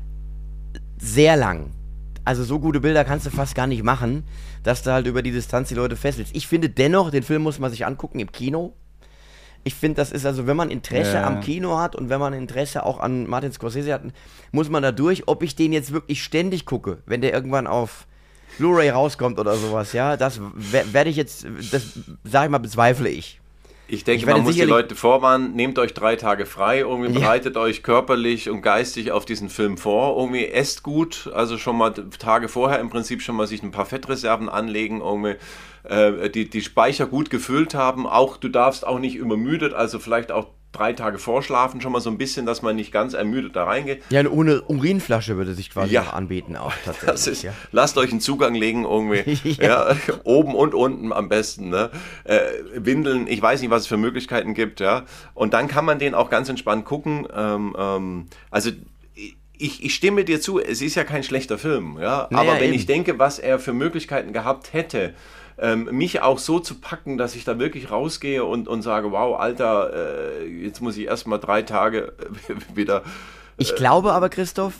sehr lang. Also so gute Bilder kannst du fast gar nicht machen, dass du halt über die Distanz die Leute fesselst. Ich finde dennoch, den Film muss man sich angucken im Kino. Ich finde, das ist also, wenn man Interesse am Kino hat und wenn man Interesse auch an Martin Scorsese hat, muss man da durch, ob ich den jetzt wirklich ständig gucke, wenn der irgendwann auf Blu-ray rauskommt oder sowas, ja, das werde ich jetzt, das sage ich mal, bezweifle ich. Ich denke, man muss die Leute vorwarnen, nehmt euch 3 Tage frei, irgendwie bereitet euch körperlich und geistig auf diesen Film vor, irgendwie esst gut, also schon mal Tage vorher im Prinzip schon mal sich ein paar Fettreserven anlegen, irgendwie die Speicher gut gefüllt haben, auch du darfst auch nicht übermüdet, also vielleicht auch 3 Tage vorschlafen, schon mal so ein bisschen, dass man nicht ganz ermüdet da reingeht. Ja, eine Urinflasche würde sich quasi noch anbieten auch tatsächlich. Das ist, lasst euch einen Zugang legen irgendwie, oben und unten am besten, ne? Windeln, ich weiß nicht, was es für Möglichkeiten gibt, ja. Und dann kann man den auch ganz entspannt gucken. Also ich stimme dir zu, es ist ja kein schlechter Film, ja. Naja, aber wenn ich denke, was er für Möglichkeiten gehabt hätte, mich auch so zu packen, dass ich da wirklich rausgehe und sage, wow, Alter, jetzt muss ich erstmal 3 Tage wieder... Ich glaube aber, Christoph,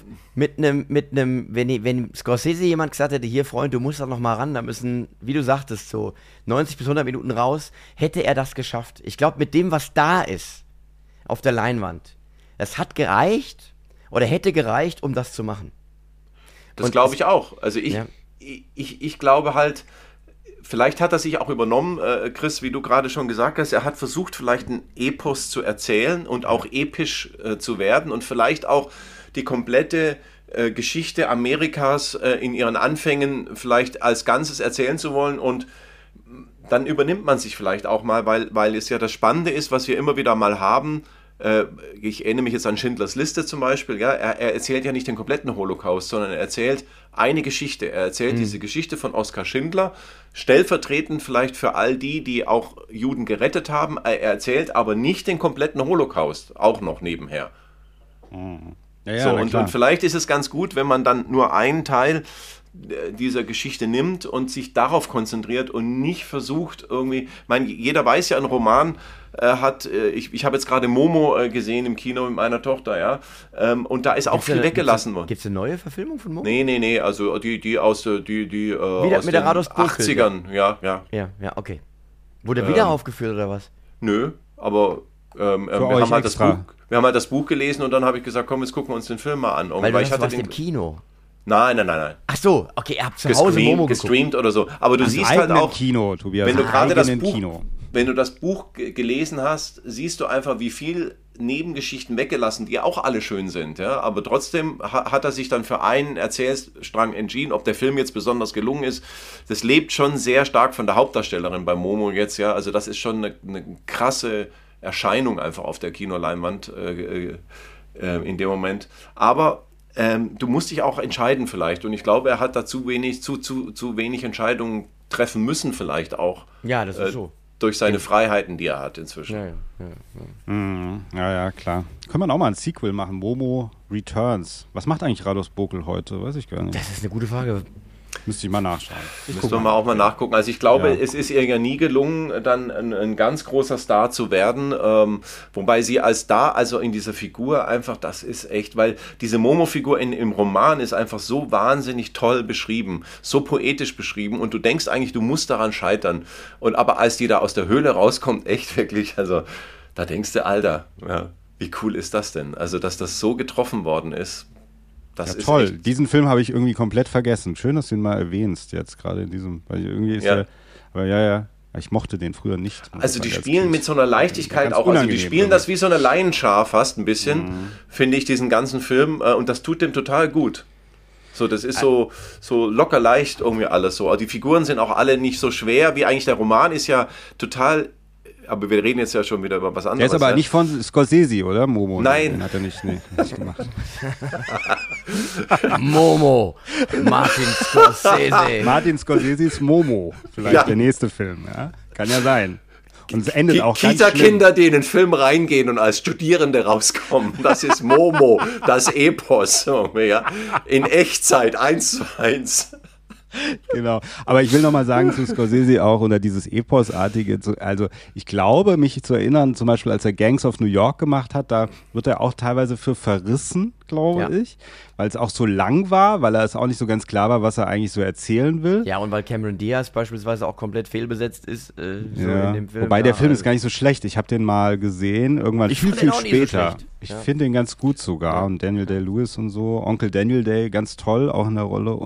wenn Scorsese jemand gesagt hätte, hier Freund, du musst da noch mal ran, da müssen, wie du sagtest, so 90 bis 100 Minuten raus, hätte er das geschafft. Ich glaube, mit dem, was da ist, auf der Leinwand, das hat gereicht oder hätte gereicht, um das zu machen. Das glaube ich auch. Also ich glaube halt, vielleicht hat er sich auch übernommen, Chris, wie du gerade schon gesagt hast, er hat versucht, vielleicht ein Epos zu erzählen und auch episch zu werden und vielleicht auch die komplette Geschichte Amerikas in ihren Anfängen vielleicht als Ganzes erzählen zu wollen und dann übernimmt man sich vielleicht auch mal, weil es ja das Spannende ist, was wir immer wieder mal haben. Ich erinnere mich jetzt an Schindlers Liste zum Beispiel, ja, er erzählt ja nicht den kompletten Holocaust, sondern er erzählt eine Geschichte. Er erzählt diese Geschichte von Oskar Schindler, stellvertretend vielleicht für all die auch Juden gerettet haben. Er erzählt aber nicht den kompletten Holocaust, auch noch nebenher. Ja, so, und vielleicht ist es ganz gut, wenn man dann nur einen Teil dieser Geschichte nimmt und sich darauf konzentriert und nicht versucht irgendwie, ich meine, jeder weiß ja, ein Roman ich habe jetzt gerade Momo gesehen im Kino mit meiner Tochter, ja, und da ist auch viel weggelassen worden. Gibt es eine neue Verfilmung von Momo? Nee, also die aus den mit der 80ern, ja. Ja, okay. Wurde wieder aufgeführt oder was? Nö, aber wir haben halt das Buch gelesen und dann habe ich gesagt, komm, jetzt gucken wir uns den Film mal an. Weil ich hatte im Kino. Nein. Ach so, okay, ihr habt zu Hause Momo gestreamt oder so. Aber du siehst halt auch, Kino, Tobias, wenn du gerade wenn du das Buch gelesen hast, siehst du einfach, wie viel Nebengeschichten weggelassen, die auch alle schön sind. Ja? Aber trotzdem hat er sich dann für einen Erzählstrang entschieden, ob der Film jetzt besonders gelungen ist. Das lebt schon sehr stark von der Hauptdarstellerin bei Momo jetzt. Ja? Also das ist schon eine krasse Erscheinung einfach auf der Kinoleinwand in dem Moment. Aber du musst dich auch entscheiden vielleicht. Und ich glaube, er hat da zu wenig Entscheidungen treffen müssen vielleicht auch. Ja, das ist so. Durch seine Freiheiten, die er hat inzwischen. Ja, klar. Können wir auch mal ein Sequel machen, Momo Returns. Was macht eigentlich Rados Bokel heute? Weiß ich gar nicht. Das ist eine gute Frage. Müsste ich mal nachschauen. Müssen wir auch mal nachgucken. Also ich glaube, es ist ihr ja nie gelungen, dann ein ganz großer Star zu werden. Wobei sie als Star, also in dieser Figur einfach, das ist echt, weil diese Momo-Figur im Roman ist einfach so wahnsinnig toll beschrieben, so poetisch beschrieben und du denkst eigentlich, du musst daran scheitern. Aber als die da aus der Höhle rauskommt, echt wirklich, also da denkst du, Alter, ja, wie cool ist das denn? Also, dass das so getroffen worden ist. Das ist toll. Echt. Diesen Film habe ich irgendwie komplett vergessen. Schön, dass du ihn mal erwähnst jetzt gerade in diesem, weil irgendwie ist aber ich mochte den früher nicht. Also die spielen mit so einer Leichtigkeit auch, also die spielen das wie so eine Laienschar fast ein bisschen, finde ich, diesen ganzen Film und das tut dem total gut. So, das ist so locker leicht irgendwie alles so. Die Figuren sind auch alle nicht so schwer, wie eigentlich der Roman ist ja total. Aber wir reden jetzt ja schon wieder über was anderes. Der ist aber nicht von Scorsese, oder? Momo? Nein. Den hat er nicht gemacht. Momo. Martin Scorsese. Martin Scorseses Momo. Vielleicht der nächste Film. Ja? Kann ja sein. Und es endet auch ganz schlimm. Kita-Kinder, die in den Film reingehen und als Studierende rauskommen. Das ist Momo. Das Epos. Ja? In Echtzeit, 1:1. Genau, aber ich will nochmal sagen zu Scorsese auch unter dieses Epos-artige, also ich glaube, mich zu erinnern, zum Beispiel als er Gangs of New York gemacht hat, da wird er auch teilweise für verrissen, glaube ich, weil es auch so lang war, weil es auch nicht so ganz klar war, was er eigentlich so erzählen will. Ja, und weil Cameron Diaz beispielsweise auch komplett fehlbesetzt ist in dem Film. Wobei der Film ist gar nicht so schlecht, ich habe den mal gesehen, irgendwann viel später. So ich finde den ganz gut sogar und Daniel Day-Lewis und so, Onkel Daniel Day, ganz toll, auch in der Rolle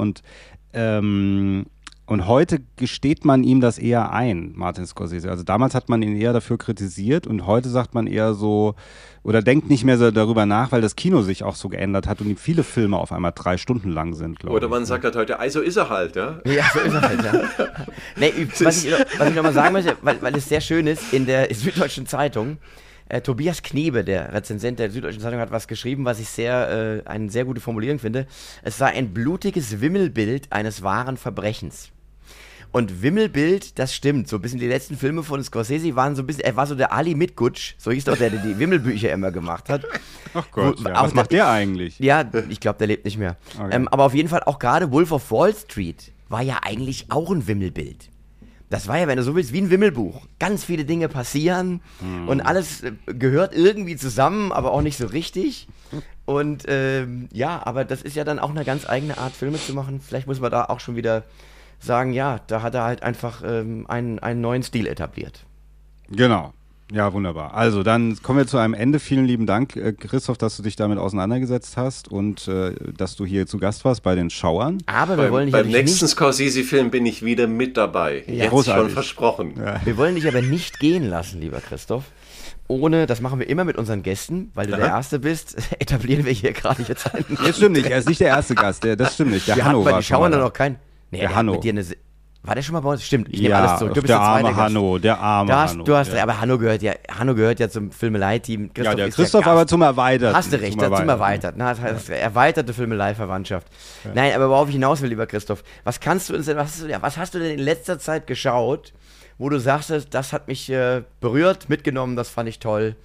und heute gesteht man ihm das eher ein, Martin Scorsese. Also damals hat man ihn eher dafür kritisiert und heute sagt man eher so, oder denkt nicht mehr so darüber nach, weil das Kino sich auch so geändert hat und viele Filme auf einmal 3 Stunden lang sind, glaube ich. Oder man sagt halt heute, so ist er halt, ja? Ja, so ist er halt, ja. Nee, was ich noch mal sagen möchte, weil es sehr schön ist, in der Süddeutschen Zeitung, Tobias Knebe, der Rezensent der Süddeutschen Zeitung, hat was geschrieben, was ich eine sehr gute Formulierung finde. Es sei ein blutiges Wimmelbild eines wahren Verbrechens. Und Wimmelbild, das stimmt. So ein bisschen die letzten Filme von Scorsese waren so ein bisschen, er war so der Ali Mitgutsch, so hieß doch der die Wimmelbücher immer gemacht hat. Ach Gott, was macht der eigentlich? Ja, ich glaube, der lebt nicht mehr. Okay. Aber auf jeden Fall auch gerade Wolf of Wall Street war ja eigentlich auch ein Wimmelbild. Das war ja, wenn du so willst, wie ein Wimmelbuch. Ganz viele Dinge passieren und alles gehört irgendwie zusammen, aber auch nicht so richtig. Und aber das ist ja dann auch eine ganz eigene Art, Filme zu machen. Vielleicht muss man da auch schon wieder sagen, ja, da hat er halt einfach einen neuen Stil etabliert. Genau. Ja, wunderbar. Also, dann kommen wir zu einem Ende. Vielen lieben Dank, Christoph, dass du dich damit auseinandergesetzt hast und dass du hier zu Gast warst bei den Schauern. Aber wir wollen dich beim nächsten Scorsese-Film bin ich wieder mit dabei. Ja, jetzt schon versprochen. Ja. Wir wollen dich aber nicht gehen lassen, lieber Christoph. Das machen wir immer mit unseren Gästen, weil du der Erste bist, etablieren wir hier gerade jetzt einen. Das stimmt nicht, er ist nicht der erste Gast, das stimmt nicht. Der Hanno war die Schauern noch kein. Nee, der Hanno. War der schon mal bei uns? Stimmt, ich nehme alles zurück. Du bist der arme Hanno, der arme Hanno. Du hast recht, aber Hanno gehört ja zum Filmelei-Team. Ja, der Christoph aber zum Erweiterten. Hast du recht, zum Erweiterten. Erweiterte Filmelei-Verwandtschaft. Ja. Nein, aber worauf ich hinaus will, lieber Christoph, was hast du denn in letzter Zeit geschaut, wo du sagst, das hat mich berührt, mitgenommen, das fand ich toll,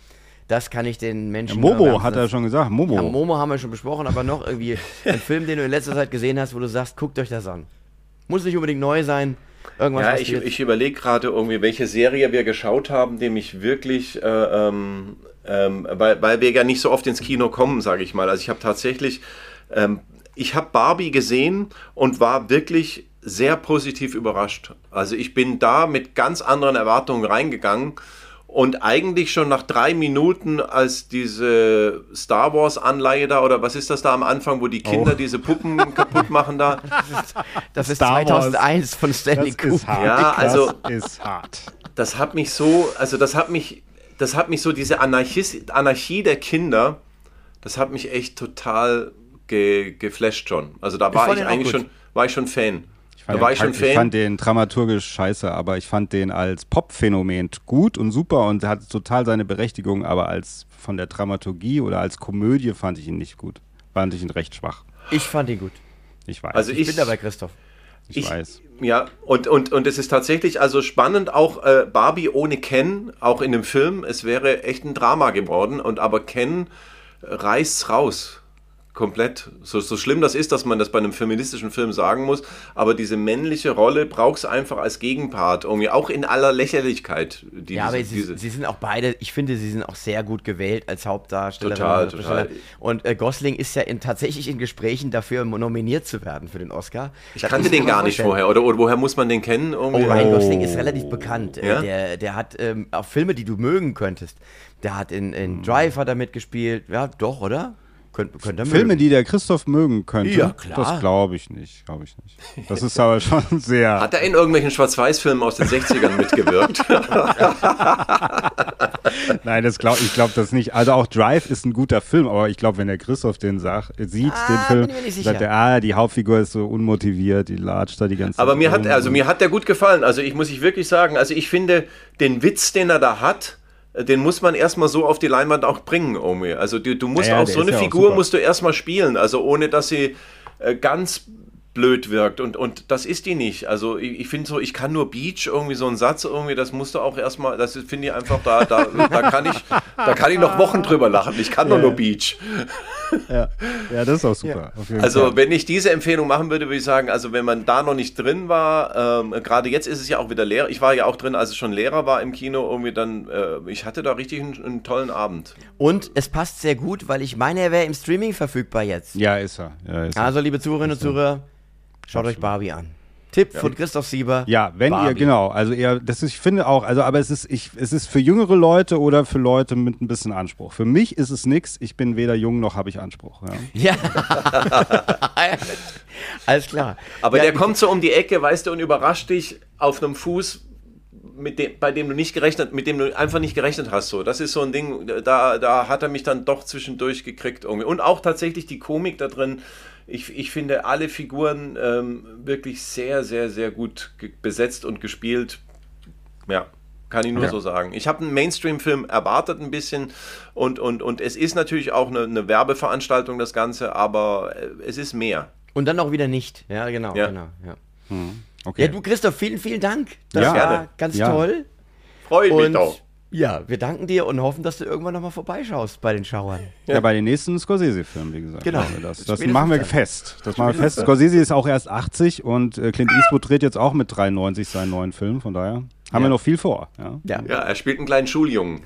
Das kann ich den Menschen... Momo hat er schon gesagt, Momo. Ja, Momo haben wir schon besprochen, aber noch irgendwie ein Film, den du in letzter Zeit gesehen hast, wo du sagst, guckt euch das an. Muss nicht unbedingt neu sein. Irgendwas, ja, ich überlege gerade irgendwie, welche Serie wir geschaut haben, die mich wirklich, weil wir ja nicht so oft ins Kino kommen, sage ich mal. Also ich habe tatsächlich, ich habe Barbie gesehen und war wirklich sehr positiv überrascht. Also ich bin da mit ganz anderen Erwartungen reingegangen. Und eigentlich schon nach 3 Minuten, als diese Star Wars Anleihe da, oder was ist das da am Anfang, wo die Kinder diese Puppen kaputt machen da? Das ist 2001 von Stanley Kubrick. Ja, also das ist hart. Das hat mich so, diese Anarchie der Kinder, das hat mich echt total geflasht schon. Also da war ich eigentlich schon Fan. Ich fand den dramaturgisch scheiße, aber ich fand den als Pop-Phänomen gut und super und hat total seine Berechtigung, aber als von der Dramaturgie oder als Komödie fand ich ihn nicht gut. Fand ich ihn recht schwach. Ich fand ihn gut. Ich weiß. Also ich bin dabei, Christoph. Ich weiß. Ja, und es ist tatsächlich also spannend, auch Barbie ohne Ken, auch in dem Film, es wäre echt ein Drama geworden, aber Ken reißt's raus. Komplett. So schlimm das ist, dass man das bei einem feministischen Film sagen muss, aber diese männliche Rolle braucht es einfach als Gegenpart, irgendwie auch in aller Lächerlichkeit. Sie sind auch beide, ich finde, sie sind auch sehr gut gewählt als Hauptdarsteller. Total. Und Gosling ist ja tatsächlich in Gesprächen dafür, nominiert zu werden für den Oscar. Ich kannte den gar nicht vorher, oder woher muss man den kennen? Ryan Gosling ist relativ bekannt. Ja? Der hat auch Filme, die du mögen könntest. Der hat in Drive hat er mitgespielt. Ja, doch, oder? Filme, die der Christoph mögen könnte? Ja, klar. Das glaube ich nicht. Das ist aber schon sehr... Hat er in irgendwelchen Schwarz-Weiß-Filmen aus den 60ern mitgewirkt? Nein, ich glaube das nicht. Also auch Drive ist ein guter Film, aber ich glaube, wenn der Christoph den sieht, den Film, sagt er, die Hauptfigur ist so unmotiviert, die latscht da die ganze Zeit. Aber mir hat der gut gefallen. Also muss ich wirklich sagen, also ich finde, den Witz, den er da hat, den muss man erstmal so auf die Leinwand auch bringen, irgendwie. Also du musst auch so eine Figur musst du erstmal spielen, also ohne dass sie ganz blöd wirkt und das ist die nicht. Also ich finde so, ich kann nur Beach, irgendwie so einen Satz, irgendwie, das musst du auch erstmal, das finde ich einfach, da kann ich noch Wochen drüber lachen. Ich kann doch nur Beach. Ja, das ist auch super. Ja. Also wenn ich diese Empfehlung machen würde ich sagen, also wenn man da noch nicht drin war, gerade jetzt ist es ja auch wieder leer. Ich war ja auch drin, als es schon leerer war im Kino, irgendwie dann, ich hatte da richtig einen tollen Abend. Und es passt sehr gut, weil ich meine, er wäre im Streaming verfügbar jetzt. Ja, ist er. Also liebe Zuhörerinnen und Zuhörer, schaut euch Barbie an. Tipp von Christoph Sieber. Ja, wenn Barbie. Ihr, genau, also ich finde auch, also aber es ist für jüngere Leute oder für Leute mit ein bisschen Anspruch. Für mich ist es nix, ich bin weder jung noch habe ich Anspruch. Ja. Alles klar. Aber der kommt so um die Ecke, weißt du, und überrascht dich auf einem Fuß, mit dem du einfach nicht gerechnet hast. So. Das ist so ein Ding, da hat er mich dann doch zwischendurch gekriegt irgendwie. Und auch tatsächlich die Komik da drin. Ich finde alle Figuren wirklich sehr, sehr, sehr gut besetzt und gespielt. Ja, kann ich nur so sagen. Ich habe einen Mainstream-Film erwartet ein bisschen und es ist natürlich auch eine Werbeveranstaltung, das Ganze, aber es ist mehr. Und dann auch wieder nicht. Ja, genau. Ja. Okay. Ja, du Christoph, vielen, vielen Dank. Das war ganz toll. Freue ich mich doch. Ja, wir danken dir und hoffen, dass du irgendwann nochmal vorbeischaust bei den Schauern. Ja, bei den nächsten Scorsese-Filmen, wie gesagt. Genau. Das machen wir fest. Scorsese ist auch erst 80 und Clint Eastwood dreht jetzt auch mit 93 seinen neuen Film, von daher haben wir noch viel vor. Ja, er spielt einen kleinen Schuljungen.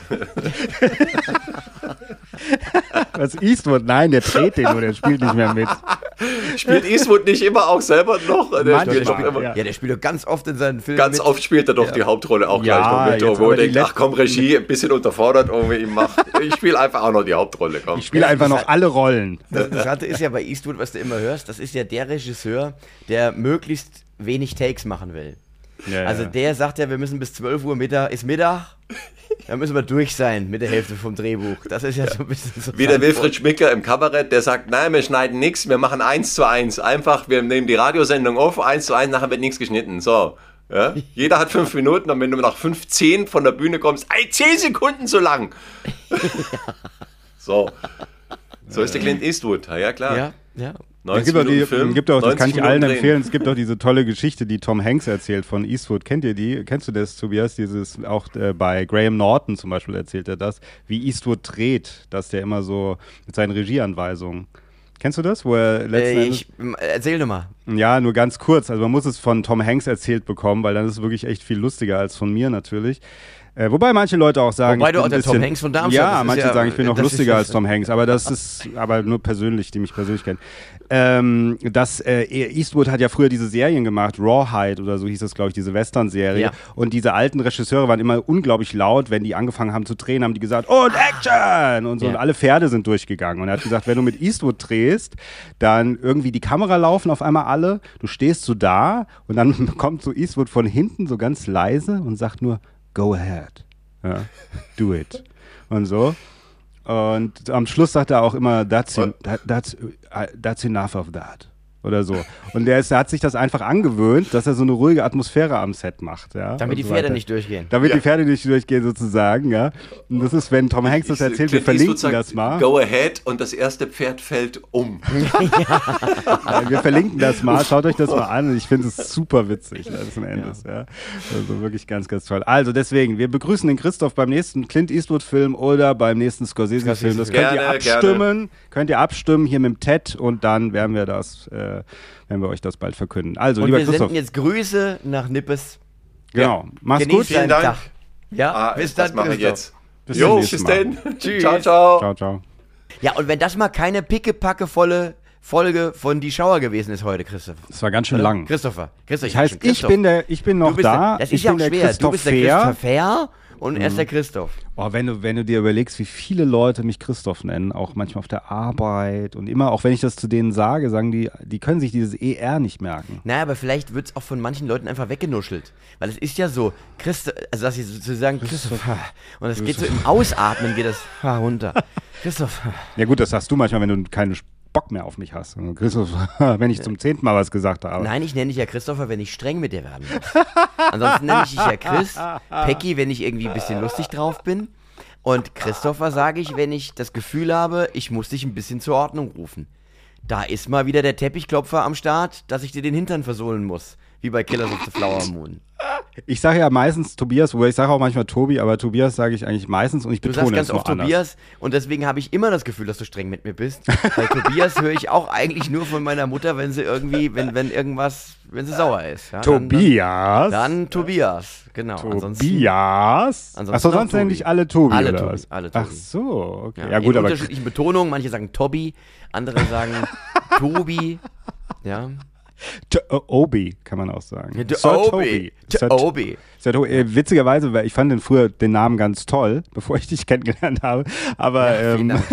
Was, Eastwood? Nein, der dreht den und der spielt nicht mehr mit. Spielt Eastwood nicht immer auch selber noch? Der spielt doch ganz oft in seinen Filmen Ganz oft spielt er doch die Hauptrolle auch gleich noch mit. Wo er denkt, ach komm, Regie, ein bisschen unterfordert, ich spiele einfach auch noch die Hauptrolle. Komm. Ich spiele einfach noch alle Rollen. Das Interessante ist ja bei Eastwood, was du immer hörst, das ist ja der Regisseur, der möglichst wenig Takes machen will. Der sagt ja, wir müssen bis 12 Uhr Mittag, dann müssen wir durch sein mit der Hälfte vom Drehbuch. Das ist ja so ein bisschen so. Wie der Wilfried Schmicker im Kabarett, der sagt, nein, wir schneiden nichts, wir machen 1:1. Einfach, wir nehmen die Radiosendung auf, 1:1, nachher wird nichts geschnitten. So. Ja? Jeder hat 5 Minuten und wenn du nach 5:10 von der Bühne kommst, 10 Sekunden zu lang. So ist der Clint Eastwood, ja klar. Ja. Gibt auch, das kann ich allen drehen. empfehlen, es gibt auch diese tolle Geschichte, die Tom Hanks erzählt von Eastwood. Kennt ihr die? Kennst du das, Tobias? Dieses, auch bei Graham Norton zum Beispiel erzählt er das, wie Eastwood dreht, dass der immer so mit seinen Regieanweisungen. Kennst du das? Wo er erzähl doch mal. Ja, nur ganz kurz. Also man muss es von Tom Hanks erzählt bekommen, weil dann ist es wirklich echt viel lustiger als von mir natürlich. Wobei manche Leute auch sagen, wobei du auch der Tom Hanks von Darmstadt. Ja, manche sagen, ich bin noch lustiger als Tom Hanks, aber das ist aber nur persönlich, die mich persönlich kennen. Eastwood hat ja früher diese Serien gemacht, Rawhide oder so hieß das, glaube ich, diese Western-Serie. Ja. Und diese alten Regisseure waren immer unglaublich laut, wenn die angefangen haben zu drehen, haben die gesagt, und Action! Und so, und alle Pferde sind durchgegangen. Und er hat gesagt, wenn du mit Eastwood drehst, dann irgendwie die Kamera laufen auf einmal alle, du stehst so da und dann kommt so Eastwood von hinten so ganz leise und sagt nur, go ahead. Ja, do it. Und so. Und am Schluss sagt er auch immer, that's enough of that. Oder so. Und der hat sich das einfach angewöhnt, dass er so eine ruhige Atmosphäre am Set macht. Ja? Damit die Pferde nicht durchgehen. Damit die Pferde nicht durchgehen, sozusagen. Ja? Und das ist, wenn Tom Hanks das erzählt, wir verlinken das mal. Go ahead und das erste Pferd fällt um. Wir verlinken das mal, schaut euch das mal an. Ich finde es super witzig, letzten Endes. Ja. Also wirklich ganz, ganz toll. Also deswegen, wir begrüßen den Christoph beim nächsten Clint Eastwood-Film oder beim nächsten Scorsese-Film. Das könnt ihr abstimmen. Könnt ihr abstimmen hier mit dem Ted und dann werden wir euch das bald verkünden. Also, und lieber wir Christoph. senden jetzt Grüße nach Nippes. Genau. Mach's Genieß gut. Vielen Dank. Tag. Ja, bis dann. Das mache ich jetzt. Bis zum nächsten Bis Mal. dann. Tschüss. Ciao, ciao. Ciao, ciao. Ja, und wenn das mal keine pickepackevolle Folge von Die Schauer gewesen ist heute, Christoph. Das war ganz schön lang. Christopher. Das heißt, ich bin noch da. Das ist ich ja bin auch der schwer. Christoph Du bist der Fehr. Christopher und er ist der Christoph. Oh, wenn du dir überlegst, wie viele Leute mich Christoph nennen, auch manchmal auf der Arbeit und immer, auch wenn ich das zu denen sage, sagen die können sich dieses ER nicht merken. Naja, aber vielleicht wird es auch von manchen Leuten einfach weggenuschelt. Weil es ist ja so, also dass sie sozusagen Christoph, und es geht so im Ausatmen, geht das runter. Christoph. Ja gut, das sagst du manchmal, wenn du keinen Bock mehr auf mich hast. Christoph, wenn ich zum 10. Mal was gesagt habe. Nein, ich nenne dich ja Christopher, wenn ich streng mit dir werden muss. Ansonsten nenne ich dich ja Chris, Peggy, wenn ich irgendwie ein bisschen lustig drauf bin. Und Christopher sage ich, wenn ich das Gefühl habe, ich muss dich ein bisschen zur Ordnung rufen. Da ist mal wieder der Teppichklopfer am Start, dass ich dir den Hintern versohlen muss. Wie bei Killers of the Flower Moon. Ich sage ja meistens Tobias, wobei ich sage auch manchmal Tobi, aber Tobias sage ich eigentlich meistens und ich betone es Du sagst ganz oft anders. Tobias und deswegen habe ich immer das Gefühl, dass du streng mit mir bist. Weil Tobias höre ich auch eigentlich nur von meiner Mutter, wenn sie irgendwie, wenn sie sauer ist. Ja, Tobias? Dann Tobias, genau. Tobias? Achso, sonst nenne ich alle Tobi, alle oder Tobi, was? alle Tobi. Ach so, okay. Ja, gut, in aber unterschiedlichen Betonungen. Manche sagen Tobi, andere sagen Tobi. Ja. Obi kann man auch sagen. Obi. Witzigerweise, weil ich fand früher den Namen ganz toll, bevor ich dich kennengelernt habe. Aber Vielen Dank.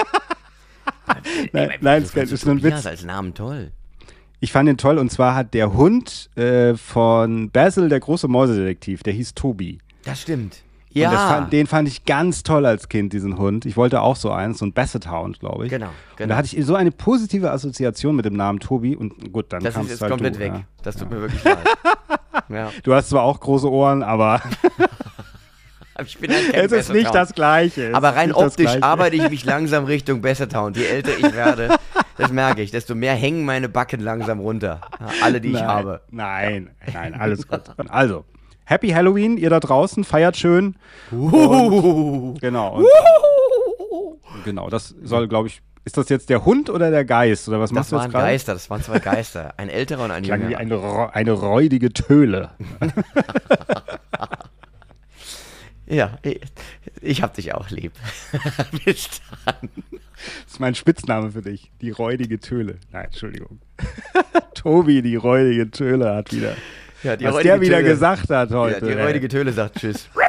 nein, es ist nur ein Witz. als Namen toll. Ich fand ihn toll und zwar hat der Hund von Basil, der große Mäusedetektiv, der hieß Tobi. Das stimmt. Ja. Und den fand ich ganz toll als Kind, diesen Hund. Ich wollte auch so ein Basset Hound, glaube ich. Genau. Und da hatte ich so eine positive Assoziation mit dem Namen Tobi und gut, dann kam es halt. Das ist jetzt komplett weg. Ja. Das tut mir wirklich leid. Ja. Du hast zwar auch große Ohren, aber ich bin halt kein es ist nicht das Gleiche. Aber rein optisch arbeite ich mich langsam Richtung Bassethound. Je älter ich werde, das merke ich, desto mehr hängen meine Backen langsam runter. Alle, die ich habe. Nein, alles gut. Also, Happy Halloween, ihr da draußen, feiert schön. Genau. Genau, das soll, glaube ich, ist das jetzt der Hund oder der Geist? Oder was machst du jetzt gerade? Das waren zwei Geister. Ein älterer und ein jüngerer. Wie eine räudige Töle. Ja, ich hab dich auch lieb. Bis dann. Das ist mein Spitzname für dich, die räudige Töle. Nein, Entschuldigung. Tobi, die räudige Töle hat wieder... Ja, was der wieder gesagt hat heute. Ja, die räudige Töle sagt Tschüss.